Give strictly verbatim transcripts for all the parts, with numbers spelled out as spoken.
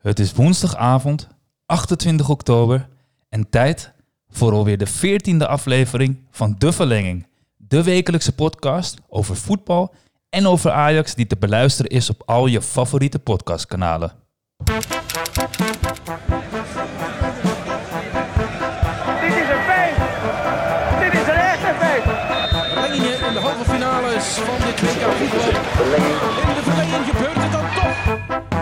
Het is woensdagavond, achtentwintig oktober en tijd voor alweer de veertiende aflevering van De Verlenging. De wekelijkse podcast over voetbal en over Ajax die te beluisteren is op al je favoriete podcastkanalen. Dit is een feest! Dit is een echte feest! Verlengingen in de halve finales van dit W K voetbal. In de verlenging gebeurt het dan toch!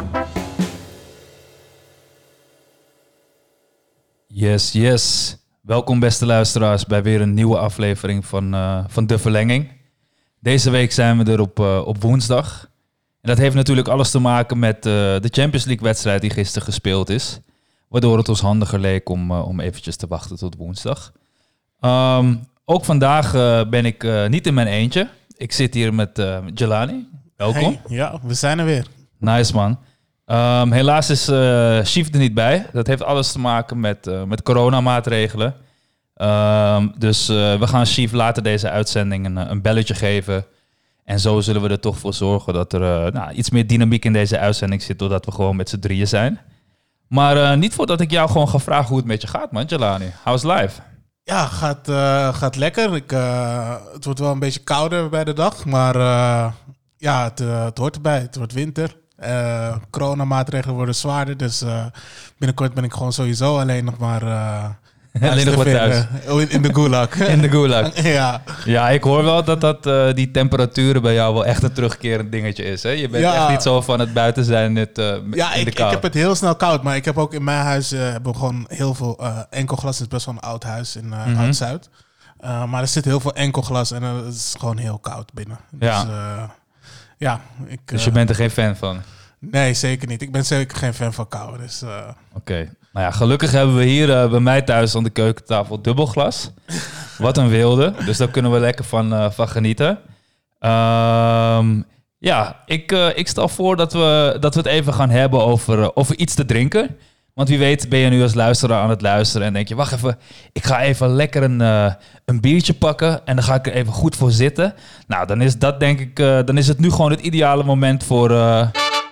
Yes, yes. Welkom beste luisteraars bij weer een nieuwe aflevering van, uh, van De Verlenging. Deze week zijn we er op, uh, op woensdag. En dat heeft natuurlijk alles te maken met uh, de Champions League wedstrijd die gisteren gespeeld is. Waardoor het ons handiger leek om, uh, om eventjes te wachten tot woensdag. Um, ook vandaag uh, ben ik uh, niet in mijn eentje. Ik zit hier met uh, Jelani. Welkom. Hey, ja, we zijn er weer. Nice man. Um, helaas is uh, Chief er niet bij. Dat heeft alles te maken met, uh, met coronamaatregelen. Um, dus uh, we gaan Chief later deze uitzending een, een belletje geven. En zo zullen we er toch voor zorgen dat er uh, nou, iets meer dynamiek in deze uitzending zit, doordat we gewoon met z'n drieën zijn. Maar uh, niet voordat ik jou gewoon ga vragen hoe het met je gaat, man. Jelani, how's life? Ja, gaat, uh, gaat lekker. Ik, uh, het wordt wel een beetje kouder bij de dag, maar uh, ja, het, uh, het hoort erbij. Het wordt winter. Uh, coronamaatregelen worden zwaarder, dus uh, binnenkort ben ik gewoon sowieso alleen nog maar uh, alleen nog maar thuis. In, in de gulag. In de gulag. Ja. Ja, ik hoor wel dat, dat uh, die temperaturen bij jou wel echt een terugkerend dingetje is. Hè? Je bent ja. echt niet zo van het buiten zijn net, uh, ja, in ik, de kou. ik heb het heel snel koud, maar ik heb ook in mijn huis uh, hebben we gewoon heel veel uh, enkelglas. Het is best wel een oud huis in uh, Mm-hmm. Oud-Zuid. Uh, maar er zit heel veel enkelglas en uh, het is gewoon heel koud binnen. Ja. Dus, uh, ja, ik, uh, Dus je bent er geen fan van? Nee, zeker niet. Ik ben zeker geen fan van kou. Dus, uh... Oké. Okay. Nou ja, gelukkig hebben we hier uh, bij mij thuis aan de keukentafel dubbelglas. Wat een wilde. Dus daar kunnen we lekker van, uh, van genieten. Um, ja, ik, uh, ik stel voor dat we, dat we het even gaan hebben over, uh, over iets te drinken. Want wie weet ben je nu als luisteraar aan het luisteren en denk je, wacht even, ik ga even lekker een, uh, een biertje pakken en dan ga ik er even goed voor zitten. Nou, dan is dat denk ik, uh, dan is het nu gewoon het ideale moment voor... Uh,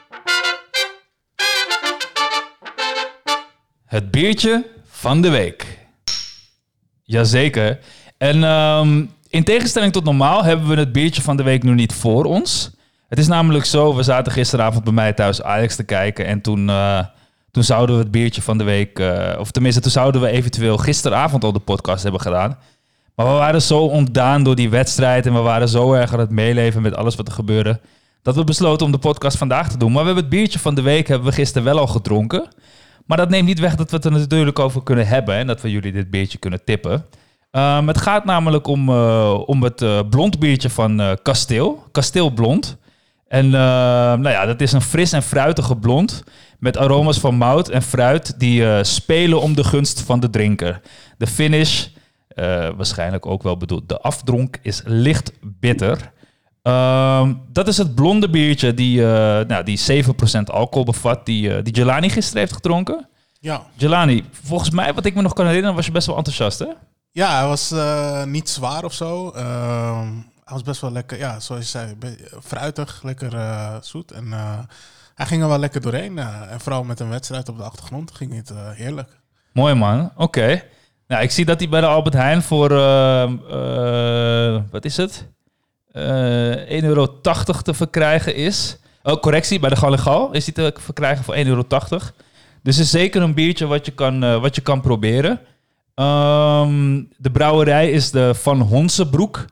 Het biertje van de week. Jazeker. En um, in tegenstelling tot normaal hebben we het biertje van de week nu niet voor ons. Het is namelijk zo, we zaten gisteravond bij mij thuis Ajax te kijken. En toen, uh, toen zouden we het biertje van de week... Uh, of tenminste, toen zouden we eventueel gisteravond al de podcast hebben gedaan. Maar we waren zo ontdaan door die wedstrijd. En we waren zo erg aan het meeleven met alles wat er gebeurde. Dat we besloten om de podcast vandaag te doen. Maar we hebben het biertje van de week hebben we gisteren wel al gedronken. Maar dat neemt niet weg dat we het er natuurlijk over kunnen hebben en dat we jullie dit biertje kunnen tippen. Um, het gaat namelijk om, uh, om het uh, blond biertje van uh, Kasteel. Kasteel Blond. En uh, nou ja, dat is een fris en fruitige blond met aroma's van mout en fruit die uh, spelen om de gunst van de drinker. De finish, uh, waarschijnlijk ook wel bedoeld, de afdronk is licht bitter. Um, dat is het blonde biertje die, uh, nou, die zeven procent alcohol bevat, die, uh, die Jelani gisteren heeft gedronken. Ja. Jelani, volgens mij, wat ik me nog kan herinneren, was je best wel enthousiast, hè? Ja, hij was uh, niet zwaar of zo. Uh, hij was best wel lekker, ja, zoals je zei, fruitig, lekker uh, zoet. En uh, hij ging er wel lekker doorheen. Uh, en vooral met een wedstrijd op de achtergrond ging het uh, heerlijk. Mooi man, oké. Okay. Nou, ik zie dat hij bij de Albert Heijn voor, uh, uh, wat is het? Uh, één euro tachtig te verkrijgen is. Oh, correctie, bij de Gal en Gal is die te verkrijgen voor één euro tachtig. Dus het is zeker een biertje wat je kan, uh, wat je kan proberen. Um, de brouwerij is de Van Honsebroek.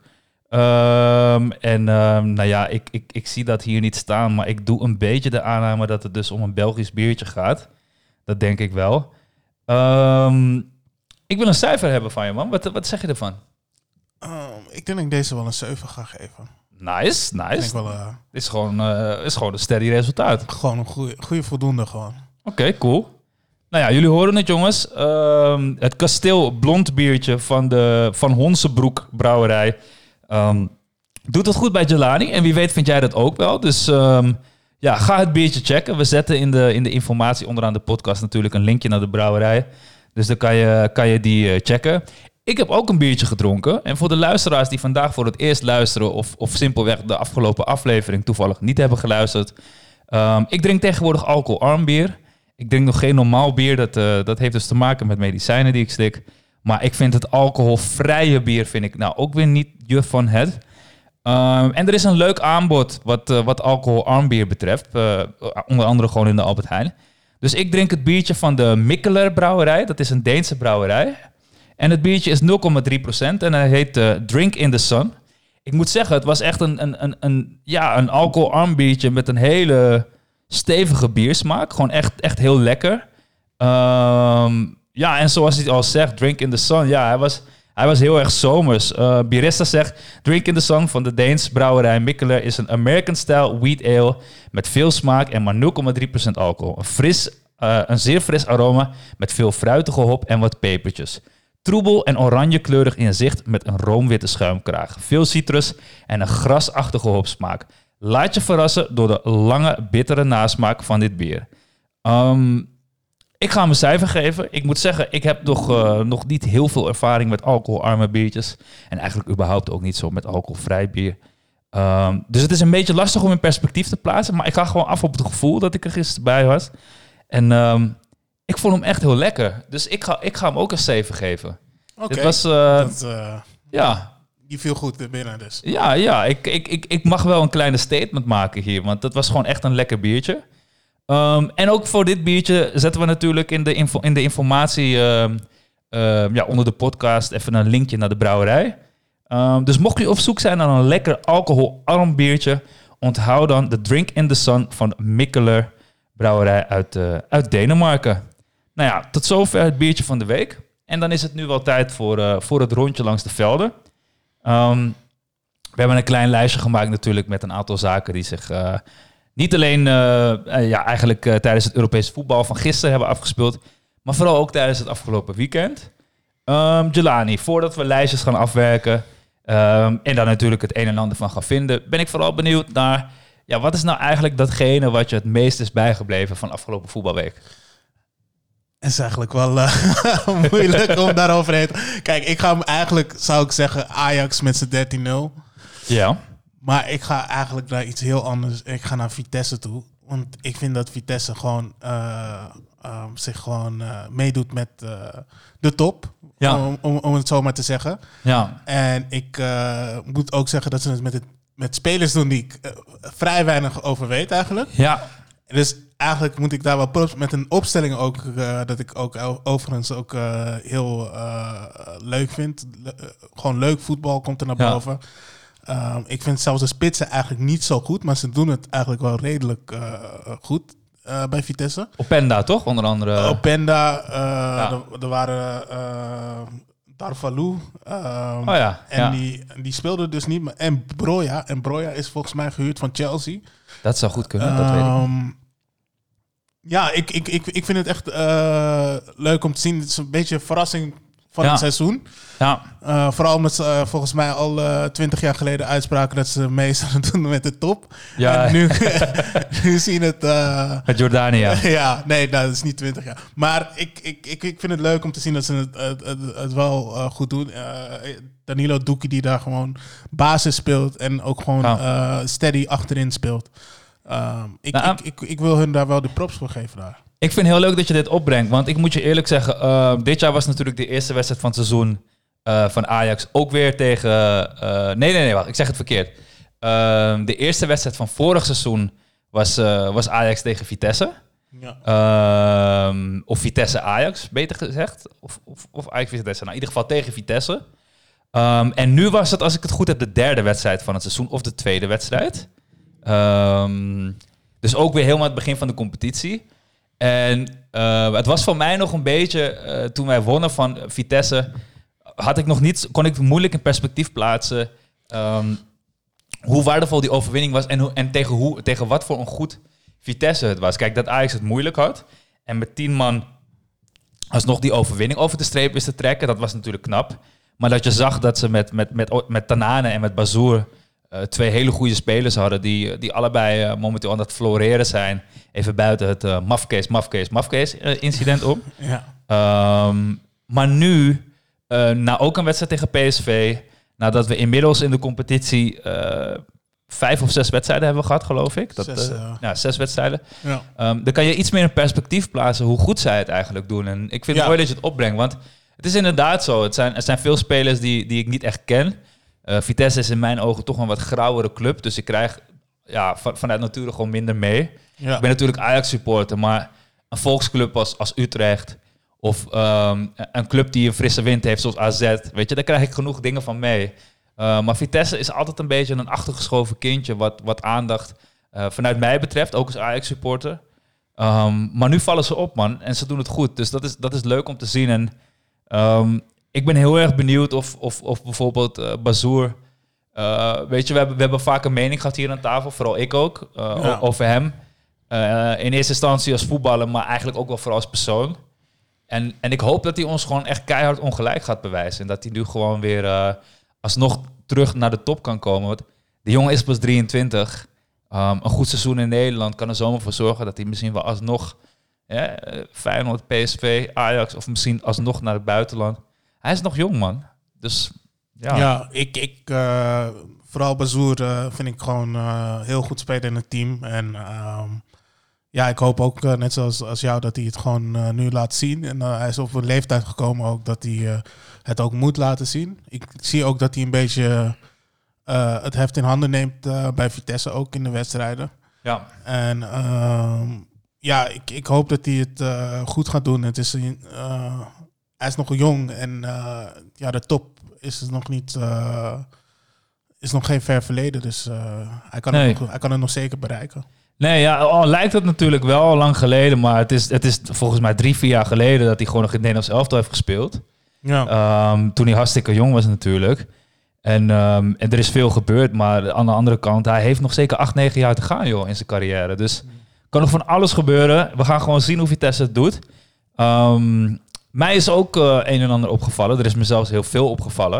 Um, en um, nou ja, ik, ik, ik zie dat hier niet staan, maar ik doe een beetje de aanname dat het dus om een Belgisch biertje gaat. Dat denk ik wel. Um, ik wil een cijfer hebben van je, man. Wat, wat zeg je ervan? Uh, ik denk dat ik deze wel een zeven ga geven. Nice, nice. Wel, uh, is, gewoon, uh, is gewoon een steady resultaat. Gewoon een goede, goede voldoende gewoon. Oké, okay, cool. Nou ja, jullie horen het jongens. Um, het Kasteel Blond biertje van de Van Honsebroek brouwerij. Um, doet het goed bij Jelani. En wie weet vind jij dat ook wel. Dus um, ja, ga het biertje checken. We zetten in de, in de informatie onderaan de podcast natuurlijk een linkje naar de brouwerij. Dus dan kan je, kan je die uh, checken. Ik heb ook een biertje gedronken. En voor de luisteraars die vandaag voor het eerst luisteren... of, of simpelweg de afgelopen aflevering toevallig niet hebben geluisterd... Um, ik drink tegenwoordig alcoholarm bier. Ik drink nog geen normaal bier. Dat, uh, dat heeft dus te maken met medicijnen die ik slik. Maar ik vind het alcoholvrije bier vind ik nou ook weer niet je van het. Um, en er is een leuk aanbod wat, uh, wat alcoholarm bier betreft. Uh, onder andere gewoon in de Albert Heijn. Dus ik drink het biertje van de Mikkeler brouwerij. Dat is een Deense brouwerij. En het biertje is nul komma drie procent en hij heet uh, Drink in the Sun. Ik moet zeggen, het was echt een, een, een, een, ja, een alcoholarm biertje met een hele stevige biersmaak. Gewoon echt, echt heel lekker. Um, ja, en zoals hij al zegt, Drink in the Sun. Ja, hij was, hij was heel erg zomers. Uh, Birista zegt, Drink in the Sun van de Deens brouwerij Mikkeler is een American-style wheat ale met veel smaak en maar nul komma drie procent alcohol. Een, fris, uh, een zeer fris aroma met veel fruitige hop en wat pepertjes. Troebel en oranjekleurig in zicht met een roomwitte schuimkraag. Veel citrus en een grasachtige hopsmaak. Laat je verrassen door de lange, bittere nasmaak van dit bier. Um, ik ga hem een cijfer geven. Ik moet zeggen, ik heb nog, uh, nog niet heel veel ervaring met alcoholarme biertjes. En eigenlijk überhaupt ook niet zo met alcoholvrij bier. Um, dus het is een beetje lastig om in perspectief te plaatsen. Maar ik ga gewoon af op het gevoel dat ik er gisteren bij was. En... Um, Ik vond hem echt heel lekker. Dus ik ga, ik ga hem ook een zeven geven. Oké. Okay. Was, uh, dat, uh, ja. Die viel goed binnen dus. Ja, ja ik, ik, ik, ik mag wel een kleine statement maken hier. Want dat was gewoon echt een lekker biertje. Um, en ook voor dit biertje zetten we natuurlijk in de, info, in de informatie... Uh, uh, ja, onder de podcast even een linkje naar de brouwerij. Um, dus mocht je op zoek zijn naar een lekker alcoholarm biertje... onthoud dan de Drink in the Sun van Mikkeler brouwerij uit, uh, uit Denemarken. Nou ja, tot zover het biertje van de week. En dan is het nu wel tijd voor, uh, voor het rondje langs de velden. Um, we hebben een klein lijstje gemaakt natuurlijk met een aantal zaken die zich uh, niet alleen uh, uh, ja, eigenlijk uh, tijdens het Europese voetbal van gisteren hebben afgespeeld, maar vooral ook tijdens het afgelopen weekend. Um, Jelani, voordat we lijstjes gaan afwerken um, en daar natuurlijk het een en ander van gaan vinden, ben ik vooral benieuwd naar, ja, wat is nou eigenlijk datgene wat je het meest is bijgebleven van afgelopen voetbalweek? Het is eigenlijk wel uh, moeilijk om daaroverheen te... Kijk, ik ga hem eigenlijk, zou ik zeggen, Ajax met z'n dertien nul. Ja. Maar ik ga eigenlijk naar iets heel anders. Ik ga naar Vitesse toe. Want ik vind dat Vitesse gewoon uh, uh, zich gewoon uh, meedoet met uh, de top. Ja. Om, om, om het zo maar te zeggen. Ja. En ik uh, moet ook zeggen dat ze het met, het met spelers doen die ik uh, vrij weinig over weet eigenlijk. Ja. Dus eigenlijk moet ik daar wel props met een opstelling ook, uh, dat ik ook overigens ook uh, heel uh, leuk vind. Le- uh, gewoon leuk voetbal komt er naar boven. Ja. Um, ik vind zelfs de spitsen eigenlijk niet zo goed, maar ze doen het eigenlijk wel redelijk uh, goed uh, bij Vitesse. Openda toch, onder andere? Uh, Openda, uh, ja. er, er waren uh, Darvalu. Um, oh ja. En ja. die, die speelde dus niet meer. En Broja. En Broja is volgens mij gehuurd van Chelsea. Dat zou goed kunnen, dat um, weet ik. Ja, ik, ik, ik, ik vind het echt uh, leuk om te zien. Het is een beetje een verrassing van ja. het seizoen. Ja. Uh, vooral met uh, volgens mij al twintig uh, jaar geleden uitspraken dat ze mee zouden doen met de top. Ja. En nu, nu zien het... Uh, met Jordania. ja, nee, nou, dat is niet twintig jaar. Maar ik, ik, ik, ik vind het leuk om te zien dat ze het, het, het, het wel uh, goed doen. Uh, Danilo Doekie die daar gewoon basis speelt en ook gewoon ja. uh, steady achterin speelt. Um, ik, nou, ik, ik, ik wil hun daar wel de props voor geven daar. Ik vind het heel leuk dat je dit opbrengt. Want ik moet je eerlijk zeggen, uh, dit jaar was natuurlijk de eerste wedstrijd van het seizoen uh, van Ajax. Ook weer tegen... Uh, nee, nee, nee, wacht. Ik zeg het verkeerd. Uh, de eerste wedstrijd van vorig seizoen was, uh, was Ajax tegen Vitesse. Ja. Uh, of Vitesse-Ajax, beter gezegd. Of, of, of Ajax-Vitesse. Nou, in ieder geval tegen Vitesse. Um, en nu was het, als ik het goed heb, de derde wedstrijd van het seizoen. Of de tweede wedstrijd. Um, dus ook weer helemaal het begin van de competitie. En uh, het was voor mij nog een beetje, uh, toen wij wonnen van Vitesse, had ik nog niet, kon ik moeilijk in perspectief plaatsen um, hoe waardevol die overwinning was en, hoe, en tegen, hoe, tegen wat voor een goed Vitesse het was. Kijk, dat Ajax het moeilijk had en met tien man alsnog die overwinning over de streep wist te trekken, dat was natuurlijk knap. Maar dat je zag dat ze met, met, met, met Tanane en met Bazoer Uh, twee hele goede spelers hadden die, die allebei uh, momenteel aan het floreren zijn. Even buiten het uh, mafkees, mafkees, mafkees uh, incident op. Ja. Um, maar nu, uh, na ook een wedstrijd tegen P S V, nadat we inmiddels in de competitie uh, vijf of zes wedstrijden hebben we gehad, geloof ik. Dat, Zes, uh, uh, ja, zes wedstrijden. Ja. Um, dan kan je iets meer in perspectief plaatsen hoe goed zij het eigenlijk doen. En ik vind Ja. het mooi dat je het opbrengt, want het is inderdaad zo. Het zijn, er zijn veel spelers die, die ik niet echt ken. Uh, Vitesse is in mijn ogen toch een wat grauwere club, dus ik krijg ja, van, vanuit nature gewoon minder mee. Ja. Ik ben natuurlijk Ajax-supporter, maar een volksclub als, als Utrecht of um, een club die een frisse wind heeft zoals A Z, weet je, daar krijg ik genoeg dingen van mee. Uh, maar Vitesse is altijd een beetje een achtergeschoven kindje wat, wat aandacht uh, vanuit mij betreft, ook als Ajax-supporter. Um, maar nu vallen ze op, man, en ze doen het goed. Dus dat is, dat is leuk om te zien. En um, ik ben heel erg benieuwd of, of, of bijvoorbeeld uh, Bazoer... Uh, weet je, we hebben, we hebben vaak een mening gehad hier aan tafel, vooral ik ook, uh, Ja. over hem. Uh, in eerste instantie als voetballer, maar eigenlijk ook wel vooral als persoon. En, en ik hoop dat hij ons gewoon echt keihard ongelijk gaat bewijzen. En dat hij nu gewoon weer uh, alsnog terug naar de top kan komen. Want de jongen is pas drieëntwintig. Um, een goed seizoen in Nederland kan er zomaar voor zorgen dat hij misschien wel alsnog... Ja, Feyenoord, P S V, Ajax of misschien alsnog naar het buitenland. Hij is nog jong, man. Dus ja. Ja, ik, ik uh, vooral Bazoer uh, vind ik gewoon uh, heel goed spelen in het team. En um, ja, ik hoop ook, uh, net zoals als jou, dat hij het gewoon uh, nu laat zien. En uh, hij is op een leeftijd gekomen ook dat hij uh, het ook moet laten zien. Ik, ik zie ook dat hij een beetje uh, het heft in handen neemt uh, bij Vitesse ook in de wedstrijden. Ja. En uh, ja, ik, ik hoop dat hij het uh, goed gaat doen. Het is, uh, hij is nog jong en uh, ja, de top is het nog niet, uh, is nog geen ver verleden. Dus uh, hij, kan Nee. het nog, hij kan het nog zeker bereiken. Nee, ja, al lijkt het natuurlijk wel al lang geleden, maar het is, het is volgens mij drie, vier jaar geleden dat hij gewoon nog in het Nederlands elftal heeft gespeeld. Ja, Um, toen hij hartstikke jong was natuurlijk. En, um, en er is veel gebeurd, maar aan de andere kant, hij heeft nog zeker acht, negen jaar te gaan, joh, in zijn carrière. Dus kan nog van alles gebeuren. We gaan gewoon zien hoe Vitesse het doet. Um, mij is ook uh, een en ander opgevallen. Er is me zelfs heel veel opgevallen.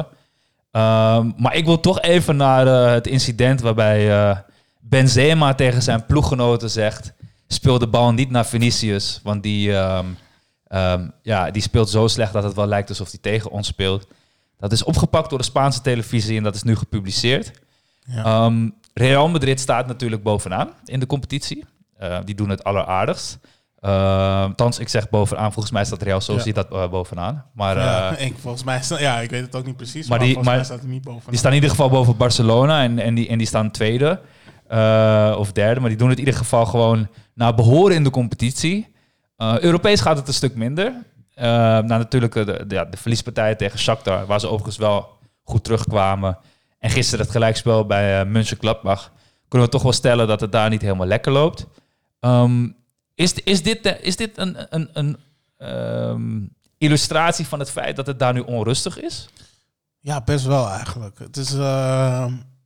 Um, maar ik wil toch even naar uh, het incident waarbij uh, Benzema tegen zijn ploeggenoten zegt: speel de bal niet naar Vinicius, want die, um, um, ja, die speelt zo slecht dat het wel lijkt alsof hij tegen ons speelt. Dat is opgepakt door de Spaanse televisie en dat is nu gepubliceerd. ja. Um, Real Madrid staat natuurlijk bovenaan in de competitie. Uh, die doen het alleraardigst. Uh, thans, ik zeg bovenaan. Volgens mij staat Real Sociedad uh, bovenaan. Maar uh, ja, ik, volgens mij, sta- ja, ik weet het ook niet precies, maar maar, die- volgens maar mij staat hij niet bovenaan. die staan in ieder geval boven Barcelona. En, en, die, en die staan tweede uh, of derde. Maar die doen het in ieder geval gewoon naar behoren in de competitie. Uh, Europees gaat het een stuk minder. Uh, nou, natuurlijk uh, de, de, ja, de verliespartijen tegen Shakhtar, waar ze overigens wel goed terugkwamen. En gisteren het gelijkspel bij uh, Mönchengladbach. Kunnen we toch wel stellen dat het daar niet helemaal lekker loopt. Um, is, is dit, de, is dit een, een, een um, illustratie van het feit dat het daar nu onrustig is? Ja, best wel eigenlijk. Het is uh,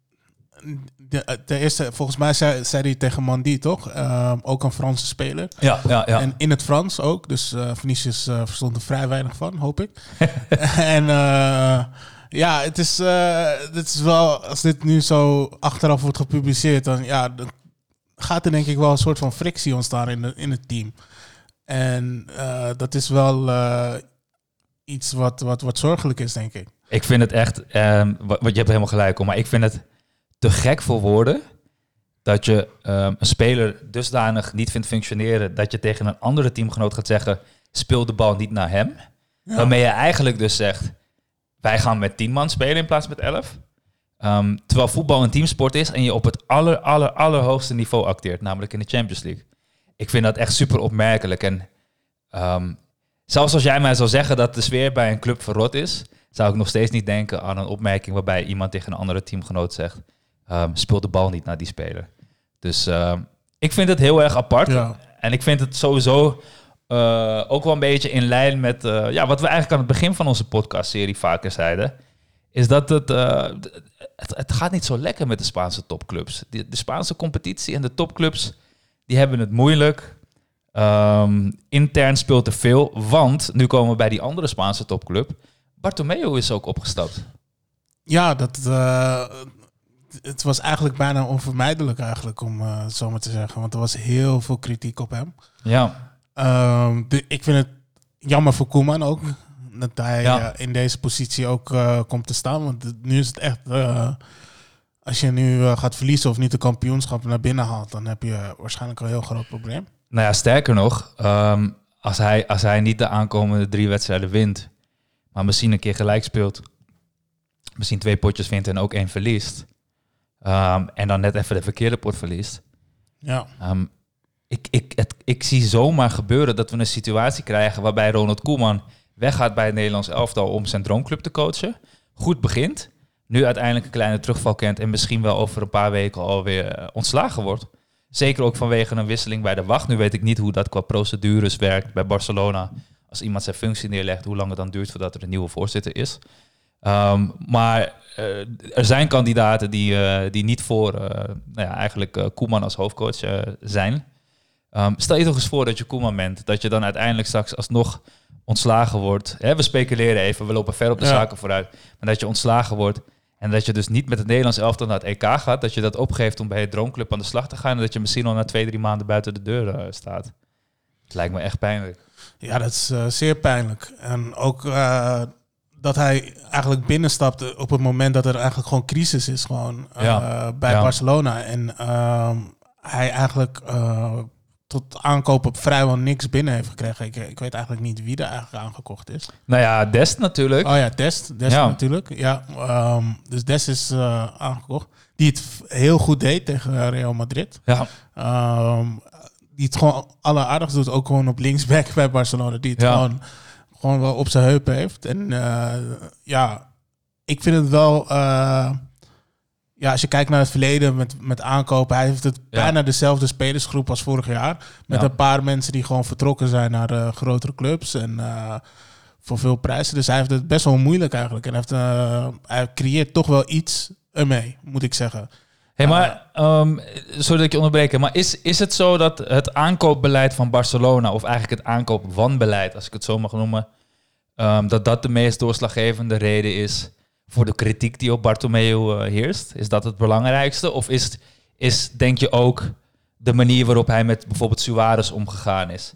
de, de eerste, volgens mij zei, zei hij tegen Mandy, toch? Uh, ook een Franse speler. Ja, ja, ja. En in het Frans ook. Dus uh, Vinicius uh, verstond er vrij weinig van, hoop ik. en uh, ja, het is, uh, het is wel, als dit nu zo achteraf wordt gepubliceerd, dan, ja, dan gaat er denk ik wel een soort van frictie ontstaan in, de, in het team. En uh, dat is wel uh, iets wat, wat, wat zorgelijk is, denk ik. Ik vind het echt, um, wat, je hebt helemaal gelijk om, maar ik vind het te gek voor woorden dat je um, een speler dusdanig niet vindt functioneren dat je tegen een andere teamgenoot gaat zeggen: speel de bal niet naar hem. Ja. Waarmee je eigenlijk dus zegt: wij gaan met tien man spelen in plaats met elf. Um, terwijl voetbal een teamsport is en je op het aller, aller, allerhoogste niveau acteert, namelijk in de Champions League. Ik vind dat echt super opmerkelijk. En um, zelfs als jij mij zou zeggen dat de sfeer bij een club verrot is, zou ik nog steeds niet denken aan een opmerking waarbij iemand tegen een andere teamgenoot zegt: um, speel de bal niet naar die speler. Dus um, ik vind het heel erg apart. Ja. En ik vind het sowieso uh, ook wel een beetje in lijn met uh, ja, wat we eigenlijk aan het begin van onze podcastserie vaker zeiden. Is dat het, uh, het, het gaat niet zo lekker met de Spaanse topclubs. De, de Spaanse competitie en de topclubs, die hebben het moeilijk. Um, intern speelt er veel, want nu komen we bij die andere Spaanse topclub. Bartomeu is ook opgestapt. Ja, dat, uh, het was eigenlijk bijna onvermijdelijk eigenlijk, om uh, het zo maar te zeggen. Want er was heel veel kritiek op hem. Ja, Um, de, ik vind het jammer voor Koeman ook, dat hij Ja. uh, in deze positie ook uh, komt te staan. Want het- nu is het echt uh, als je nu uh, gaat verliezen of niet de kampioenschap naar binnen haalt, dan heb je waarschijnlijk een heel groot probleem. Nou ja, sterker nog, um, als, hij, als hij niet de aankomende drie wedstrijden wint, maar misschien een keer gelijk speelt, misschien twee potjes wint en ook één verliest, um, en dan net even de verkeerde pot verliest. Ja. Um, ik, ik, het, ik zie zomaar gebeuren dat we een situatie krijgen waarbij Ronald Koeman weggaat bij het Nederlands elftal om zijn droomclub te coachen. Goed begint. Nu uiteindelijk een kleine terugval kent en misschien wel over een paar weken alweer uh, ontslagen wordt. Zeker ook vanwege een wisseling bij de wacht. Nu weet ik niet hoe dat qua procedures werkt bij Barcelona. Als iemand zijn functie neerlegt, hoe lang het dan duurt voordat er een nieuwe voorzitter is. Um, maar uh, er zijn kandidaten die, uh, die niet voor uh, nou ja, eigenlijk uh, Koeman als hoofdcoach uh, zijn. Um, stel je toch eens voor dat je Koeman bent, dat je dan uiteindelijk straks alsnog ontslagen wordt. Hè, we speculeren even, we lopen ver op de ja. zaken vooruit. Maar dat je ontslagen wordt en dat je dus niet met het Nederlands elftal naar het E K gaat, dat je dat opgeeft om bij je droomclub aan de slag te gaan en dat je misschien al na twee, drie maanden buiten de deur uh, staat. Het lijkt me echt pijnlijk. Ja, dat is uh, zeer pijnlijk. En ook uh, dat hij eigenlijk binnenstapt op het moment dat er eigenlijk gewoon crisis is gewoon uh, ja. bij ja. Barcelona. En uh, hij eigenlijk uh, tot aankoop op vrijwel niks binnen heeft gekregen. Ik, ik weet eigenlijk niet wie er eigenlijk aangekocht is. Nou ja, Dest natuurlijk. Oh ja, Dest. Dest ja. natuurlijk. Ja, um, dus Dest is uh, aangekocht. Die het heel goed deed tegen Real Madrid. Ja. Um, die het gewoon alleraardigst doet. Ook gewoon op linksback bij Barcelona. Die het ja. gewoon, gewoon wel op zijn heupen heeft. En uh, ja, ik vind het wel... Uh, ja, als je kijkt naar het verleden met, met aankopen... hij heeft het ja. bijna dezelfde spelersgroep als vorig jaar. Met ja. een paar mensen die gewoon vertrokken zijn naar uh, grotere clubs. En uh, voor veel prijzen. Dus hij heeft het best wel moeilijk eigenlijk. En heeft, uh, hij creëert toch wel iets ermee, moet ik zeggen. Hey, maar, um, sorry dat ik je onderbreek, maar is, is het zo dat het aankoopbeleid van Barcelona, of eigenlijk het aankoopwanbeleid, als ik het zo mag noemen, um, dat dat de meest doorslaggevende reden is voor de kritiek die op Bartomeu uh, heerst? Is dat het belangrijkste? Of is, is, denk je ook, de manier waarop hij met bijvoorbeeld Suarez omgegaan is?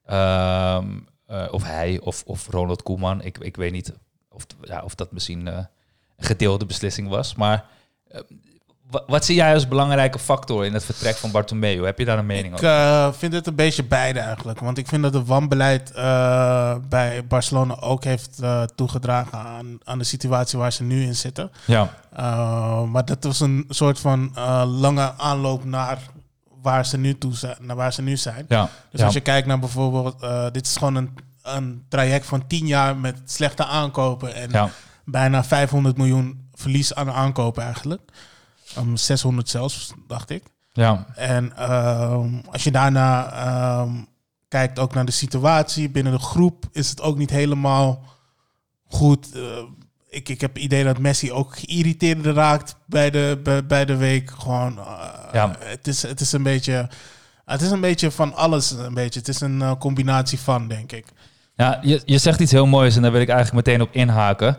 Um, uh, of hij, of, of Ronald Koeman, ik, ik weet niet of, ja, of dat misschien uh, een gedeelde beslissing was, maar... Uh, Wat zie jij als belangrijke factor in het vertrek van Bartomeu? Heb je daar een mening over? Ik uh, vind het een beetje beide eigenlijk. Want ik vind dat het wanbeleid uh, bij Barcelona ook heeft uh, toegedragen aan, aan de situatie waar ze nu in zitten. Ja. Uh, maar dat was een soort van uh, lange aanloop naar waar ze nu, toe zijn, naar waar ze nu zijn. Ja. Dus ja. als je kijkt naar bijvoorbeeld... Uh, dit is gewoon een, een traject van tien jaar met slechte aankopen. En ja. bijna vijfhonderd miljoen verlies aan aankopen eigenlijk. Um, zeshonderd zelfs, dacht ik. Ja. En um, als je daarna um, kijkt ook naar de situatie binnen de groep, is het ook niet helemaal goed. Uh, ik, ik heb het idee dat Messi ook geïrriteerd raakt bij de, bij, bij de week. Gewoon, uh, ja. het, is, het is een beetje, het is een beetje van alles. Een beetje. Het is een uh, combinatie van, denk ik. Ja, je, je zegt iets heel moois en daar wil ik eigenlijk meteen op inhaken.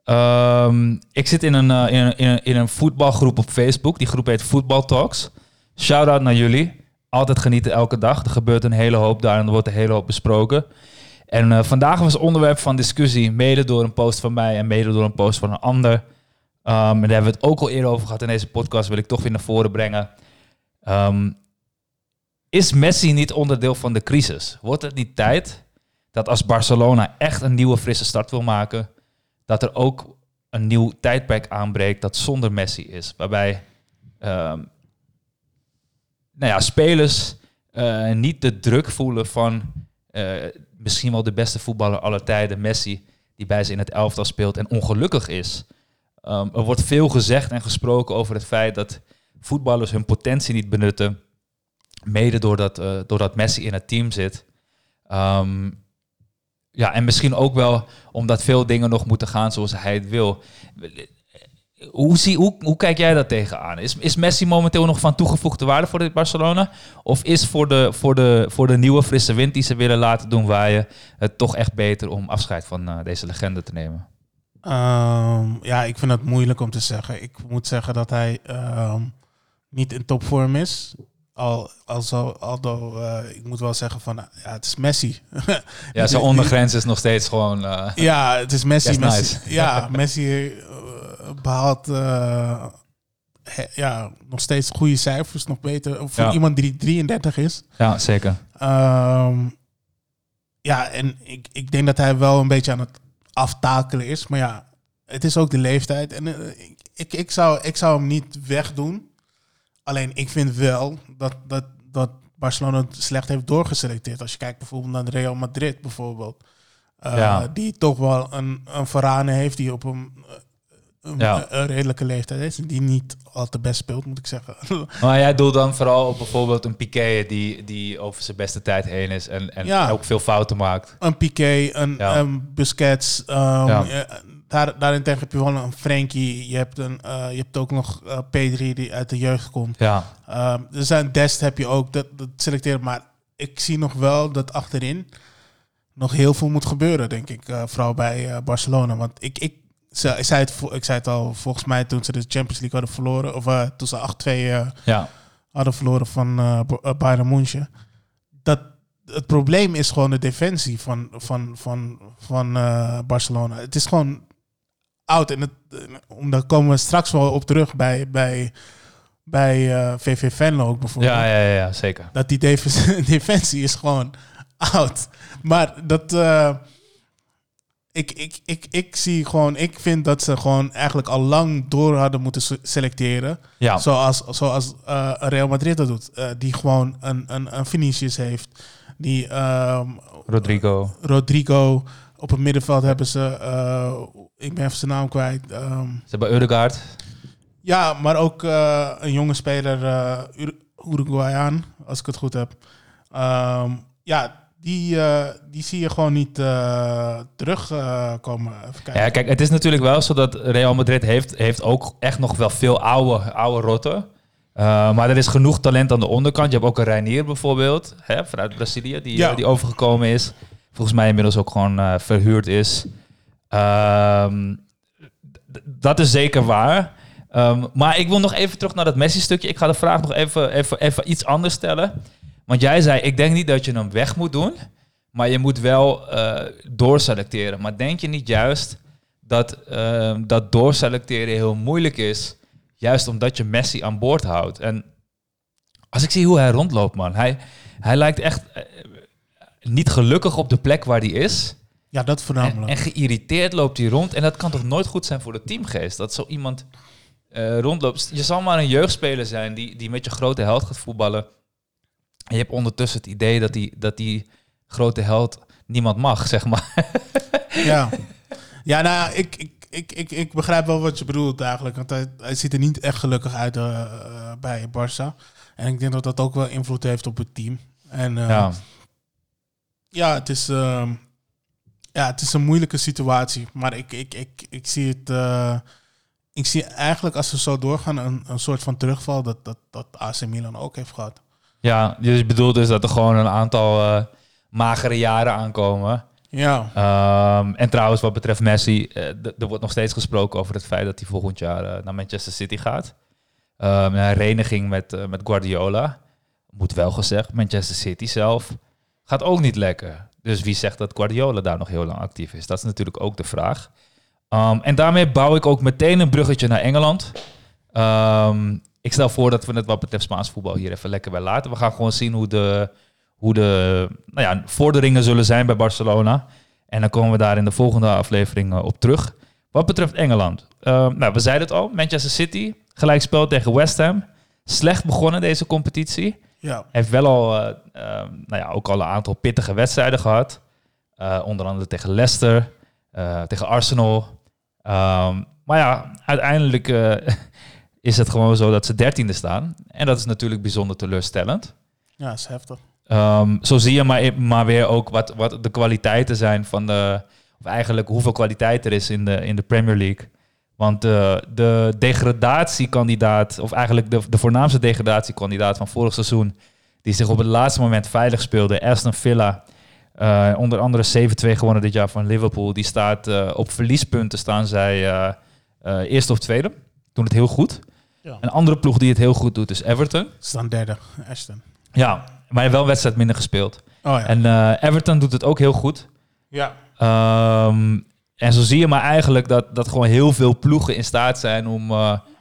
Um, ik zit in een, uh, in, een, in, een, in een voetbalgroep op Facebook. Die groep heet Football Talks. Shout-out naar jullie. Altijd genieten elke dag. Er gebeurt een hele hoop daar en er wordt een hele hoop besproken. En uh, vandaag was onderwerp van discussie, mede door een post van mij en mede door een post van een ander. Um, en daar hebben we het ook al eerder over gehad in deze podcast. Wil ik toch weer naar voren brengen. Um, is Messi niet onderdeel van de crisis? Wordt het niet tijd dat als Barcelona echt een nieuwe frisse start wil maken, dat er ook een nieuw tijdperk aanbreekt dat zonder Messi is. Waarbij um, nou ja, spelers uh, niet de druk voelen van uh, misschien wel de beste voetballer aller tijden, Messi, die bij ze in het elftal speelt en ongelukkig is. Um, er wordt veel gezegd en gesproken over het feit dat voetballers hun potentie niet benutten, mede doordat, uh, doordat Messi in het team zit. Um, Ja, en misschien ook wel omdat veel dingen nog moeten gaan zoals hij het wil. Hoe, zie, hoe, hoe kijk jij daar tegenaan? Is, is Messi momenteel nog van toegevoegde waarde voor dit Barcelona? Of is voor de, voor, de, voor de nieuwe frisse wind die ze willen laten doen waaien het toch echt beter om afscheid van uh, deze legende te nemen? Um, ja, ik vind het moeilijk om te zeggen. Ik moet zeggen dat hij um, niet in topvorm is. Al, also, aldo, uh, ik moet wel zeggen van, ja, het is Messi. Ja, zijn ondergrens is nog steeds gewoon... Uh, ja, het is Messi. Messi nice. Ja, Messi uh, behaalt uh, he, ja, nog steeds goede cijfers. Nog beter voor Ja. iemand die drieëndertig is. Ja, zeker. Um, ja, en ik, ik denk dat hij wel een beetje aan het aftakelen is. Maar ja, het is ook de leeftijd. En uh, ik, ik, ik, zou, ik zou hem niet wegdoen. Alleen ik vind wel dat, dat, dat Barcelona het slecht heeft doorgeselecteerd. Als je kijkt bijvoorbeeld naar Real Madrid bijvoorbeeld. Uh, Ja. Die toch wel een, een Varane heeft die op een, een, Ja. een redelijke leeftijd is. En die niet al te best speelt, moet ik zeggen. Maar jij doelt dan vooral op bijvoorbeeld een Piqué die, die over zijn beste tijd heen is en, en Ja. ook veel fouten maakt. Een Piqué, een, Ja. een Busquets. Um, Ja. ja, daar, daarentegen heb je wel een Frenkie. Je hebt, een, uh, je hebt ook nog uh, P drie die uit de jeugd komt. Ja, Um, er zijn Dest heb je ook, dat, dat selecteren. Maar ik zie nog wel dat achterin nog heel veel moet gebeuren, denk ik. Uh, vooral bij uh, Barcelona. Want ik, ik, ze, ik, zei het, vo- ik zei het al, volgens mij toen ze de Champions League hadden verloren. Of uh, toen ze acht twee uh, ja, hadden verloren van uh, B- uh, Bayern München. Dat het probleem is gewoon de defensie van, van, van, van uh, Barcelona. Het is gewoon oud. En het, uh, daar komen we straks wel op terug bij, bij, bij uh, V V Venlo ook bijvoorbeeld. ja, ja, ja, ja, zeker. Dat die defensie, defensie is gewoon oud. Maar dat... Uh, ik, ik, ik, ik zie gewoon... Ik vind dat ze gewoon eigenlijk al lang door hadden moeten se- selecteren. Ja, Zoals, zoals uh, Real Madrid dat doet. Uh, die gewoon een, een, een Vinicius heeft. Die um, Rodrigo. Rodrigo. Op het middenveld hebben ze... Uh, ik ben even zijn naam kwijt. Um, Ze hebben Ødegaard. ja, maar ook uh, een jonge speler, uh, Ur- Uruguayan, als ik het goed heb. Um, ja, die, uh, die zie je gewoon niet uh, terugkomen. Uh, Even kijken. Ja, kijk, het is natuurlijk wel zo dat Real Madrid heeft, heeft ook echt nog wel veel oude, oude rotten. Uh, maar er is genoeg talent aan de onderkant. Je hebt ook een Reinier bijvoorbeeld, hè, vanuit Brazilië, die, Ja. uh, die overgekomen is. Volgens mij inmiddels ook gewoon uh, verhuurd is. Um, d- dat is zeker waar. Um, maar ik wil nog even terug naar dat Messi-stukje. Ik ga de vraag nog even, even, even iets anders stellen. Want jij zei, ik denk niet dat je hem weg moet doen. Maar je moet wel uh, doorselecteren. Maar denk je niet juist dat uh, dat doorselecteren heel moeilijk is? Juist omdat je Messi aan boord houdt. En als ik zie hoe hij rondloopt, man. Hij, hij lijkt echt uh, niet gelukkig op de plek waar hij is. Ja, dat En, voornamelijk. en geïrriteerd loopt hij rond. En dat kan toch nooit goed zijn voor de teamgeest? Dat zo iemand uh, rondloopt. Je zal maar een jeugdspeler zijn die, die met je grote held gaat voetballen. En je hebt ondertussen het idee dat die, dat die grote held niemand mag, zeg maar. Ja, ja nou, ik, ik, ik, ik, ik begrijp wel wat je bedoelt eigenlijk. Want hij, hij ziet er niet echt gelukkig uit uh, uh, bij Barça. En ik denk dat dat ook wel invloed heeft op het team. En uh, ja. ja, het is... Uh, Ja, het is een moeilijke situatie, maar ik, ik, ik, ik zie het. Uh, ik zie eigenlijk als we zo doorgaan een, een soort van terugval dat, dat, dat A C Milan ook heeft gehad. Ja, dus je bedoelt dus dat er gewoon een aantal uh, magere jaren aankomen. Ja. Um, en trouwens, wat betreft Messi, uh, d- er wordt nog steeds gesproken over het feit dat hij volgend jaar uh, naar Manchester City gaat. Um, een hereniging met, uh, met Guardiola. Moet wel gezegd, Manchester City zelf gaat ook niet lekker. Dus wie zegt dat Guardiola daar nog heel lang actief is? Dat is natuurlijk ook de vraag. Um, en daarmee bouw ik ook meteen een bruggetje naar Engeland. Um, ik stel voor dat we het wat betreft Spaans voetbal hier even lekker bij laten. We gaan gewoon zien hoe de, hoe de nou ja, vorderingen zullen zijn bij Barcelona. En dan komen we daar in de volgende aflevering uh, op terug. Wat betreft Engeland. Um, nou, we zeiden het al. Manchester City, gelijkspel tegen West Ham. Slecht begonnen deze competitie. Ja. Heeft wel al, uh, uh, nou ja, ook al een aantal pittige wedstrijden gehad. Uh, onder andere tegen Leicester, uh, tegen Arsenal. Um, maar ja, uiteindelijk uh, is het gewoon zo dat ze dertiende staan. En dat is natuurlijk bijzonder teleurstellend. Ja, dat is heftig. Um, zo zie je maar, maar weer ook wat, wat de kwaliteiten zijn van de... Of eigenlijk hoeveel kwaliteit er is in de, in de Premier League. Want uh, de degradatiekandidaat, of eigenlijk de, de voornaamste degradatiekandidaat van vorig seizoen, die zich op het laatste moment veilig speelde, Aston Villa, uh, onder andere zeven twee gewonnen dit jaar van Liverpool, die staat uh, op verliespunten, staan zij uh, uh, eerste of tweede. Doen het heel goed. Ja. Een andere ploeg die het heel goed doet is Everton. Ze staan derde, Aston. Ja, maar wel een wedstrijd minder gespeeld. Oh ja. En uh, Everton doet het ook heel goed. Ja. Um, en zo zie je maar eigenlijk dat, dat gewoon heel veel ploegen in staat zijn om, uh,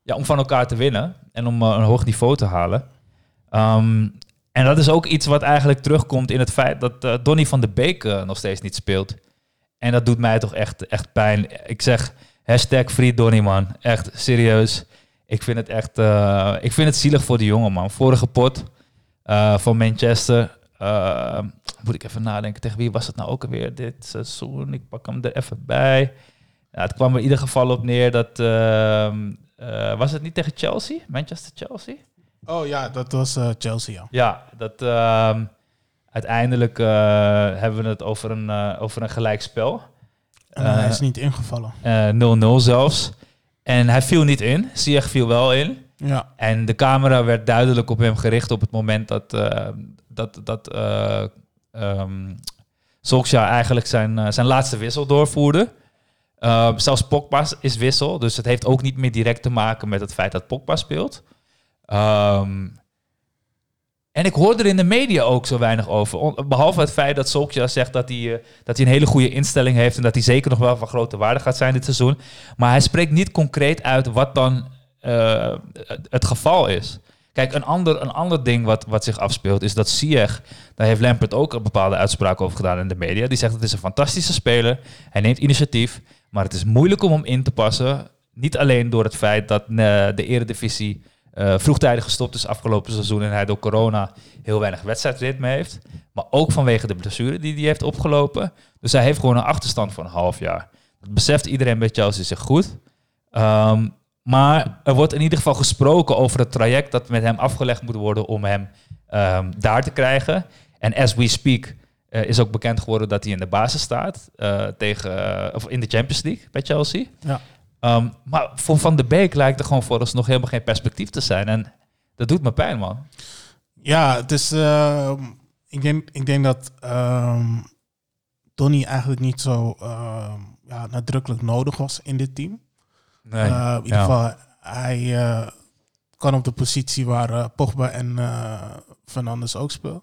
ja, om van elkaar te winnen en om uh, een hoog niveau te halen. Um, en dat is ook iets wat eigenlijk terugkomt in het feit dat uh, Donny van de Beek uh, nog steeds niet speelt. En dat doet mij toch echt, echt pijn. Ik zeg hashtag free Donny, man. Echt, serieus. Ik vind het echt uh, ik vind het zielig voor die jongen, man. Vorige pot uh, van Manchester. Uh, moet ik even nadenken, tegen wie was het nou ook alweer dit seizoen? Ik pak hem er even bij. Ja, het kwam er in ieder geval op neer dat... Uh, uh, was het niet tegen Chelsea? Manchester Chelsea? Oh ja, dat was uh, Chelsea, ja. Ja, dat uh, uiteindelijk uh, hebben we het over een, uh, over een gelijkspel. En uh, hij is Uh, niet ingevallen. uh, nul nul zelfs. En hij viel niet in. Ziyech viel wel in. Ja. En de camera werd duidelijk op hem gericht op het moment dat, uh, dat, dat uh, um, Solskjaer eigenlijk zijn, uh, zijn laatste wissel doorvoerde. Uh, zelfs Pogba is wissel, dus het heeft ook niet meer direct te maken met het feit dat Pogba speelt. Um, en ik hoor er in de media ook zo weinig over. On, behalve het feit dat Solskjaer zegt dat hij, uh, dat hij een hele goede instelling heeft en dat hij zeker nog wel van grote waarde gaat zijn dit seizoen. Maar hij spreekt niet concreet uit wat dan uh, het geval is. Kijk, een ander, een ander ding wat, wat zich afspeelt is dat Ziyech, daar heeft Lampert ook een bepaalde uitspraak over gedaan in de media. Die zegt dat het is een fantastische speler. Hij neemt initiatief, maar het is moeilijk om hem in te passen. Niet alleen door het feit dat uh, de Eredivisie uh, vroegtijdig gestopt is afgelopen seizoen en hij door corona heel weinig wedstrijdritme heeft. Maar ook vanwege de blessure die hij heeft opgelopen. Dus hij heeft gewoon een achterstand van een half jaar. Dat beseft iedereen bij Chelsea zich goed. Um, Maar er wordt in ieder geval gesproken over het traject dat met hem afgelegd moet worden om hem um, daar te krijgen. En as we speak uh, is ook bekend geworden dat hij in de basis staat uh, tegen, uh, of in de Champions League bij Chelsea. Ja. Um, maar voor Van de Beek lijkt er gewoon vooralsnog helemaal geen perspectief te zijn. En dat doet me pijn, man. Ja, het is... Uh, ik, denk, ik denk dat um, Donny eigenlijk niet zo uh, ja, nadrukkelijk nodig was in dit team. Nee. Uh, in ieder Ja. geval, hij uh, kan op de positie waar uh, Pogba en uh, Fernandes ook spelen.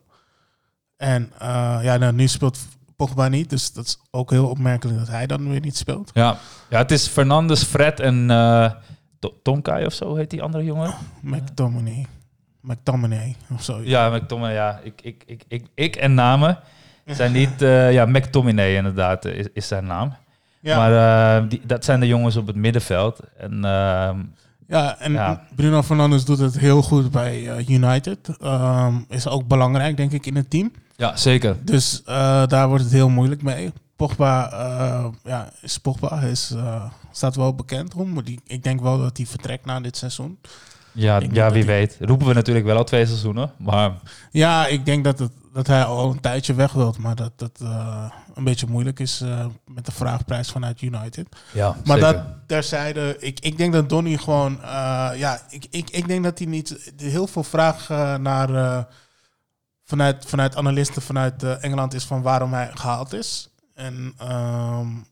En uh, ja, nou, nu speelt Pogba niet, dus dat is ook heel opmerkelijk dat hij dan weer niet speelt. Ja, ja het is Fernandes, Fred en uh, To- Tonkai of zo heet die andere jongen. McTominay. McTominay of zo. Ja, McTominay, ja. Ik, ik, ik, ik, ik en namen zijn niet... Uh, ja, McTominay inderdaad is, is zijn naam. Ja. Maar uh, die, dat zijn de jongens op het middenveld. En uh, Ja, en Ja. Bruno Fernandes doet het heel goed bij uh, United. Um, is ook belangrijk, denk ik, in het team. ja, zeker. Dus uh, daar wordt het heel moeilijk mee. Pogba, uh, ja, is Pogba is, uh, staat wel bekend om. Maar die, ik denk wel dat hij vertrekt na dit seizoen. Ja, Ik denk ja dat wie die- weet. Roepen we natuurlijk wel al twee seizoenen. Maar Ja, ik denk dat, het, dat hij al een tijdje weg wilt. Maar dat het uh, een beetje moeilijk is uh, met de vraagprijs vanuit United. ja, Maar zeker. dat terzijde, ik, ik denk dat Donny gewoon... Uh, ja, ik, ik, ik denk dat hij niet... Heel veel vraag uh, naar... Uh, vanuit, vanuit analisten vanuit uh, Engeland is van waarom hij gehaald is. En um,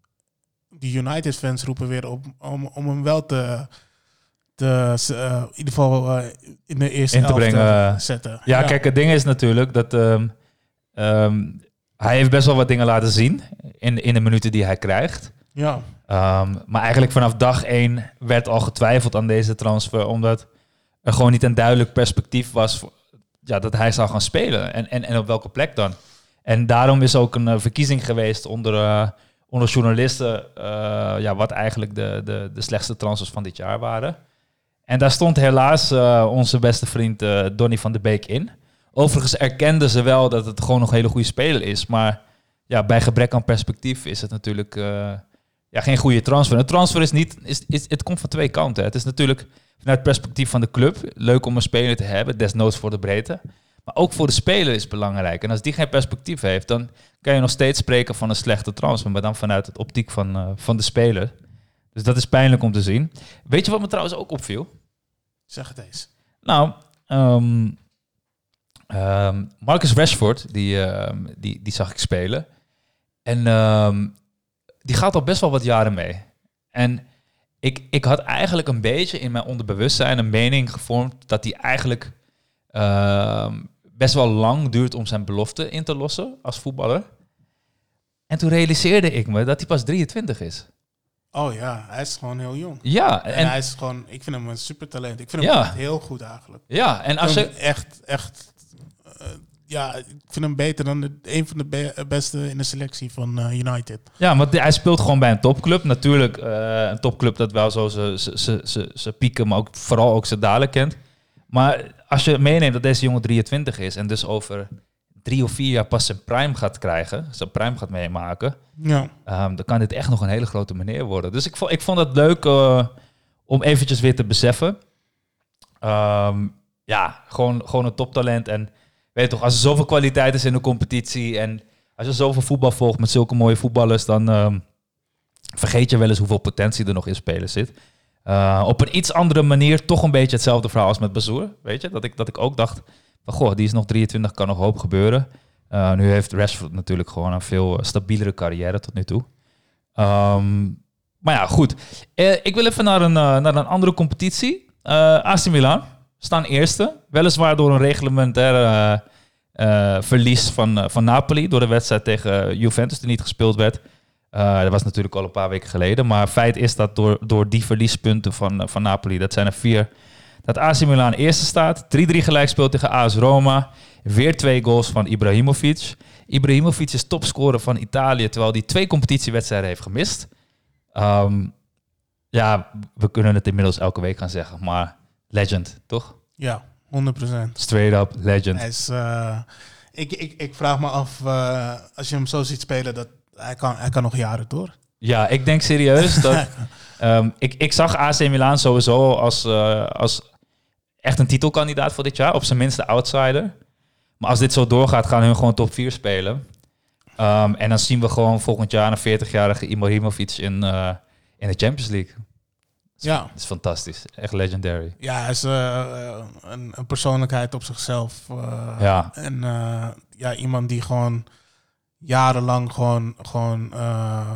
die United-fans roepen weer op om, om hem wel te... te uh, in ieder geval uh, in de eerste In te elf brengen. te zetten. Ja, kijk, het ding is natuurlijk dat... Um, um, hij heeft best wel wat dingen laten zien in, in de minuten die hij krijgt. Ja, Um, maar eigenlijk vanaf dag één werd al getwijfeld aan deze transfer, omdat er gewoon niet een duidelijk perspectief was voor, ja, dat hij zou gaan spelen. En, en, en op welke plek dan. En daarom is ook een uh, verkiezing geweest onder, uh, onder journalisten, uh, ja, wat eigenlijk de, de, de slechtste transfers van dit jaar waren. En daar stond helaas uh, onze beste vriend uh, Donny van de Beek in. Overigens erkenden ze wel dat het gewoon nog een hele goede speler is, maar ja, bij gebrek aan perspectief is het natuurlijk... Uh, Ja, geen goede transfer. Een transfer is niet... Is, is, het komt van twee kanten. Het is natuurlijk vanuit het perspectief van de club leuk om een speler te hebben, desnoods voor de breedte. Maar ook voor de speler is het belangrijk. En als die geen perspectief heeft, dan kan je nog steeds spreken van een slechte transfer, maar dan vanuit het optiek van, uh, van de speler. Dus dat is pijnlijk om te zien. Weet je wat me trouwens ook opviel? zeg het eens. Nou, um, um, Marcus Rashford, die, um, die, die zag ik spelen. En... Um, die gaat al best wel wat jaren mee. En ik, ik had eigenlijk een beetje in mijn onderbewustzijn een mening gevormd dat hij eigenlijk uh, best wel lang duurt om zijn belofte in te lossen als voetballer. En toen realiseerde ik me dat hij pas drieëntwintig is. Oh ja, hij is gewoon heel jong. Ja, En, en, hij is gewoon, ik vind hem een supertalent. Ik vind hem Ja. echt heel goed eigenlijk. ja, en als Ik vind je... hem echt, echt, eh, ja, ik vind hem beter dan de, een van de be- beste in de selectie van eh, United. Ja, want hij speelt gewoon bij een topclub. Natuurlijk eh, een topclub dat wel zo zijn pieken, maar ook vooral ook zijn dalen kent. Maar als je meeneemt dat deze jongen drieëntwintig is en dus over drie of vier jaar pas zijn prime gaat krijgen, zijn prime gaat meemaken, Ja, um, dan kan dit echt nog een hele grote meneer worden. Dus ik vond, ik vond het leuk uh, om eventjes weer te beseffen. Um, ja, gewoon, gewoon een toptalent. En weet je toch, als er zoveel kwaliteit is in de competitie en als je zoveel voetbal volgt met zulke mooie voetballers, dan um, vergeet je wel eens hoeveel potentie er nog in spelers zit. Uh, op een iets andere manier toch een beetje hetzelfde verhaal als met Bazoer. Weet je, dat ik, dat ik ook dacht van goh, die is nog drieëntwintig, kan nog hoop gebeuren. Uh, nu heeft Rashford natuurlijk gewoon een veel stabielere carrière tot nu toe. Um, maar ja, goed. Uh, ik wil even naar een, uh, naar een andere competitie. Uh, A C Milan staan eerste. Weliswaar door een reglementaire uh, uh, verlies van, uh, van Napoli. Door de wedstrijd tegen Juventus die niet gespeeld werd. Uh, dat was natuurlijk al een paar weken geleden. Maar feit is dat door, door die verliespunten van, uh, van Napoli, dat zijn er vier, dat A C Milan eerste staat. drie drie gelijk speelt tegen A S Roma. Weer twee goals van Ibrahimovic. Ibrahimovic is topscorer van Italië, terwijl hij twee competitiewedstrijden heeft gemist. Um, ja, we kunnen het inmiddels elke week gaan zeggen, maar legend, toch? ja, honderd procent. Straight up legend. Hij is, uh, ik, ik, ik vraag me af, uh, als je hem zo ziet spelen, dat hij kan, hij kan nog jaren door. Ja, ik denk serieus dat... um, ik, ik zag A C Milan sowieso als, uh, als echt een titelkandidaat voor dit jaar. Op zijn minste outsider. Maar als dit zo doorgaat, gaan hun gewoon top vier spelen. Um, en dan zien we gewoon volgend jaar een veertigjarige Ibrahimovic in, uh, in de Champions League. Ja. Dat is fantastisch. Echt legendary. Ja, hij is uh, een, een persoonlijkheid op zichzelf. Uh, Ja. En uh, ja, iemand die gewoon jarenlang gewoon, gewoon uh,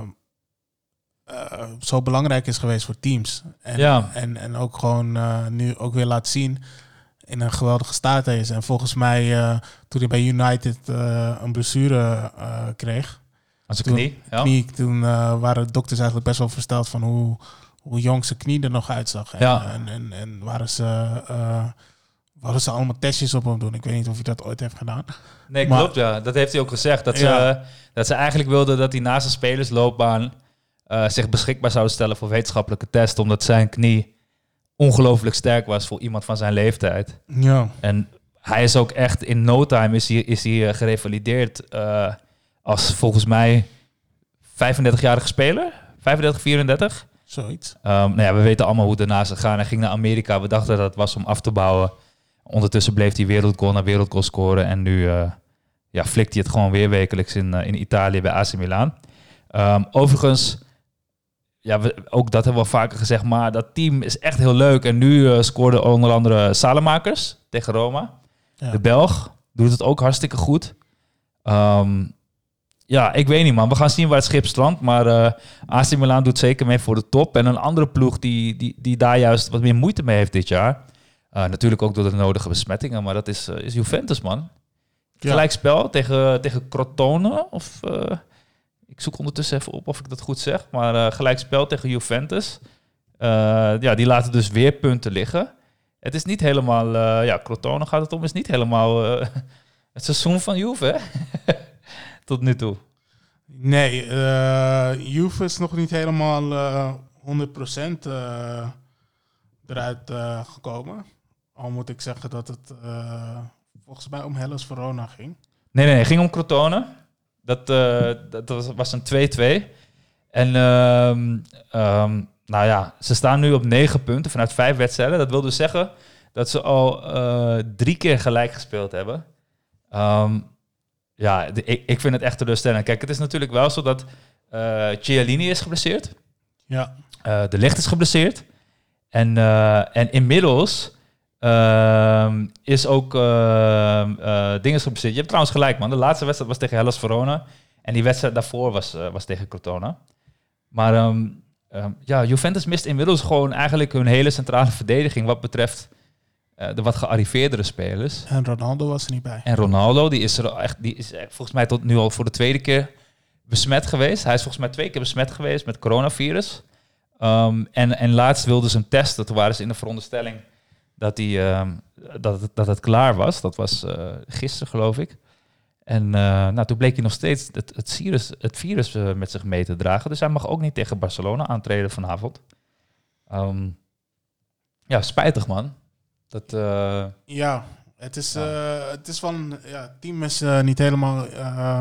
uh, zo belangrijk is geweest voor teams. En, Ja. en, en ook gewoon uh, nu ook weer laat zien in een geweldige staat is. En volgens mij, uh, toen hij bij United uh, een blessure uh, kreeg, Aan zijn toen, knie. Ja. knie, toen uh, waren de dokters eigenlijk best wel versteld van hoe, hoe jong zijn knie er nog uitzag. En, Ja. en, en, en waren ze... Uh, Wouden ze allemaal testjes op hem doen. Ik weet niet of hij dat ooit heeft gedaan. Nee, Maar- klopt, ja. Dat heeft hij ook gezegd. Dat, Ja. ze, dat ze eigenlijk wilden dat hij naast zijn spelersloopbaan uh, zich beschikbaar zouden stellen voor wetenschappelijke tests, omdat zijn knie ongelooflijk sterk was voor iemand van zijn leeftijd. Ja. En hij is ook echt, in no time is hij, is hij uh, gerevalideerd uh, als volgens mij vijfendertigjarige speler. vijfendertig, vierendertig. Zoiets. Um, nou ja, we weten allemaal hoe het daarna is gegaan. Hij ging naar Amerika. We dachten dat het was om af te bouwen. Ondertussen bleef hij wereldgoal na wereldgoal scoren. En nu uh, ja, flikt hij het gewoon weer wekelijks in, uh, in Italië bij A C Milan. Um, overigens, ja, we, ook dat hebben we al vaker gezegd, maar dat team is echt heel leuk. En nu uh, scoorde onder andere Salemakers tegen Roma. Ja. De Belg doet het ook hartstikke goed. Um, ja, ik weet niet, man. We gaan zien waar het schip strandt. Maar uh, A C Milan doet zeker mee voor de top. En een andere ploeg die, die, die daar juist wat meer moeite mee heeft dit jaar. Uh, natuurlijk ook door de nodige besmettingen. Maar dat is, uh, is Juventus, man. Ja. Gelijkspel tegen, tegen Crotone. Of, uh, ik zoek ondertussen even op of ik dat goed zeg. Maar uh, gelijkspel tegen Juventus. Uh, ja, die laten dus weer punten liggen. Het is niet helemaal... Uh, ja, Crotone gaat het om. is niet helemaal uh, het seizoen van Juve, hè? Tot nu toe. Nee, uh, Juve is nog niet helemaal uh, honderd procent uh, eruit uh, gekomen. Al moet ik zeggen dat het uh, volgens mij om Hellas Verona ging. Nee, nee, het ging om Crotone. Dat, uh, dat was, was een twee-twee. En um, um, nou ja, ze staan nu op negen punten vanuit vijf wedstrijden. Dat wil dus zeggen dat ze al uh, drie keer gelijk gespeeld hebben. Um, ja, de, ik, ik vind het echt teleurstellend. Kijk, het is natuurlijk wel zo dat uh, Chiellini is geblesseerd. Ja. Uh, de Ligt is geblesseerd. En, uh, en inmiddels uh, is ook uh, uh, Dinges geblesseerd. Je hebt trouwens gelijk, man. De laatste wedstrijd was tegen Hellas Verona. En die wedstrijd daarvoor was, uh, was tegen Crotone. Maar um, um, ja, Juventus mist inmiddels gewoon eigenlijk hun hele centrale verdediging wat betreft uh, de wat gearriveerdere spelers. En Ronaldo was er niet bij. En Ronaldo, die is er al echt, die is echt volgens mij tot nu al voor de tweede keer besmet geweest. Hij is volgens mij twee keer besmet geweest met coronavirus. Um, en, en laatst wilden ze hem testen. Toen waren ze in de veronderstelling dat, die, um, dat, het, dat het klaar was. Dat was uh, gisteren, geloof ik. En uh, nou, toen bleek hij nog steeds het, het virus, het virus uh, met zich mee te dragen. Dus hij mag ook niet tegen Barcelona aantreden vanavond. Um, ja, spijtig, man. Dat, uh, ja, het is, uh, het is van... Ja, het team is uh, niet helemaal... Uh,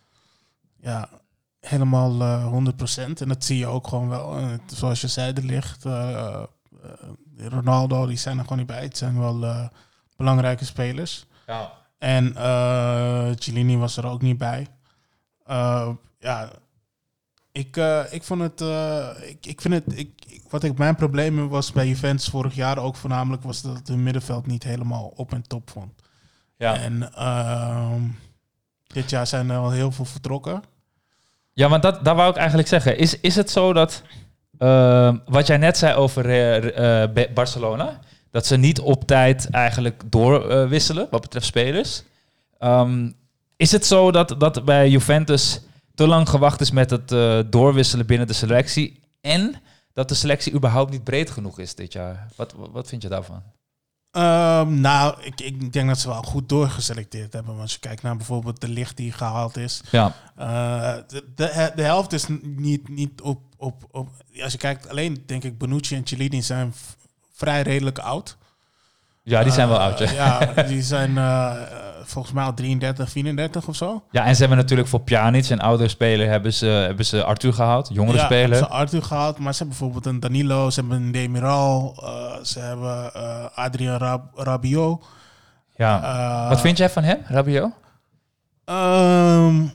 ja, helemaal uh, honderd procent. En dat zie je ook gewoon wel. Uh, zoals je zei, er ligt... Uh, uh, Ronaldo, die zijn er gewoon niet bij. Het zijn wel uh, belangrijke spelers. ja. En uh, Chiellini was er ook niet bij. Uh, ja, ik, uh, ik vond het... Uh, ik, ik vind het... Ik, ik, wat ik mijn probleem was bij Juventus vorig jaar ook voornamelijk... was dat het hun middenveld niet helemaal op en top vond. Ja. En uh, dit jaar zijn er al heel veel vertrokken. Ja, want dat, dat wou ik eigenlijk zeggen. Is, is het zo dat... Uh, wat jij net zei over uh, uh, Barcelona... dat ze niet op tijd eigenlijk doorwisselen uh, wat betreft spelers. Um, is het zo dat, dat bij Juventus te lang gewacht is met het uh, doorwisselen binnen de selectie... en dat de selectie überhaupt niet breed genoeg is dit jaar? Wat, wat, wat vind je daarvan? Um, nou, ik, ik denk dat ze wel goed doorgeselecteerd hebben. Want als je kijkt naar bijvoorbeeld de licht die gehaald is. Ja. Uh, de, de, de helft is niet, niet op, op, op... Als je kijkt, alleen denk ik Bonucci en Chiellini zijn v- vrij redelijk oud. Ja, die zijn wel uh, oud, ja. Ja, die zijn uh, volgens mij al drieëndertig, vierendertig of zo. Ja, en ze hebben natuurlijk voor Pjanic, een oudere speler, hebben ze, hebben ze Arthur gehaald. Jongere ja, speler. ze hebben Arthur gehaald, maar ze hebben bijvoorbeeld een Danilo, ze hebben een Demiral, uh, ze hebben uh, Adrien Rab- Rabiot. Ja. Uh, Wat vind jij van hem, Rabiot? Um,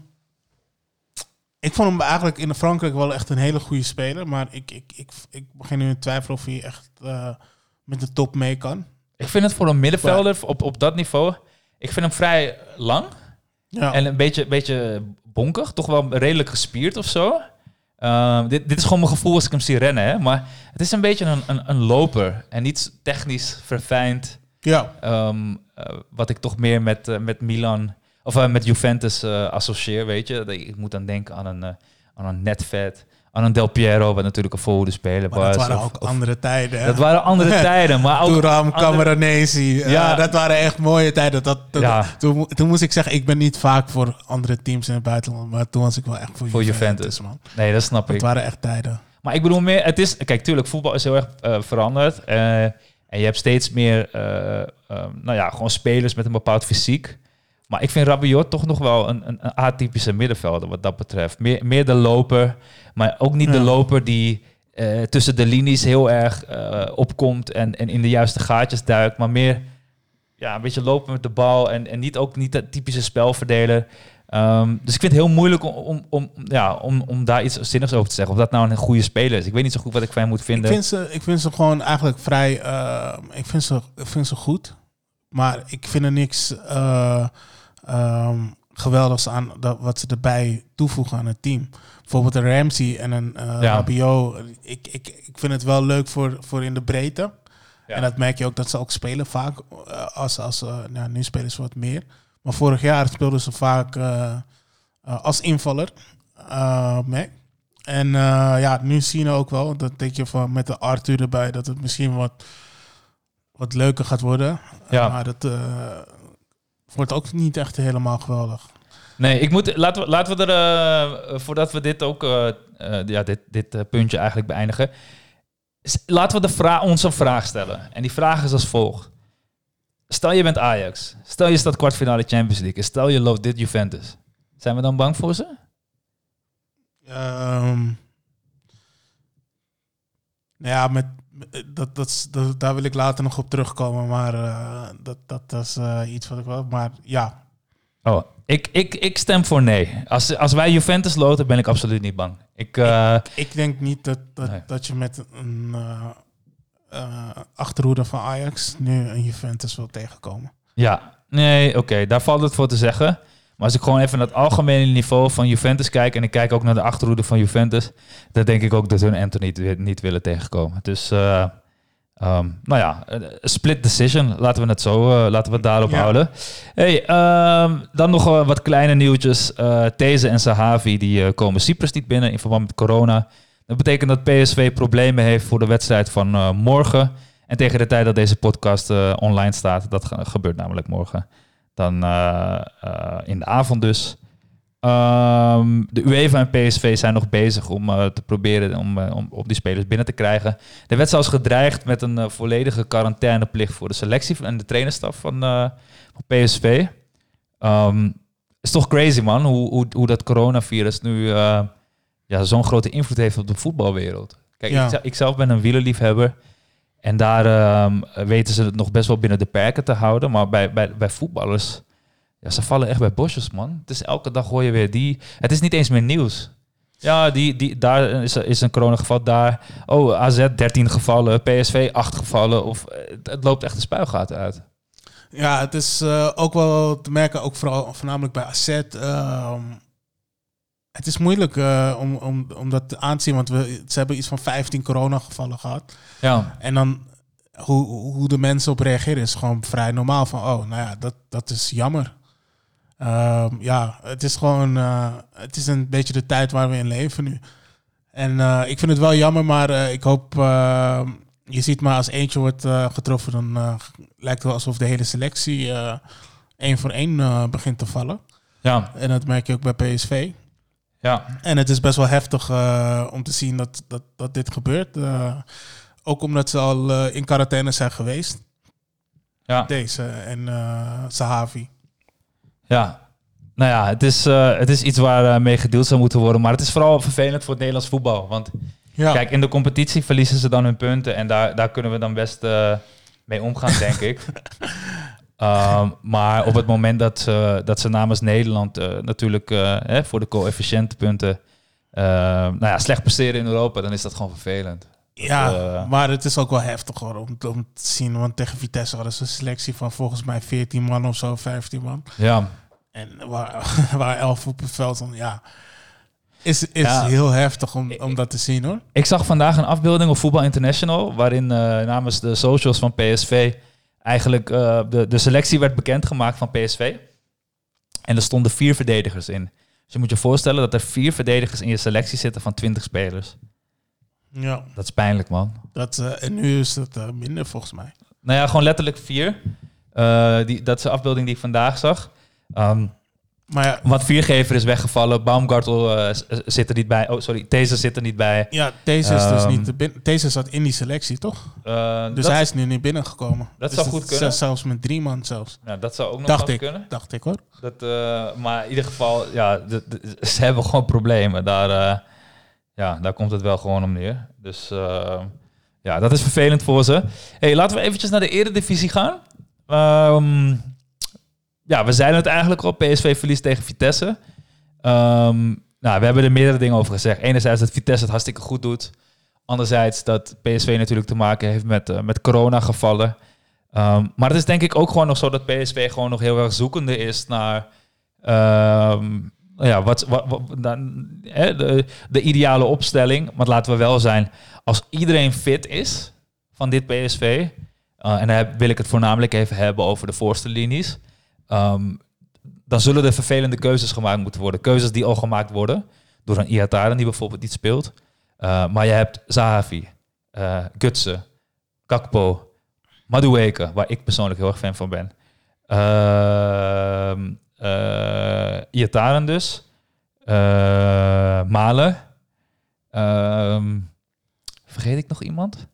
ik vond hem eigenlijk in Frankrijk wel echt een hele goede speler. Maar ik, ik, ik, ik begin nu in twijfel of hij echt uh, met de top mee kan. Ik vind het voor een middenvelder op, op dat niveau... Ik vind hem vrij lang. Ja. En een beetje, beetje bonkig. Toch wel redelijk gespierd of zo. Uh, dit, dit is gewoon mijn gevoel als ik hem zie rennen. Hè? Maar het is een beetje een, een, een loper. En niet technisch verfijnd. Ja. Um, uh, wat ik toch meer met, uh, met Milan... Of uh, met Juventus uh, associeer, weet je. Ik moet dan denken aan een, uh, aan een Nedved... Aan een Del Piero, wat natuurlijk een voorhoede speler Maar was. dat waren of, ook of, andere tijden. Hè? Dat waren andere tijden, maar ook... Thuram, andere... Camoranesi. Ja. Uh, dat waren echt mooie tijden. Dat, dat, ja. toen, toen moest ik zeggen, ik ben niet vaak voor andere teams in het buitenland. Maar toen was ik wel echt voor, voor Juventus, Juventus. man. Nee, dat snap dat ik. Dat waren echt tijden. Maar ik bedoel meer, het is... Kijk, tuurlijk, voetbal is heel erg uh, veranderd. Uh, en je hebt steeds meer, uh, uh, nou ja, gewoon spelers met een bepaald fysiek. Maar ik vind Rabiot toch nog wel een, een, een atypische middenvelder wat dat betreft. Meer, meer de loper, maar ook niet ja. de loper die uh, tussen de linies heel erg uh, opkomt en, en in de juiste gaatjes duikt. Maar meer ja, een beetje lopen met de bal en, en niet ook niet de typische spelverdeler. Um, dus ik vind het heel moeilijk om, om, om, ja, om, om daar iets zinnigs over te zeggen. Of dat nou een goede speler is. Ik weet niet zo goed wat ik van hem moet vinden. Ik vind ze, ik vind ze gewoon eigenlijk vrij... Uh, ik, vind ze, ik vind ze goed. Maar ik vind er niks uh, um, geweldigs aan dat, wat ze erbij toevoegen aan het team. Bijvoorbeeld een Ramsey en een uh, ja. Rabiot. Ik, ik, ik vind het wel leuk voor, voor in de breedte. Ja. En dat merk je ook dat ze ook spelen vaak. Uh, als, als, uh, nou, nu spelen ze wat meer. Maar vorig jaar speelden ze vaak uh, uh, als invaller. Uh, mee. En uh, ja, nu zien we ook wel, dat denk je van met de Arthur erbij, dat het misschien wat, wat leuker gaat worden. Ja. Uh, maar dat uh, wordt ook niet echt helemaal geweldig. Nee, ik moet, laten, we, laten we er, uh, voordat we dit ook, uh, uh, ja, dit, dit uh, puntje eigenlijk beëindigen, laten we de vra- ons een vraag stellen. En die vraag is als volgt. Stel je bent Ajax. Stel je staat kwartfinale Champions League. Stel je loopt dit Juventus. Zijn we dan bang voor ze? Um, ja, met, dat, dat, dat, daar wil ik later nog op terugkomen. Maar uh, dat, dat is uh, iets wat ik wil. Maar ja. Oh, ik, ik, ik stem voor nee. Als, als wij Juventus loten, ben ik absoluut niet bang. Ik, uh, ik, ik denk niet dat, dat, nee. dat je met een uh, uh, achterhoede van Ajax nu een Juventus wil tegenkomen. Ja, nee, oké. Okay, daar valt het voor te zeggen. Maar als ik gewoon even naar het algemene niveau van Juventus kijk... en ik kijk ook naar de achterhoede van Juventus... dan denk ik ook dat hun Anthony niet, niet willen tegenkomen. Dus, uh, um, nou ja, a split decision. Laten we het zo, uh, laten we het daarop ja. houden. Hey, um, dan nog uh, wat kleine nieuwtjes. Uh, These en Sahavi die uh, komen Cyprus niet binnen in verband met corona. Dat betekent dat P S V problemen heeft voor de wedstrijd van uh, morgen. En tegen de tijd dat deze podcast uh, online staat, dat ge- gebeurt namelijk morgen. Dan uh, uh, in de avond dus. Um, de UEFA en P S V zijn nog bezig om uh, te proberen om, uh, om op die spelers binnen te krijgen. Er werd zelfs gedreigd met een uh, volledige quarantaineplicht voor de selectie en de trainerstaf van, uh, van P S V. Um, is toch crazy, man, hoe, hoe, hoe dat coronavirus nu uh, ja, zo'n grote invloed heeft op de voetbalwereld. Kijk, Ja. ik, ik zelf ben een wielerliefhebber. En daar um, weten ze het nog best wel binnen de perken te houden. Maar bij, bij, bij voetballers, ja, ze vallen echt bij bosjes, man. Het is elke dag hoor je weer die. Het is niet eens meer nieuws. Ja, die, die, daar is, is een coronageval. Daar, oh, A Z dertien gevallen, P S V acht gevallen. Of, het, het loopt echt de spuigaten uit. Ja, het is uh, ook wel te merken, ook vooral voornamelijk bij A Z. Uh, het is moeilijk uh, om, om, om dat aan te zien, want we, ze hebben iets van vijftien coronagevallen gehad. Ja, En dan hoe, hoe de mensen op reageren is gewoon vrij normaal. Van, oh, nou ja, dat, dat is jammer. Uh, ja, het is gewoon, uh, het is een beetje de tijd waar we in leven nu. En uh, ik vind het wel jammer, maar uh, ik hoop, uh, je ziet maar als eentje wordt uh, getroffen, dan uh, lijkt het wel alsof de hele selectie uh, één voor één uh, begint te vallen. ja, En dat merk je ook bij P S V. ja. En het is best wel heftig uh, om te zien dat, dat, dat dit gebeurt. Uh, ook omdat ze al uh, in quarantaine zijn geweest. ja. Deze en uh, Sahavi. Ja, nou ja, het is, uh, het is iets waar uh, mee gedeeld zou moeten worden. Maar het is vooral vervelend voor het Nederlands voetbal. Want Ja. kijk, in de competitie verliezen ze dan hun punten. En daar, daar kunnen we dan best uh, mee omgaan, denk ik. Um, maar op het moment dat ze, dat ze namens Nederland uh, natuurlijk uh, hè, voor de coëfficiëntenpunten uh, nou ja, slecht presteren in Europa, dan is dat gewoon vervelend. Ja, uh, maar het is ook wel heftig hoor, om, om te zien. Want tegen Vitesse hadden ze een selectie van volgens mij veertien man of zo, vijftien man. Ja, En waar, waar elf op het veld dan, ja. Is, is Ja. heel heftig om, om dat te zien hoor. ik zag vandaag een afbeelding op Voetbal International, waarin uh, namens de socials van P S V eigenlijk uh, de, de selectie werd bekendgemaakt van P S V. En er stonden vier verdedigers in. Dus je moet je voorstellen dat er vier verdedigers in je selectie zitten van twintig spelers. Ja, Dat is pijnlijk, man. dat, uh, en nu is het uh, minder volgens mij. Nou ja, gewoon letterlijk vier. Uh, die, dat is de afbeelding die ik vandaag zag. Um, Maar ja, wat viergever is weggevallen. Baumgartel uh, s- zit er niet bij. Oh, sorry. Deze zit er niet bij. ja deze is dus Ehm, niet... de bin- deze zat in die selectie, toch? Uh, Dus dat, hij is nu niet binnengekomen. dat Dus zou het goed kunnen. is Zelfs met drie man zelfs. nou, dat zou ook nog Dacht wel ik. kunnen. Dacht ik hoor. Dat, uh, maar in ieder geval, ja, de, de- ze hebben gewoon problemen. Daar, uh, ja, daar komt het wel gewoon om neer. Dus uh, ja, dat is vervelend voor ze. Hey, laten we eventjes naar de Eredivisie gaan. Um, ja, we zeiden het eigenlijk al. P S V verliest tegen Vitesse. Um, nou, we hebben er meerdere dingen over gezegd. Enerzijds dat Vitesse het hartstikke goed doet. Anderzijds dat P S V natuurlijk te maken heeft met, uh, met corona-gevallen. Um, maar het is denk ik ook gewoon nog zo dat P S V gewoon nog heel erg zoekende is naar um, ja, wat, wat, wat, dan, hè, de, de ideale opstelling. Maar laten we wel zijn, als iedereen fit is van dit P S V, uh, en dan heb, wil ik het voornamelijk even hebben over de voorste linies, um, dan zullen er vervelende keuzes gemaakt moeten worden. Keuzes die al gemaakt worden door een Ihataren die bijvoorbeeld niet speelt. Uh, maar je hebt Zahavi, uh, Gutsen, Gakpo, Madueke, waar ik persoonlijk heel erg fan van ben. Uh, uh, Ihataren dus. Uh, Malen. Uh, vergeet ik nog iemand?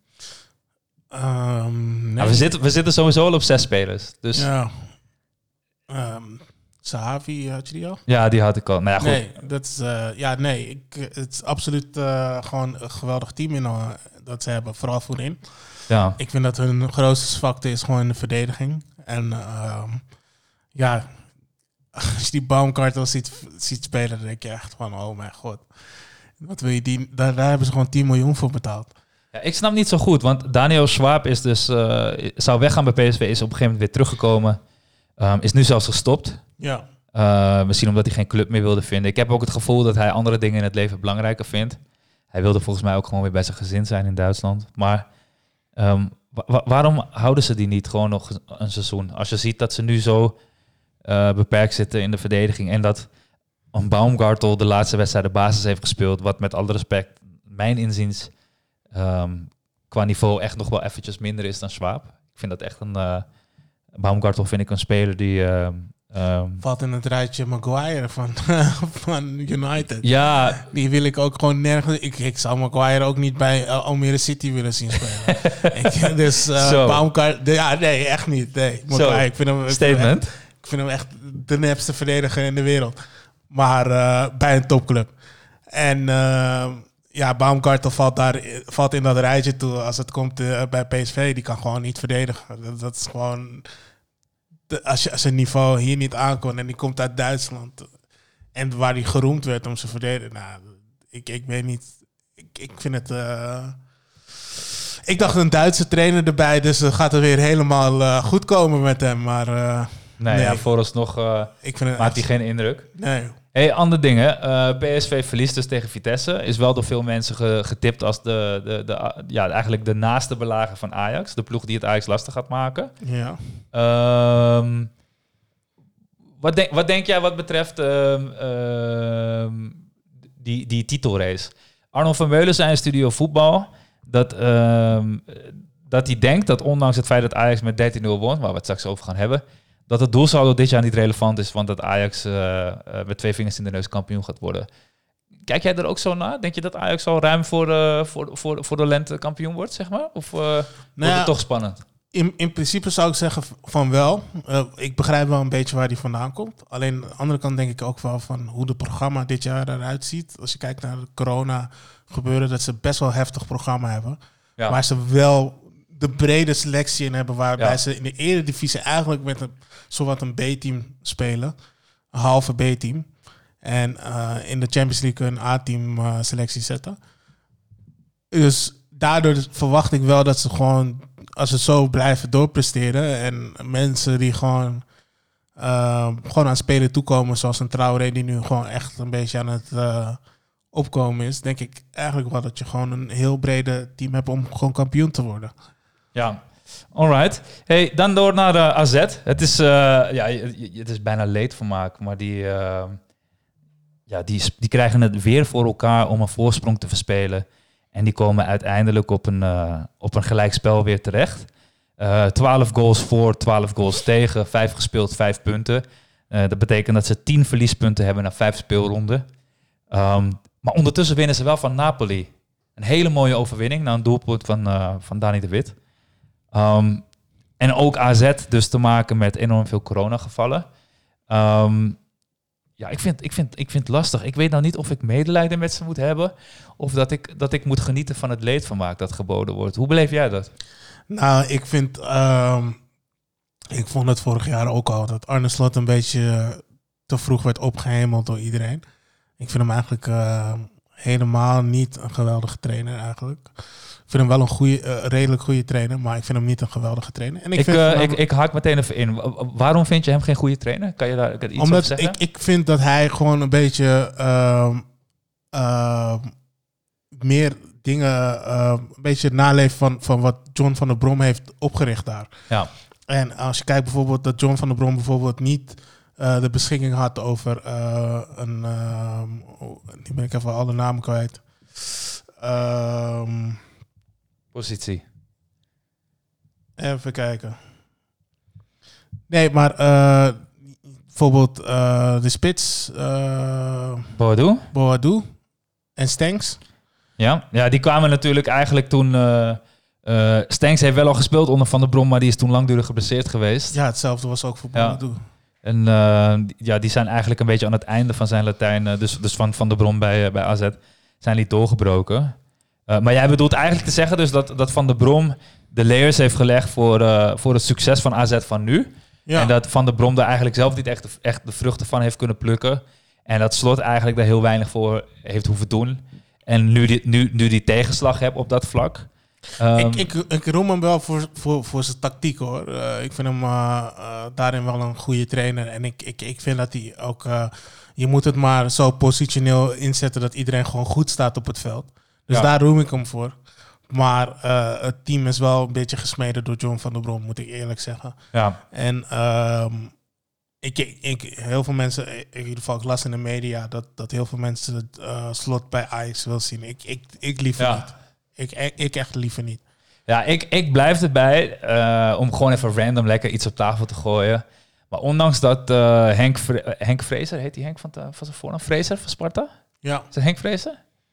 Um, nee. Nou, we, zitten, we zitten sowieso al op zes spelers. Dus ja, Ja. Um, Sahavi, had je die al? die had ik al. Nou ja, goed. Nee, dat is, uh, ja, nee ik, het is absoluut uh, gewoon een geweldig team in, uh, dat ze hebben, vooral voorin. Ja. Ik vind dat hun grootste zwakte is gewoon de verdediging. En uh, ja, als je die Baumgartel ziet, ziet spelen, dan denk je echt van, oh mijn god. Wat wil je die, daar, daar hebben ze gewoon tien miljoen voor betaald. Ja, ik snap niet zo goed, want Daniel Schwab is dus, uh, zou weggaan bij P S V, is op een gegeven moment weer teruggekomen. Um, is nu zelfs gestopt. Ja. Uh, misschien omdat hij geen club meer wilde vinden. Ik heb ook het gevoel dat hij andere dingen in het leven belangrijker vindt. Hij wilde volgens mij ook gewoon weer bij zijn gezin zijn in Duitsland. Maar um, wa- wa- waarom houden ze die niet gewoon nog een seizoen? Als je ziet dat ze nu zo uh, beperkt zitten in de verdediging en dat een Baumgartel de laatste wedstrijd de basis heeft gespeeld, wat met alle respect mijn inziens um, qua niveau echt nog wel eventjes minder is dan Schwab. Ik vind dat echt een... Uh, Baumgartel vind ik een speler die... Uh, um, Valt in het rijtje Maguire van, van United. Ja. Die wil ik ook gewoon nergens... Ik, ik zou Maguire ook niet bij uh, Almere City willen zien spelen. ik, dus uh, Baumgartel... Ja, nee, echt niet. Nee. Maguire, ik vind hem, ik Statement. Vind hem echt, ik vind hem echt de nepste verdediger in de wereld. Maar uh, bij een topclub. En... Uh, Ja, Baumgartel valt, daar, valt in dat rijtje toe als het komt uh, bij P S V. Die kan gewoon niet verdedigen. Dat, dat is gewoon... De, als je zijn niveau hier niet aankomt en die komt uit Duitsland... en waar hij geroemd werd om zijn verdedigen... Nou, ik, ik weet niet... Ik, ik vind het... Uh, ik dacht een Duitse trainer erbij, dus dan gaat het weer helemaal uh, goed komen met hem. Maar uh, nee, nee. Ja, vooralsnog uh, ik vind het maakt hij echt... geen indruk. Nee. Hey, andere dingen. Uh, P S V verliest dus tegen Vitesse. Is wel door veel mensen ge, getipt als de, de, de, ja, eigenlijk de naaste belager van Ajax. De ploeg die het Ajax lastig gaat maken. Ja. Um, wat, denk, wat denk jij wat betreft um, um, die, die titelrace? Arnold van Meulen zei in Studio Voetbal dat, um, dat hij denkt dat ondanks het feit dat Ajax met dertien nul won, waar we het straks over gaan hebben, dat het doelsaldo dit jaar niet relevant is, want dat Ajax uh, uh, met twee vingers in de neus kampioen gaat worden. Kijk jij er ook zo naar? Denk je dat Ajax al ruim voor, uh, voor, voor, voor de lente kampioen wordt, zeg maar? Of uh, nou wordt het toch spannend? In, in principe zou ik zeggen van wel. Uh, ik begrijp wel een beetje waar die vandaan komt. Alleen aan de andere kant denk ik ook wel van hoe het programma dit jaar eruit ziet. Als je kijkt naar de corona gebeuren, dat ze best wel heftig programma hebben. Ja. Waar ze wel de brede selectie in hebben, waarbij ja. ze in de Eredivisie eigenlijk met een zowat een B-team spelen. Een halve B-team. En uh, in de Champions League een A-team uh, selectie zetten. Dus daardoor verwacht ik wel dat ze gewoon, als ze zo blijven doorpresteren en mensen die gewoon, uh, gewoon aan spelen toekomen, zoals een Traoré die nu gewoon echt een beetje aan het uh, opkomen is, denk ik eigenlijk wel dat je gewoon een heel brede team hebt om gewoon kampioen te worden. Ja, alright. Hey, dan door naar uh, A Z. Het is, uh, ja, het is bijna leedvermaak, maar die, uh, ja, die, die krijgen het weer voor elkaar om een voorsprong te verspelen. En die komen uiteindelijk op een, uh, op een gelijkspel weer terecht. Uh, twaalf goals voor, twaalf goals tegen, vijf gespeeld, vijf punten. Uh, dat betekent dat ze tien verliespunten hebben na vijf speelronden. Um, maar ondertussen winnen ze wel van Napoli. Een hele mooie overwinning na een doelpunt van, uh, van Dani de Wit. Um, en ook A Z dus te maken met enorm veel coronagevallen. Um, ja, ik vind, ik, vind, ik vind het lastig. Ik weet nou niet of ik medelijden met ze moet hebben, of dat ik, dat ik moet genieten van het leedvermaak dat geboden wordt. Hoe beleef jij dat? Nou, ik vind... Um, ik vond het vorig jaar ook al dat Arne Slot een beetje te vroeg werd opgehemeld door iedereen. Ik vind hem eigenlijk uh, helemaal niet een geweldige trainer eigenlijk. Ik vind hem wel een goede, uh, redelijk goede trainer, maar ik vind hem niet een geweldige trainer. En ik, ik, vind uh, hem, ik, ik haak meteen even in. Waarom vind je hem geen goede trainer? Kan je daar iets omdat over zeggen? Ik, ik vind dat hij gewoon een beetje uh, uh, meer dingen, uh, een beetje naleeft van, van wat John van der Brom heeft opgericht daar. Ja. En als je kijkt bijvoorbeeld dat John van der Brom bijvoorbeeld niet uh, de beschikking had over uh, een, uh, nu ben ik even alle namen kwijt. Um, Positie. Even kijken. Nee, maar uh, bijvoorbeeld uh, de spits. Uh, Boadu. Boadu en Stenks. Ja. ja, die kwamen natuurlijk eigenlijk toen... Uh, uh, Stenks heeft wel al gespeeld onder Van der Brom, maar die is toen langdurig geblesseerd geweest. Ja, hetzelfde was ook voor Boadu. Ja. En uh, ja, die zijn eigenlijk een beetje aan het einde van zijn Latijn, uh, dus, dus van Van der Brom bij, uh, bij A Z, zijn die doorgebroken. Uh, maar jij bedoelt eigenlijk te zeggen dus dat, dat Van der Brom de layers heeft gelegd voor, uh, voor het succes van A Z van nu. Ja. En dat Van der Brom daar eigenlijk zelf niet echt de, echt de vruchten van heeft kunnen plukken. En dat Slot eigenlijk daar heel weinig voor heeft hoeven doen. En nu die, nu, nu die tegenslag hebt op dat vlak. Um, ik, ik, ik roem hem wel voor, voor, voor zijn tactiek hoor. Uh, ik vind hem uh, uh, daarin wel een goede trainer. En ik, ik, ik vind dat hij ook... Uh, je moet het maar zo positioneel inzetten dat iedereen gewoon goed staat op het veld. Dus ja. Daar roem ik hem voor. Maar uh, het team is wel een beetje gesmeden door John van der Brom, moet ik eerlijk zeggen. Ja. En um, Ik, ik, ik, heel veel mensen, in ieder geval, ik las in de media dat, dat heel veel mensen het uh, Slot bij Ajax wil zien. Ik, ik, ik liever Ja. niet. Ik, ik, ik echt liever niet. Ja, ik, ik blijf erbij uh, om gewoon even random lekker iets op tafel te gooien. Maar ondanks dat uh, Henk, Vre- uh, Henk Vrezer, heet die Henk van, te, van zijn voornaam? Vrezer van Sparta? Ja, Is het Henk Vrezer?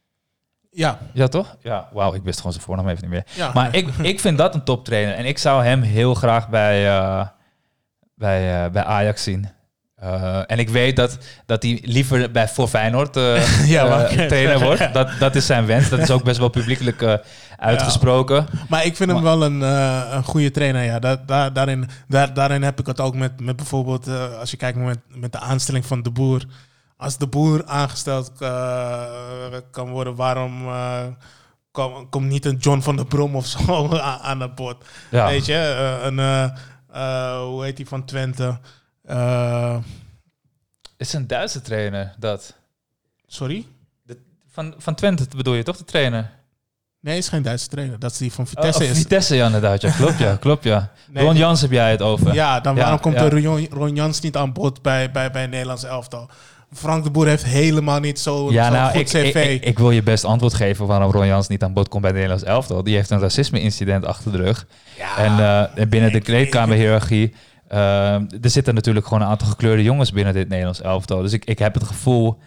ja, Ja, toch? Ja, wauw, ik wist gewoon zijn voornaam even niet meer. ja. Maar ik, ik vind dat een toptrainer. En ik zou hem heel graag bij, uh, bij, uh, bij Ajax zien. Uh, en ik weet dat, dat hij liever bij voor Feyenoord uh, Ja, uh, maar- trainer wordt. Dat, dat is zijn wens. Dat is ook best wel publiekelijk uh, uitgesproken. Maar ik vind hem wel een, uh, een goede trainer. Ja. Da- da- daarin, daar, daarin heb ik het ook met, met bijvoorbeeld, uh, als je kijkt met, met de aanstelling van De Boer. Als De Boer aangesteld uh, kan worden, waarom uh, kom- komt niet een John van der Brom of zo aan, aan het bod? Ja. Weet je, uh, een, uh, uh, hoe heet die van Twente? Uh, Is een Duitse trainer, dat? sorry? De, van, van Twente bedoel je toch, de trainer? Nee, is geen Duitse trainer. Dat is die van Oh, Vitesse. oh, is. Vitesse, ja, inderdaad. Ja, klopt, ja. Klopt, ja. Nee, Ron die- Jans heb jij het over. Ja, dan Ja, waarom komt ja. er Ron, Ron Jans niet aan bod bij, bij, bij het Nederlands elftal? Frank de Boer heeft helemaal niet zo, Ja, zo nou, goed ik, cv. ik, ik, ik wil je best antwoord geven waarom Ron Jans niet aan bod komt bij het Nederlands elftal. Die heeft een racisme-incident achter de rug. ja, En uh, binnen de ik- kleedkamerhiërarchie, uh, er zitten natuurlijk gewoon een aantal gekleurde jongens binnen dit Nederlands elftal. Dus ik, ik heb het gevoel...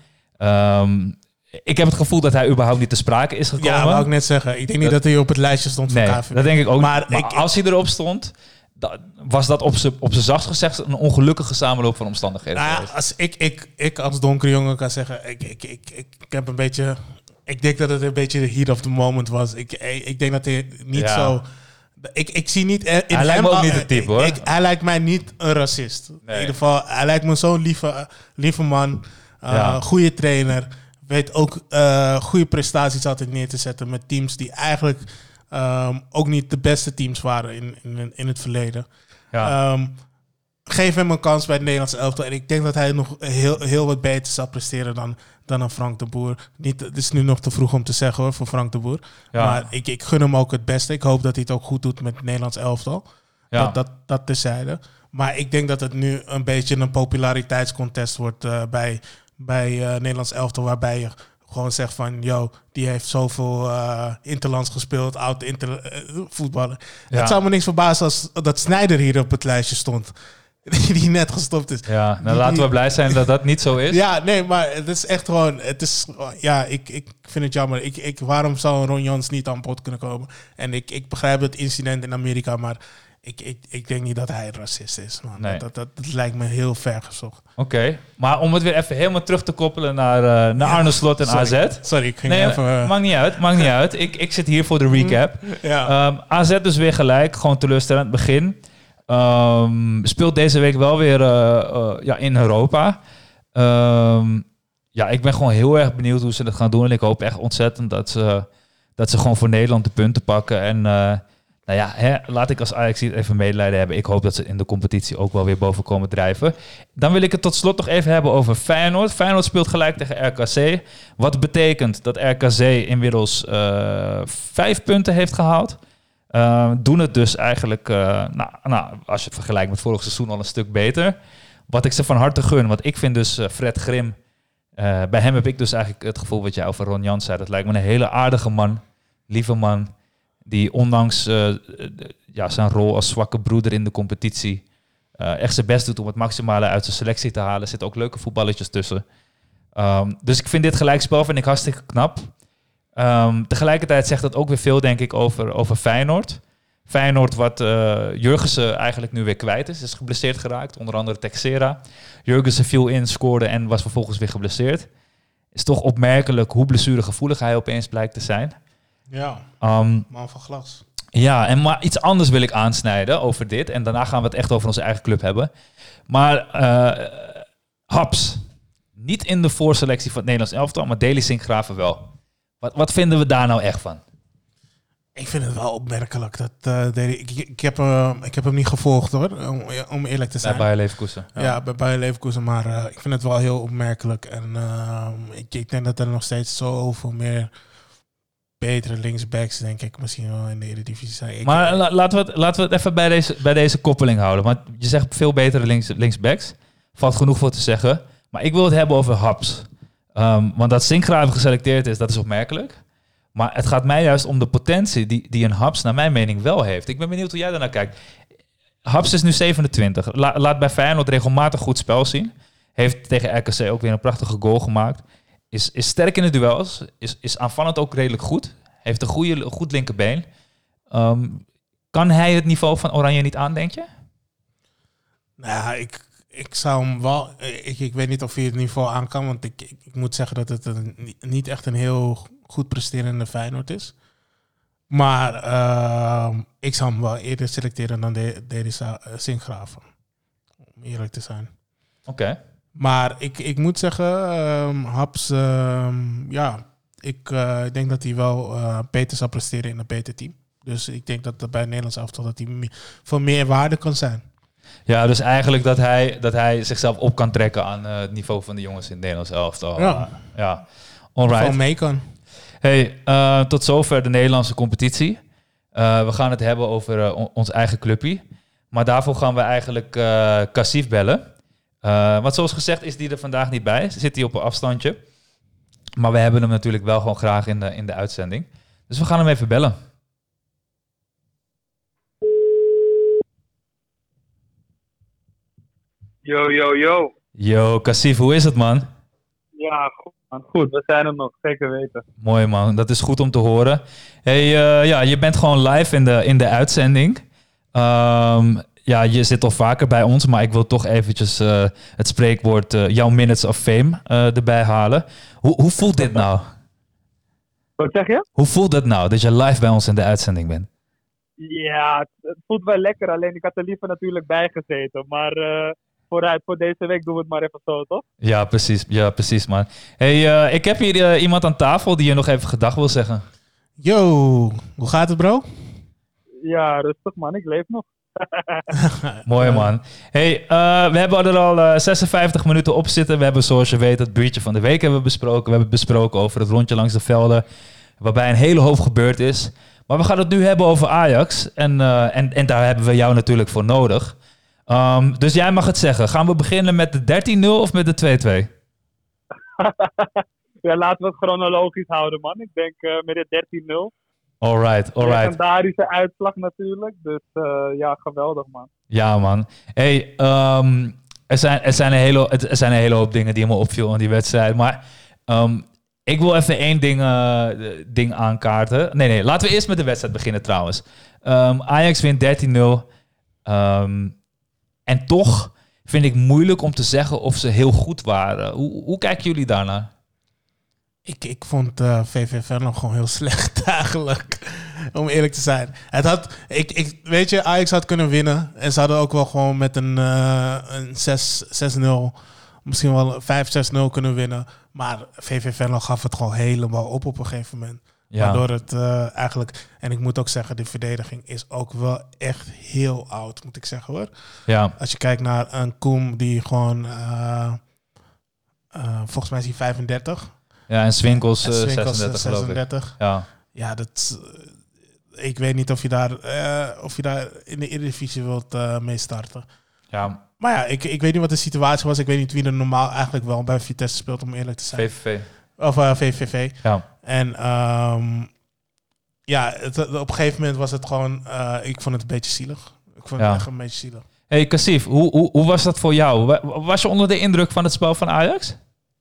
Um, ik heb het gevoel dat hij überhaupt niet te sprake is gekomen. ja, wou ik net zeggen. Ik denk niet Dat- dat hij op het lijstje stond van Nee, K V B. dat denk ik ook Maar niet. Maar ik- als hij erop stond, da- was dat op zijn op zijn zachtst gezegd een ongelukkige samenloop van omstandigheden Nou ja, geweest. als ik, ik, ik als donkere jongen kan zeggen, ik, ik, ik, ik, ik heb een beetje... Ik denk dat het een beetje de heat of the moment was. Ik, ik denk dat hij niet Ja. zo... Ik, ik zie niet... In Hij lijkt me ook niet het type, hoor. Ik, hij lijkt mij niet een racist. Nee. In ieder geval, hij lijkt me zo'n lieve, lieve man. Uh, Ja. Goede trainer. Weet ook uh, goede prestaties altijd neer te zetten met teams die eigenlijk um, ook niet de beste teams waren in, in, in het verleden. Ja. Um, geef hem een kans bij het Nederlandse elftal. En ik denk dat hij nog heel, heel wat beter zal presteren dan, dan een Frank de Boer. Niet, het is nu nog te vroeg om te zeggen hoor, voor Frank de Boer. Ja. Maar ik, ik gun hem ook het beste. Ik hoop dat hij het ook goed doet met het Nederlands elftal. Ja. Dat, dat, dat terzijde. Maar ik denk dat het nu een beetje een populariteitscontest wordt uh, bij, bij uh, Nederlands elftal. Waarbij je gewoon zegt van, yo, die heeft zoveel uh, interlands gespeeld, oud inter, uh, voetballen. Ja. Het zou me niks verbazen als dat Sneijder hier op het lijstje stond. Die net gestopt is. Ja, nou Die- laten we die- blij zijn dat dat niet zo is. Ja, nee, maar het is echt gewoon... Het is, ja, ik, ik vind het jammer. Ik, ik, waarom zou een Ron Jans niet aan bod kunnen komen? En ik, ik begrijp het incident in Amerika, maar ik, ik, ik denk niet dat hij een racist is. Man. Nee. Dat, dat, dat lijkt me heel ver gezocht. Oké, okay. Maar om het weer even helemaal terug te koppelen naar, uh, naar Ja, Arne Slot en sorry. A Z. Sorry, ik ging Nee, even... uh, maakt niet uit, maakt niet uit. Ik, ik zit hier voor de recap. ja. Um, A Z dus weer gelijk, gewoon teleurstellend begin. Um, speelt deze week wel weer uh, uh, ja, in Europa. Um, ja, ik ben gewoon heel erg benieuwd hoe ze dat gaan doen. En ik hoop echt ontzettend dat ze, dat ze gewoon voor Nederland de punten pakken. En uh, nou ja, hè, laat ik als Ajax even medelijden hebben. Ik hoop dat ze in de competitie ook wel weer boven komen drijven. Dan wil ik het tot slot nog even hebben over Feyenoord. Feyenoord speelt gelijk tegen R K C. Wat betekent dat R K C inmiddels uh, vijf punten heeft gehaald. Uh, doen het dus eigenlijk, uh, nou, nou, als je het vergelijkt met vorig seizoen, al een stuk beter. Wat ik ze van harte gun, want ik vind dus uh, Fred Grim, uh, bij hem heb ik dus eigenlijk het gevoel wat jij over Ron Jans zei. Dat lijkt me een hele aardige man, lieve man, die ondanks uh, ja, zijn rol als zwakke broeder in de competitie uh, echt zijn best doet om het maximale uit zijn selectie te halen. Er zitten ook leuke voetballetjes tussen. Um, dus ik vind dit gelijkspel vind ik hartstikke knap. Um, tegelijkertijd zegt dat ook weer veel, denk ik, over, over Feyenoord. Feyenoord wat uh, Jurgensen eigenlijk nu weer kwijt is. Is geblesseerd geraakt, onder andere Texera. Jurgensen viel in, scoorde en was vervolgens weer geblesseerd. Is toch opmerkelijk hoe blessuregevoelig hij opeens blijkt te zijn. ja, Um, man van glas. ja, en maar iets anders wil ik aansnijden over dit. En daarna gaan we het echt over onze eigen club hebben. Maar uh, Haps, niet in de voorselectie van het Nederlands elftal, maar Deli Sinkgraven wel. Wat, wat vinden we daar nou echt van? Ik vind het wel opmerkelijk. Dat, uh, de, ik, ik, heb, uh, ik heb hem niet gevolgd hoor, om, om eerlijk te Bij zijn. Bayer Leverkusen. Ja, ja bij Bayer Leverkusen, maar uh, ik vind het wel heel opmerkelijk. En uh, ik, ik denk dat er nog steeds zoveel meer betere linksbacks, denk ik, misschien wel in de Eredivisie zijn. Ik, Maar la, laten, we het, laten we het even bij deze, bij deze koppeling houden. Want je zegt veel betere links, linksbacks. Valt genoeg voor te zeggen. Maar ik wil het hebben over Haps. Um, want dat Sinkgraven geselecteerd is, dat is opmerkelijk. Maar het gaat mij juist om de potentie die, die een Haps naar mijn mening wel heeft. Ik ben benieuwd hoe jij daarnaar kijkt. Haps is nu zevenentwintig. La, laat bij Feyenoord regelmatig goed spel zien. Heeft tegen R K C ook weer een prachtige goal gemaakt. Is, is sterk in de duels. Is, is aanvallend ook redelijk goed. Heeft een goede, goed linkerbeen. Um, kan hij het niveau van Oranje niet aan, denk je? Nou ja, ik, ik zou hem wel... Ik, ik weet niet of hij het niveau aan kan. Want ik, ik, ik moet zeggen dat het een, niet echt een heel goed presterende Feyenoord is. Maar uh, ik zou hem wel eerder selecteren dan de, deze uh, Sinkgraven. Om eerlijk te zijn. Oké. Okay. Maar ik, ik moet zeggen, um, Haps, um, ja, ik uh, denk dat hij wel uh, beter zal presteren in een beter team. Dus ik denk dat bij het Nederlands elftal dat hij me- van meer waarde kan zijn. Ja, dus eigenlijk dat hij, dat hij zichzelf op kan trekken aan uh, het niveau van de jongens in het Nederlands elftal. Ja. Uh, ja. Alright. Van mee kan. Hey, uh, tot zover de Nederlandse competitie. Uh, we gaan het hebben over uh, on- ons eigen clubje. Maar daarvoor gaan we eigenlijk uh, Kassif bellen. Uh, want zoals gezegd is die er vandaag niet bij. Zit hij op een afstandje. Maar we hebben hem natuurlijk wel gewoon graag in de, in de uitzending. Dus we gaan hem even bellen. Yo, yo, yo. Yo, Kassif, hoe is het, man? Ja, goed, man. Goed, we zijn er nog. Zeker weten. Mooi, man. Dat is goed om te horen. Hey, uh, ja, je bent gewoon live in de, in de uitzending. Um, ja, je zit al vaker bij ons, maar ik wil toch eventjes uh, het spreekwoord uh, jouw minutes of fame uh, erbij halen. Hoe, hoe voelt dit nou? Wat zeg je? Hoe voelt het nou dat je live bij ons in de uitzending bent? Ja, het, het voelt wel lekker. Alleen ik had er liever natuurlijk bij gezeten. Maar uh, vooruit, voor deze week doen we het maar even zo, toch? Ja, precies. Ja, precies, man. Hey, uh, ik heb hier uh, iemand aan tafel die je nog even gedag wil zeggen. Yo, hoe gaat het, bro? Ja, rustig, man. Ik leef nog. Mooi, man. Hey, uh, we hebben er al uh, zesenvijftig minuten op zitten. We hebben, zoals je weet, het biertje van de week hebben we besproken. We hebben besproken over het rondje langs de velden, waarbij een hele hoop gebeurd is. Maar we gaan het nu hebben over Ajax. En, uh, en, en daar hebben we jou natuurlijk voor nodig. Um, dus jij mag het zeggen. Gaan we beginnen met de dertien nul of met de twee-twee? Ja, laten we het chronologisch houden, man. Ik denk uh, met de dertien nul. Alright, alright. Legendarische uitslag natuurlijk. Dus uh, ja, geweldig, man. Ja, man. Hey, um, er, zijn, er, zijn een hele, er zijn een hele hoop dingen die me opviel in die wedstrijd. Maar um, ik wil even één ding, uh, ding aankaarten. Nee, nee. Laten we eerst met de wedstrijd beginnen trouwens. Um, Ajax wint dertien nul. Um, en toch vind ik moeilijk om te zeggen of ze heel goed waren. Hoe, hoe kijken jullie daarnaar? Ik, ik vond uh, V V V nog gewoon heel slecht eigenlijk, om eerlijk te zijn. Het had, ik, ik, weet je, Ajax had kunnen winnen. En ze hadden ook wel gewoon met een, uh, een zes nul, misschien wel vijf zes nul kunnen winnen. Maar V V V gaf het gewoon helemaal op op een gegeven moment. Ja. Waardoor het uh, eigenlijk... En ik moet ook zeggen, de verdediging is ook wel echt heel oud, moet ik zeggen hoor. Ja. Als je kijkt naar een Koem die gewoon... Uh, uh, volgens mij is hij vijfendertig. Ja, en Swinkels, uh, Swinkels zesendertig, zesendertig. geloof ik. Ja, ja dat, uh, ik weet niet of je daar, uh, of je daar in de Eredivisie wilt uh, mee starten. ja. Maar ja, ik, ik weet niet wat de situatie was. Ik weet niet wie er normaal eigenlijk wel bij Vitesse speelt, om eerlijk te zijn. V V V. Of uh, V V V. Ja. En um, ja, het, op een gegeven moment was het gewoon... Uh, ik vond het een beetje zielig. Ik vond ja. het echt een beetje zielig. Hey Kassif, hoe, hoe, hoe was dat voor jou? Was je onder de indruk van het spel van Ajax?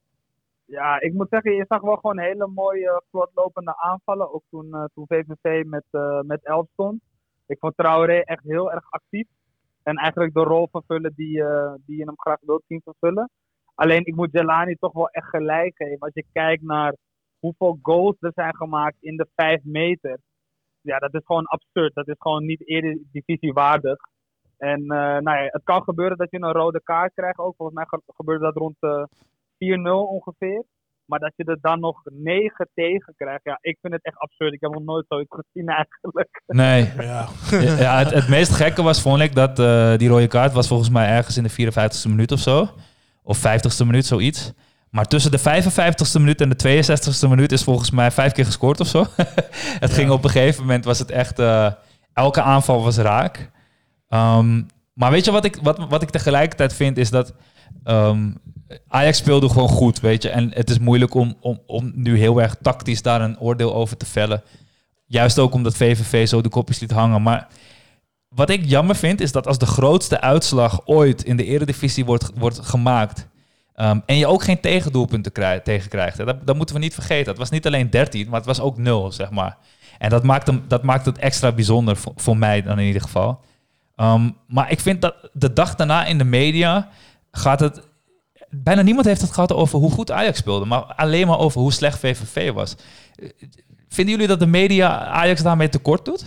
Ja, ik moet zeggen, je zag wel gewoon hele mooie vlotlopende aanvallen. Ook toen, uh, toen V V V met, uh, met elf stond. Ik vond Traoré echt heel erg actief. En eigenlijk de rol vervullen die, uh, die je hem graag wilt zien vervullen. Alleen ik moet Jelani toch wel echt gelijk geven. Als je kijkt naar hoeveel goals er zijn gemaakt in de vijf meter. Ja, dat is gewoon absurd. Dat is gewoon niet Eredivisie waardig. En uh, nou ja, het kan gebeuren dat je een rode kaart krijgt ook. Volgens mij ge- gebeurde dat rond uh, vier nul ongeveer. Maar dat je er dan nog negen tegen krijgt. Ja, ik vind het echt absurd. Ik heb nog nooit zoiets gezien eigenlijk. Nee. Ja. ja, het, het meest gekke was, vond ik, dat uh, die rode kaart was volgens mij ergens in de vierenvijftigste minuut of zo. Of vijftigste minuut, zoiets. Maar tussen de vijfenvijftigste minuut en de tweeënzestigste minuut is volgens mij vijf keer gescoord of zo. Het ja. ging op een gegeven moment, was het echt... Uh, elke aanval was raak. Um, maar weet je wat ik, wat, wat ik tegelijkertijd vind, is dat... Um, Ajax speelde gewoon goed, weet je. En het is moeilijk om, om, om nu heel erg tactisch daar een oordeel over te vellen. Juist ook omdat V V V zo de kopjes liet hangen. Maar wat ik jammer vind, is dat als de grootste uitslag ooit in de Eredivisie wordt, wordt gemaakt... Um, en je ook geen tegendoelpunten krijg, tegen krijgt. Hè. Dat, dat moeten we niet vergeten. Het was niet alleen dertien, maar het was ook nul, zeg maar. En dat maakt, hem, dat maakt het extra bijzonder voor, voor mij dan in ieder geval. Um, maar ik vind dat de dag daarna in de media gaat het... Bijna niemand heeft het gehad over hoe goed Ajax speelde, maar alleen maar over hoe slecht V V V was. Vinden jullie dat de media Ajax daarmee tekort doet?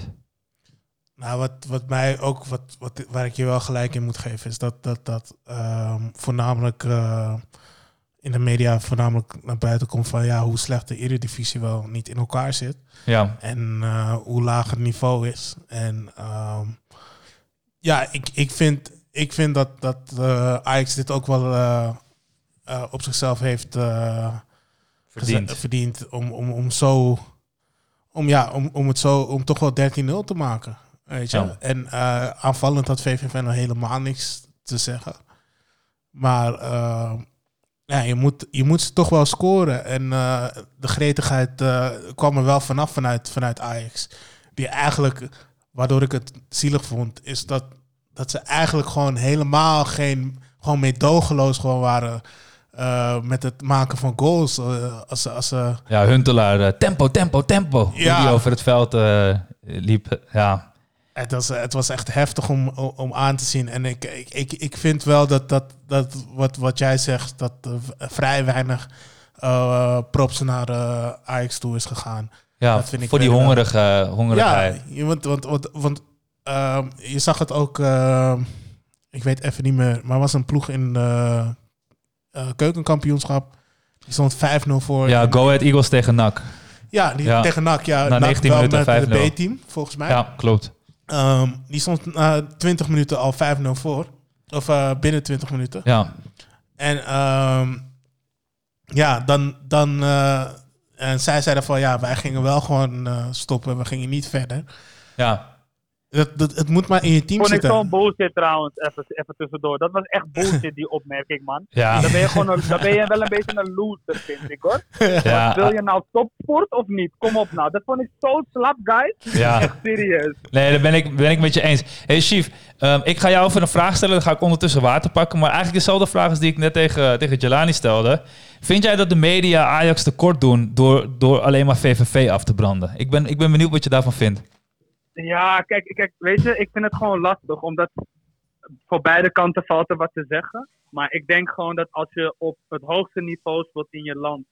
Nou, wat, wat mij ook, wat, wat, waar ik je wel gelijk in moet geven, is dat dat, dat uh, voornamelijk uh, in de media voornamelijk naar buiten komt van ja, hoe slecht de Eredivisie wel niet in elkaar zit. Ja. En uh, hoe laag het niveau is. En uh, ja, ik, ik, vind, ik vind dat, dat uh, Ajax dit ook wel uh, uh, op zichzelf heeft uh, Verdiend. geze- verdiend om, om, om zo... Om, ja, om, om het zo om toch wel dertien nul te maken. Weet je? Ja. En uh, aanvallend had V V V nog helemaal niks te zeggen. Maar uh, ja, je, moet, je moet ze toch wel scoren. En uh, de gretigheid uh, kwam er wel vanaf vanuit, vanuit Ajax. Die eigenlijk, waardoor ik het zielig vond, is dat, dat ze eigenlijk gewoon helemaal geen, gewoon meedogenloos gewoon waren uh, met het maken van goals. Uh, als, als, uh, Ja, Huntelaar, uh, tempo, tempo, tempo. Hoe Ja. die over het veld uh, liep. Ja. Het was, het was echt heftig om, om aan te zien. En ik, ik, ik, ik vind wel dat, dat, dat wat, wat jij zegt, dat er vrij weinig uh, props naar uh, Ajax toe is gegaan. Ja, Dat vind ik voor die wel- hongerige, hongerigheid. Ja, want, want, want, want uh, je zag het ook, uh, ik weet even niet meer, maar er was een ploeg in uh, uh, keukenkampioenschap. Die stond vijf nul voor. Ja, Go Ahead Eagles tegen N A C. Ja, die, Ja. tegen N A C. Ja, Na N A C negentien wel minuten met vijf nul. de B-team, volgens mij. Ja, klopt. Um, die stond na twintig minuten al vijf nul voor. Of uh, binnen twintig minuten. Ja, En um, ja, dan... dan uh, en zij zeiden van ja, wij gingen wel gewoon uh, stoppen. We gingen niet verder. ja. Dat, dat, het moet maar in je team Vond ik zitten. zo'n bullshit trouwens, even, even tussendoor. Dat was echt bullshit, die opmerking, man. Ja. Dan ben je gewoon een, dan ben je wel een beetje een loser, vind ik, hoor. Ja, Wil je nou topsport of niet? Kom op nou. Dat vond ik zo slap, guys. ja. Echt serieus. Nee, daar ben ik, ben ik met je eens. Hey Chief, um, ik ga jou even een vraag stellen. Dan ga ik ondertussen water pakken. Maar eigenlijk dezelfde vraag als die ik net tegen, tegen Jelani stelde. Vind jij dat de media Ajax tekort doen door, door alleen maar V V V af te branden? Ik ben, ik ben benieuwd wat je daarvan vindt. Ja, kijk, kijk, weet je, ik vind het gewoon lastig, omdat voor beide kanten valt er wat te zeggen. Maar ik denk gewoon dat als je op het hoogste niveau speelt in je land,